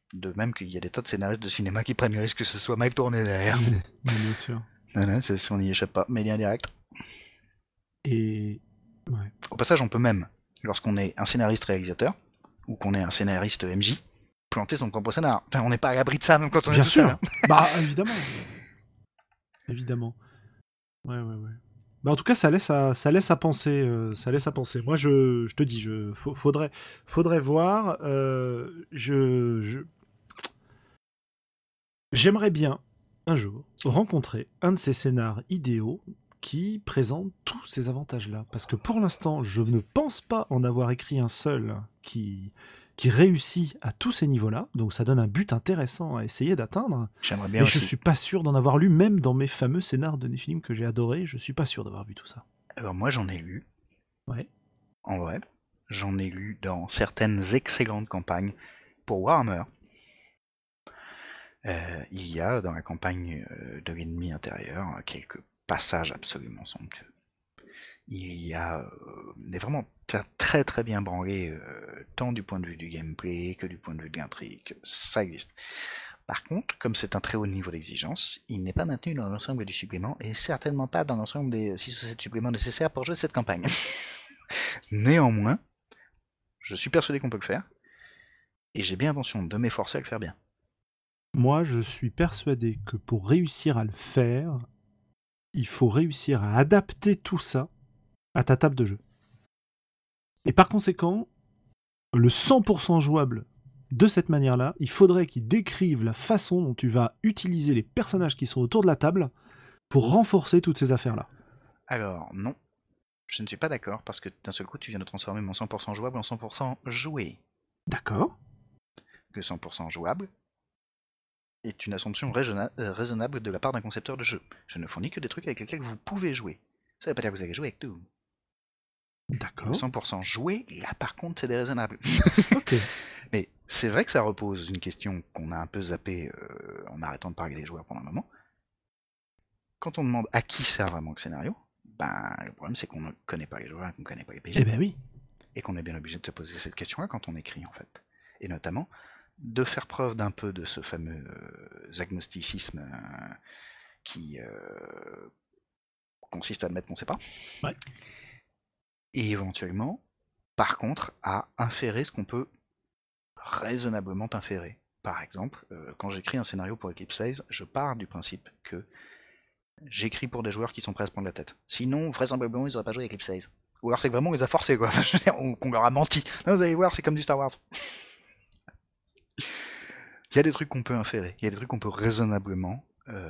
Speaker 1: De même qu'il y a des tas de scénaristes de cinéma qui prennent le risque que ce soit mal tourné derrière.
Speaker 2: Bien sûr.
Speaker 1: Non, on n'y échappe pas, mais lien direct.
Speaker 2: Et... Ouais.
Speaker 1: Au passage, on peut même, lorsqu'on est un scénariste-réalisateur, ou qu'on est un scénariste MJ, planter son propre scénar. Enfin, on n'est pas à l'abri de ça, même quand on est
Speaker 2: Bien
Speaker 1: tout
Speaker 2: sûr.
Speaker 1: seul.
Speaker 2: Bah, évidemment. Évidemment. Ouais. Bah, en tout cas, ça laisse à penser. Moi, je te dis, faudrait voir. J'aimerais bien, un jour, rencontrer un de ces scénars idéaux qui présente tous ces avantages-là. Parce que pour l'instant, je ne pense pas en avoir écrit un seul qui réussit à tous ces niveaux-là. Donc ça donne un but intéressant à essayer d'atteindre.
Speaker 1: J'aimerais bien
Speaker 2: Mais
Speaker 1: aussi.
Speaker 2: je suis pas sûr d'en avoir lu, même dans mes fameux scénars de Nephilim que j'ai adorés. Je suis pas sûr d'avoir vu tout ça.
Speaker 1: Alors moi, j'en ai lu.
Speaker 2: Ouais.
Speaker 1: En vrai. J'en ai lu dans certaines excellentes campagnes pour Warhammer. Il y a dans la campagne de l'ennemi intérieur quelques passages absolument somptueux. Il y a vraiment très très bien branlé tant du point de vue du gameplay que du point de vue de l'intrigue. Ça existe. Par contre, comme c'est un très haut niveau d'exigence, il n'est pas maintenu dans l'ensemble du supplément et certainement pas dans l'ensemble des 6 ou 7 suppléments nécessaires pour jouer cette campagne. Néanmoins, je suis persuadé qu'on peut le faire et j'ai bien intention de m'efforcer à le faire bien.
Speaker 2: Moi, je suis persuadé que pour réussir à le faire, il faut réussir à adapter tout ça à ta table de jeu. Et par conséquent, le 100% jouable de cette manière-là, il faudrait qu'il décrive la façon dont tu vas utiliser les personnages qui sont autour de la table pour renforcer toutes ces affaires-là.
Speaker 1: Alors, non. Je ne suis pas d'accord parce que d'un seul coup, tu viens de transformer mon 100% jouable en 100% joué.
Speaker 2: D'accord.
Speaker 1: Que 100% jouable est une assumption raisonnable de la part d'un concepteur de jeu. Je ne fournis que des trucs avec lesquels vous pouvez jouer. Ça ne veut pas dire que vous allez jouer avec tout.
Speaker 2: D'accord.
Speaker 1: 100% joué, là par contre c'est déraisonnable.
Speaker 2: Ok.
Speaker 1: Mais c'est vrai que ça repose une question qu'on a un peu zappée en arrêtant de parler des joueurs pendant un moment. Quand on demande à qui sert vraiment le scénario, ben le problème c'est qu'on ne connaît pas les joueurs et qu'on ne connaît pas les PJ.
Speaker 2: Eh ben oui.
Speaker 1: Et qu'on est bien obligé de se poser cette question-là quand on écrit en fait. Et notamment de faire preuve d'un peu de ce fameux agnosticisme qui consiste à admettre qu'on ne sait pas.
Speaker 2: Ouais.
Speaker 1: Et éventuellement, par contre, à inférer ce qu'on peut raisonnablement inférer. Par exemple, quand j'écris un scénario pour Eclipse Phase, je pars du principe que j'écris pour des joueurs qui sont prêts à se prendre la tête. Sinon, vraisemblablement, ils n'auraient pas joué Eclipse Phase. Ou alors c'est que vraiment on les a forcés, quoi. Ou qu'on leur a menti. Non, vous allez voir, c'est comme du Star Wars. Il y a des trucs qu'on peut inférer, il y a des trucs qu'on peut raisonnablement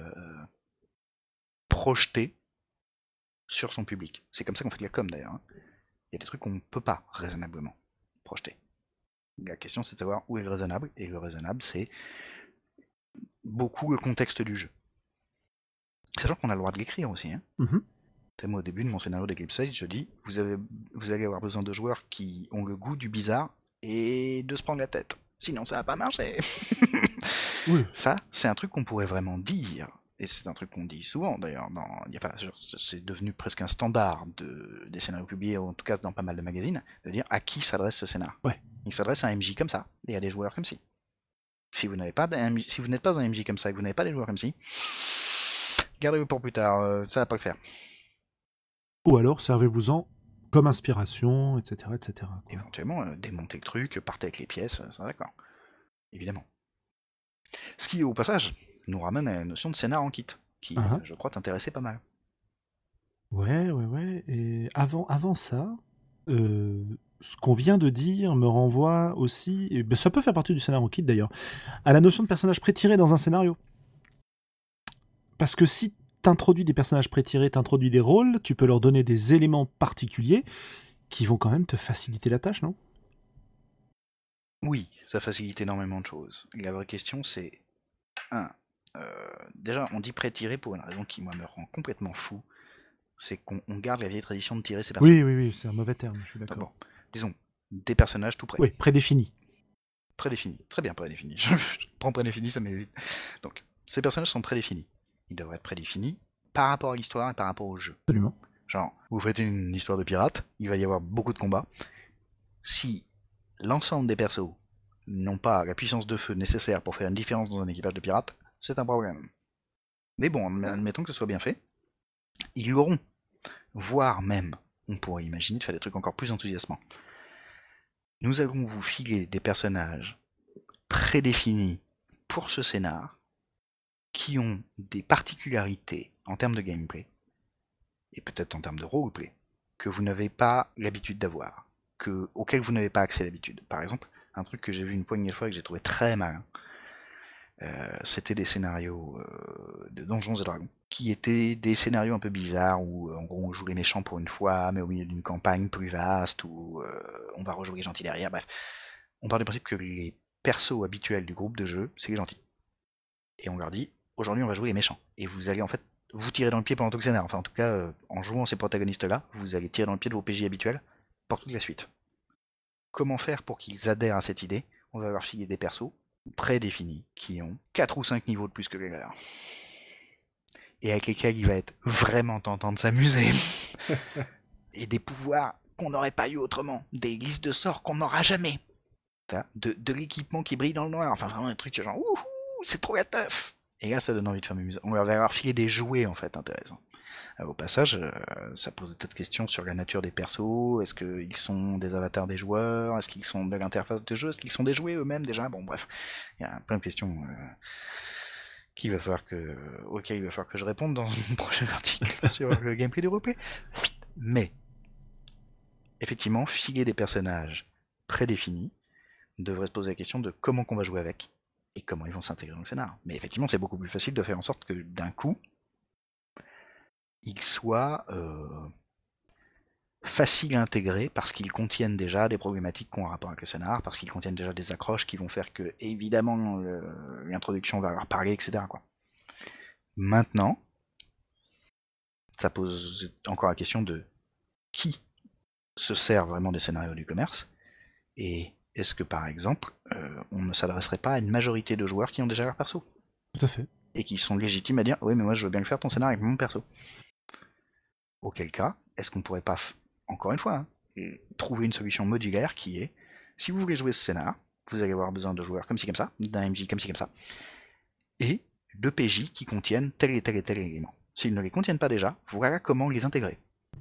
Speaker 1: projeter sur son public. C'est comme ça qu'on fait de la com d'ailleurs. Hein. Il y a des trucs qu'on ne peut pas raisonnablement projeter. La question c'est de savoir où est le raisonnable, et le raisonnable c'est beaucoup le contexte du jeu. Sachant qu'on a le droit de l'écrire aussi. Hein. Moi, au début de mon scénario d'Eclipse Phase, je dis vous allez avoir besoin de joueurs qui ont le goût du bizarre et de se prendre la tête. Sinon ça va pas marcher.
Speaker 2: Oui.
Speaker 1: Ça, c'est un truc qu'on pourrait vraiment dire. Et c'est un truc qu'on dit souvent d'ailleurs. C'est devenu presque un standard des scénarios publiés, en tout cas dans pas mal de magazines, de dire à qui s'adresse ce scénar.
Speaker 2: Ouais.
Speaker 1: Il s'adresse à un MJ comme ça, et à des joueurs comme ci. Si vous n'êtes pas un MJ comme ça et que vous n'avez pas des joueurs comme ci, gardez-le pour plus tard, ça va pas le faire.
Speaker 2: Ou alors servez-vous-en comme inspiration, etc. etc. quoi.
Speaker 1: Éventuellement, démontez le truc, partez avec les pièces, ça d'accord. Évidemment. Ce qui, au passage, nous ramène à la notion de scénar en kit, qui, je crois, t'intéressait pas mal.
Speaker 2: Ouais. Et avant ça, ce qu'on vient de dire me renvoie aussi, et ben ça peut faire partie du scénar en kit d'ailleurs, à la notion de personnage pré-tiré dans un scénario. Parce que si t'introduis des personnages pré-tirés, t'introduis des rôles, tu peux leur donner des éléments particuliers qui vont quand même te faciliter la tâche, non ?
Speaker 1: Oui, ça facilite énormément de choses. La vraie question, c'est... déjà, on dit pré-tiré pour une raison qui, moi, me rend complètement fou. C'est qu'on garde la vieille tradition de tirer ses personnages.
Speaker 2: Oui, c'est un mauvais terme, je suis d'accord.
Speaker 1: Bon, disons, des personnages tout prêts.
Speaker 2: Oui, prédéfinis.
Speaker 1: Prédéfinis, très bien prédéfinis. Je prends prédéfinis, ça m'évite. Donc, ces personnages sont prédéfinis. Ils devraient être prédéfinis par rapport à l'histoire et par rapport au jeu.
Speaker 2: Absolument.
Speaker 1: Genre, vous faites une histoire de pirate, il va y avoir beaucoup de combats. Si l'ensemble des persos n'ont pas la puissance de feu nécessaire pour faire une différence dans un équipage de pirates, c'est un problème. Mais bon, admettons que ce soit bien fait. Ils l'auront. Voire même, on pourrait imaginer de faire des trucs encore plus enthousiasmants. Nous allons vous filer des personnages prédéfinis pour ce scénar, qui ont des particularités en termes de gameplay, et peut-être en termes de roleplay, que vous n'avez pas l'habitude d'avoir, auxquels vous n'avez pas accès d'habitude. Par exemple, un truc que j'ai vu une poignée de fois et que j'ai trouvé très malin, c'était des scénarios de Donjons et Dragons, qui étaient des scénarios un peu bizarres, où en gros on joue les méchants pour une fois, mais au milieu d'une campagne plus vaste, où on va rejouer les gentils derrière, bref. On part du principe que les persos habituels du groupe de jeu, c'est les gentils. Et on leur dit, aujourd'hui on va jouer les méchants. Et vous allez en fait vous tirer dans le pied pendant tout le scénar. Enfin en tout cas, en jouant ces protagonistes-là, vous allez tirer dans le pied de vos PJ habituels pour toute la suite. Comment faire pour qu'ils adhèrent à cette idée? On va leur filer des persos prédéfinis qui ont 4 ou 5 niveaux de plus que les leurs. Et avec lesquels il va être vraiment tentant de s'amuser. Et des pouvoirs qu'on n'aurait pas eu autrement. Des listes de sorts qu'on n'aura jamais. De l'équipement qui brille dans le noir. Enfin vraiment un truc genre ouhou, c'est trop la teuf. Et là ça donne envie de faire m'amuser. On va leur filer des jouets en fait intéressants. Au passage, ça pose des tas de questions sur la nature des persos. Est-ce qu'ils sont des avatars des joueurs? Est-ce qu'ils sont de l'interface de jeu? Est-ce qu'ils sont des jouets eux-mêmes déjà? Bon, bref, il y a plein de questions auxquelles il va falloir que je réponde dans mon prochain article sur le gameplay du replay. Mais, effectivement, filer des personnages prédéfinis devrait se poser la question de comment qu'on va jouer avec et comment ils vont s'intégrer dans le scénar. Mais effectivement, c'est beaucoup plus facile de faire en sorte que d'un coup, ils soient faciles à intégrer parce qu'ils contiennent déjà des problématiques qui ont un rapport avec le scénar, parce qu'ils contiennent déjà des accroches qui vont faire que, évidemment, l'introduction va leur parler, etc. quoi. Maintenant, ça pose encore la question de qui se sert vraiment des scénarios du commerce, et est-ce que, par exemple, on ne s'adresserait pas à une majorité de joueurs qui ont déjà leur perso?
Speaker 2: Tout à fait.
Speaker 1: Et qui sont légitimes à dire « Oui, mais moi je veux bien le faire ton scénario avec mon perso ». Auquel cas, est-ce qu'on pourrait pas, encore une fois, trouver une solution modulaire qui est, si vous voulez jouer ce scénar, vous allez avoir besoin de joueurs comme ci comme ça, d'un MJ comme ci comme ça, et de PJ qui contiennent tel et tel et tel élément. S'ils ne les contiennent pas déjà, voilà comment les intégrer.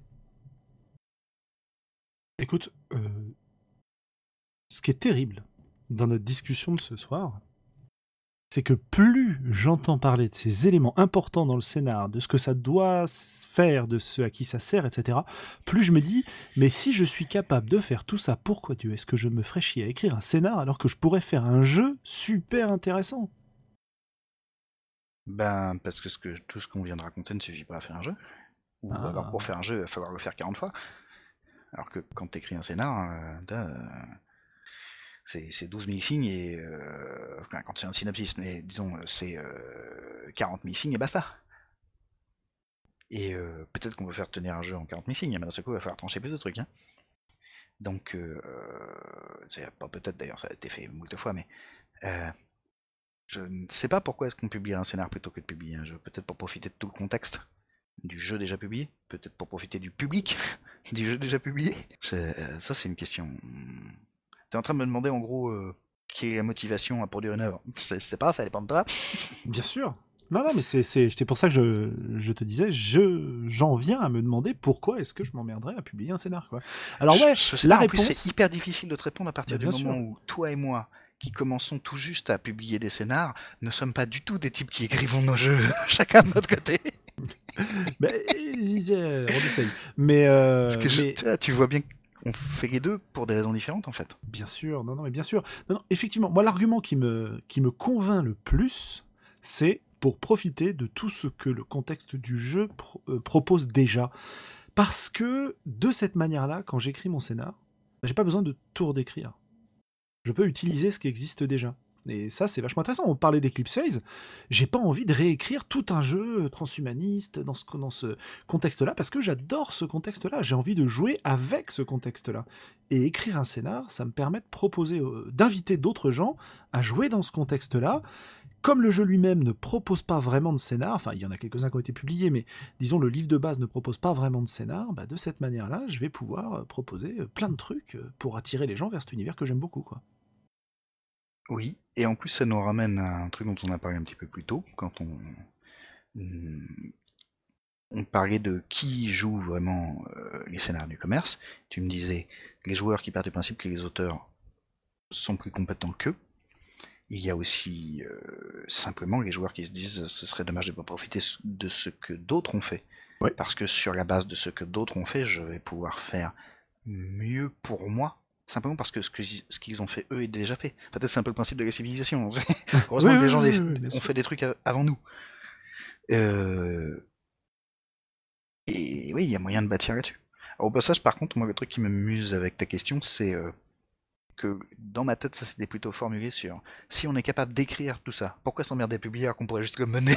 Speaker 2: Écoute, ce qui est terrible dans notre discussion de ce soir, c'est que plus j'entends parler de ces éléments importants dans le scénar, de ce que ça doit faire, de ce à qui ça sert, etc., plus je me dis, mais si je suis capable de faire tout ça, pourquoi Dieu est-ce que je me ferais chier à écrire un scénar alors que je pourrais faire un jeu super intéressant?
Speaker 1: Ben, parce que tout ce qu'on vient de raconter ne suffit pas à faire un jeu. Ou alors pour faire un jeu, il va falloir le faire 40 fois. Alors que quand t'écris un scénar, c'est 12 000 signes et... enfin, quand c'est un synopsis, mais disons, c'est 40 000 signes et basta. Et peut-être qu'on peut faire tenir un jeu en 40 000 signes, mais d'un seul coup, il va falloir trancher plus de trucs. Hein. Donc, c'est pas peut-être d'ailleurs, ça a été fait moult fois, mais... je ne sais pas pourquoi est-ce qu'on publie un scénar plutôt que de publier un jeu. Peut-être pour profiter de tout le contexte du jeu déjà publié. Peut-être pour profiter du public du jeu déjà publié. Ça, c'est une question... T'es en train de me demander en gros quelle est la motivation à produire une œuvre. Je sais pas, ça dépend de toi.
Speaker 2: Bien sûr. Non, mais c'est pour ça que je te disais, j'en viens à me demander pourquoi est-ce que je m'emmerderais à publier un scénar, quoi. Alors ouais,
Speaker 1: je sais
Speaker 2: la
Speaker 1: pas,
Speaker 2: réponse...
Speaker 1: en plus, c'est hyper difficile de te répondre à partir du
Speaker 2: bien
Speaker 1: moment
Speaker 2: sûr.
Speaker 1: où toi et moi, qui commençons tout juste à publier des scénars, ne sommes pas du tout des types qui écrivons nos jeux, chacun de notre côté.
Speaker 2: on essaye. Mais,
Speaker 1: Parce que tu vois bien qu'on fait les deux pour des raisons différentes, en fait.
Speaker 2: Bien sûr, non, mais bien sûr. Non, effectivement, moi, l'argument qui me convainc le plus, c'est pour profiter de tout ce que le contexte du jeu propose déjà. Parce que, de cette manière-là, quand j'écris mon scénar, j'ai pas besoin de tout redécrire. Je peux utiliser ce qui existe déjà. Et ça, c'est vachement intéressant. On parlait d'Eclipse Phase. J'ai pas envie de réécrire tout un jeu transhumaniste dans ce contexte-là, parce que j'adore ce contexte-là. J'ai envie de jouer avec ce contexte-là. Et écrire un scénar, ça me permet de proposer, d'inviter d'autres gens à jouer dans ce contexte-là. Comme le jeu lui-même ne propose pas vraiment de scénar, enfin, il y en a quelques-uns qui ont été publiés, mais disons, le livre de base ne propose pas vraiment de scénar, bah, de cette manière-là, je vais pouvoir proposer plein de trucs pour attirer les gens vers cet univers que j'aime beaucoup, quoi.
Speaker 1: Oui, et en plus ça nous ramène à un truc dont on a parlé un petit peu plus tôt, quand on parlait de qui joue vraiment les scénarios du commerce. Tu me disais les joueurs qui partent du principe que les auteurs sont plus compétents qu'eux. Il y a aussi simplement les joueurs qui se disent ce serait dommage de ne pas profiter de ce que d'autres ont fait.
Speaker 2: Ouais.
Speaker 1: Parce que sur la base de ce que d'autres ont fait, je vais pouvoir faire mieux pour moi, simplement parce que ce qu'ils ont fait eux est déjà fait. Peut-être c'est un peu le principe de la civilisation. Heureusement que les gens ont fait des trucs avant nous. Et oui, il y a moyen de bâtir là-dessus. Alors, au passage, par contre, moi, le truc qui m'amuse avec ta question, c'est que dans ma tête, ça s'était plutôt formulé sur si on est capable d'écrire tout ça, pourquoi s'emmerder à publier alors qu'on pourrait juste le mener.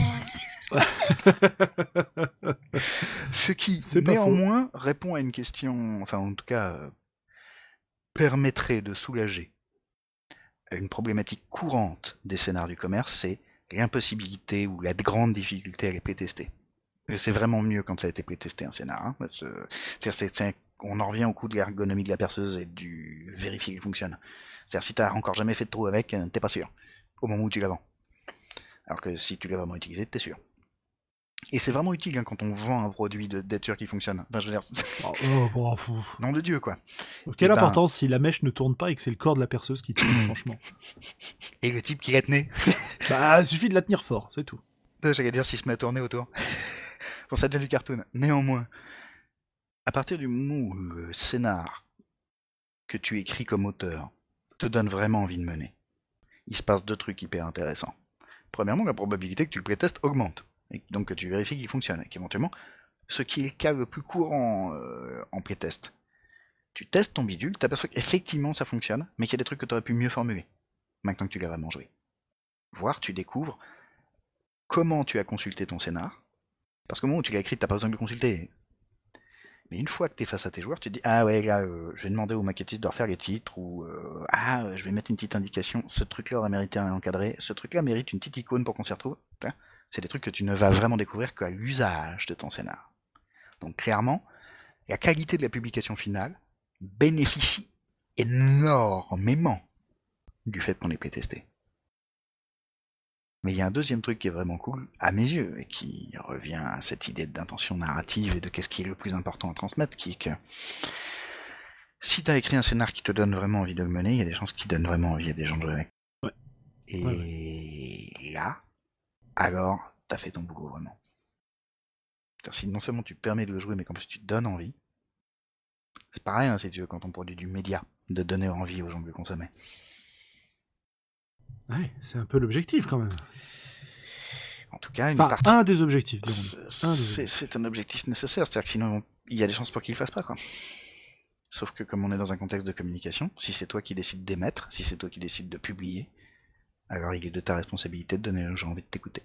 Speaker 1: Ce qui, néanmoins, répond à une question, enfin, en tout cas, permettrait de soulager une problématique courante des scénarios du commerce, c'est l'impossibilité ou la grande difficulté à les playtester. Et c'est vraiment mieux quand ça a été playtesté un scénar. Hein. On en revient au coup de l'ergonomie de la perceuse et du vérifier qu'il fonctionne. C'est-à-dire si t'as encore jamais fait de trou avec, t'es pas sûr, au moment où tu la vends. Alors que si tu l'as vraiment utilisé, t'es sûr. Et c'est vraiment utile hein, quand on vend un produit d'être sûr qui fonctionne. Enfin, je veux dire... Nom de Dieu, quoi.
Speaker 2: Quelle importance si la mèche ne tourne pas et que c'est le corps de la perceuse qui tourne, franchement.
Speaker 1: Et le type qui la tenait.
Speaker 2: Bah, il suffit de la tenir fort, c'est tout.
Speaker 1: J'allais dire s'il se met à tourner autour. Bon, ça devient du cartoon. Néanmoins, à partir du moment où le scénar que tu écris comme auteur te donne vraiment envie de mener, il se passe deux trucs hyper intéressants. Premièrement, la probabilité que tu le playtestes augmente, et donc que tu vérifies qu'il fonctionne, et qu'éventuellement, ce qui est le cas le plus courant en playtest, tu testes ton bidule, t'aperçois qu'effectivement ça fonctionne, mais qu'il y a des trucs que tu aurais pu mieux formuler, maintenant que tu l'as vraiment joué. Voire tu découvres comment tu as consulté ton scénar, parce qu'au moment où tu l'as écrit, t'as pas besoin de le consulter. Mais une fois que t'es face à tes joueurs, tu te dis ah ouais là, je vais demander au maquettiste de refaire les titres ou je vais mettre une petite indication. Ce truc-là aurait mérité un encadré. Ce truc-là mérite une petite icône pour qu'on s'y retrouve. C'est des trucs que tu ne vas vraiment découvrir qu'à l'usage de ton scénar. Donc clairement, la qualité de la publication finale bénéficie énormément du fait qu'on ait playtesté. Mais il y a un deuxième truc qui est vraiment cool, à mes yeux, et qui revient à cette idée d'intention narrative et de qu'est-ce qui est le plus important à transmettre, qui est que si t'as écrit un scénar qui te donne vraiment envie de le mener, il y a des chances qu'il donne vraiment envie à des gens de jouer avec.
Speaker 2: Ouais.
Speaker 1: Et là, alors, t'as fait ton boulot vraiment. C'est-à-dire, si non seulement tu permets de le jouer, mais qu'en plus tu te donnes envie, c'est pareil, hein, si tu veux, quand on produit du média, de donner envie aux gens de le consommer.
Speaker 2: Ouais, c'est un peu l'objectif quand même.
Speaker 1: En tout cas,
Speaker 2: un des objectifs.
Speaker 1: C'est un objectif nécessaire, c'est-à-dire que sinon, il y a des chances pour qu'il ne le fasse pas, quoi. Sauf que comme on est dans un contexte de communication, si c'est toi qui décides d'émettre, si c'est toi qui décides de publier, alors il est de ta responsabilité de donner aux gens envie de t'écouter.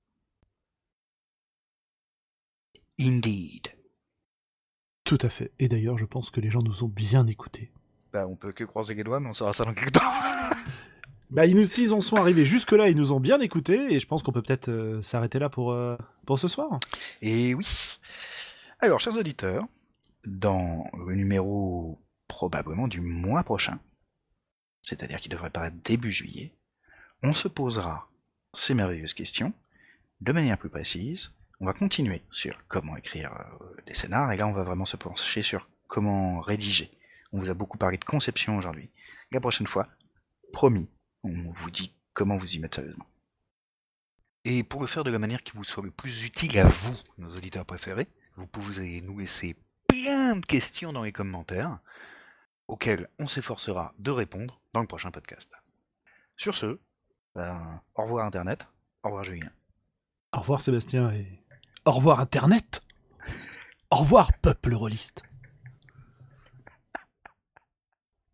Speaker 1: Indeed.
Speaker 2: Tout à fait. Et d'ailleurs, je pense que les gens nous ont bien écoutés.
Speaker 1: Bah, on peut que croiser les doigts, mais on saura ça dans quelques temps.
Speaker 2: Bah, s'ils en sont arrivés jusque-là, ils nous ont bien écoutés, et je pense qu'on peut peut-être s'arrêter là pour ce soir.
Speaker 1: Et oui. Alors, chers auditeurs, dans le numéro probablement du mois prochain, c'est-à-dire qui devrait paraître début juillet, on se posera ces merveilleuses questions de manière plus précise. On va continuer sur comment écrire des scénars, et là on va vraiment se pencher sur comment rédiger. On vous a beaucoup parlé de conception aujourd'hui. La prochaine fois, promis, on vous dit comment vous y mettre sérieusement. Et pour le faire de la manière qui vous soit le plus utile à vous, nos auditeurs préférés, vous pouvez nous laisser plein de questions dans les commentaires, auxquelles on s'efforcera de répondre dans le prochain podcast. Sur ce, au revoir Internet, au revoir Julien.
Speaker 2: Au revoir Sébastien et au revoir Internet. Au revoir peuple rôliste.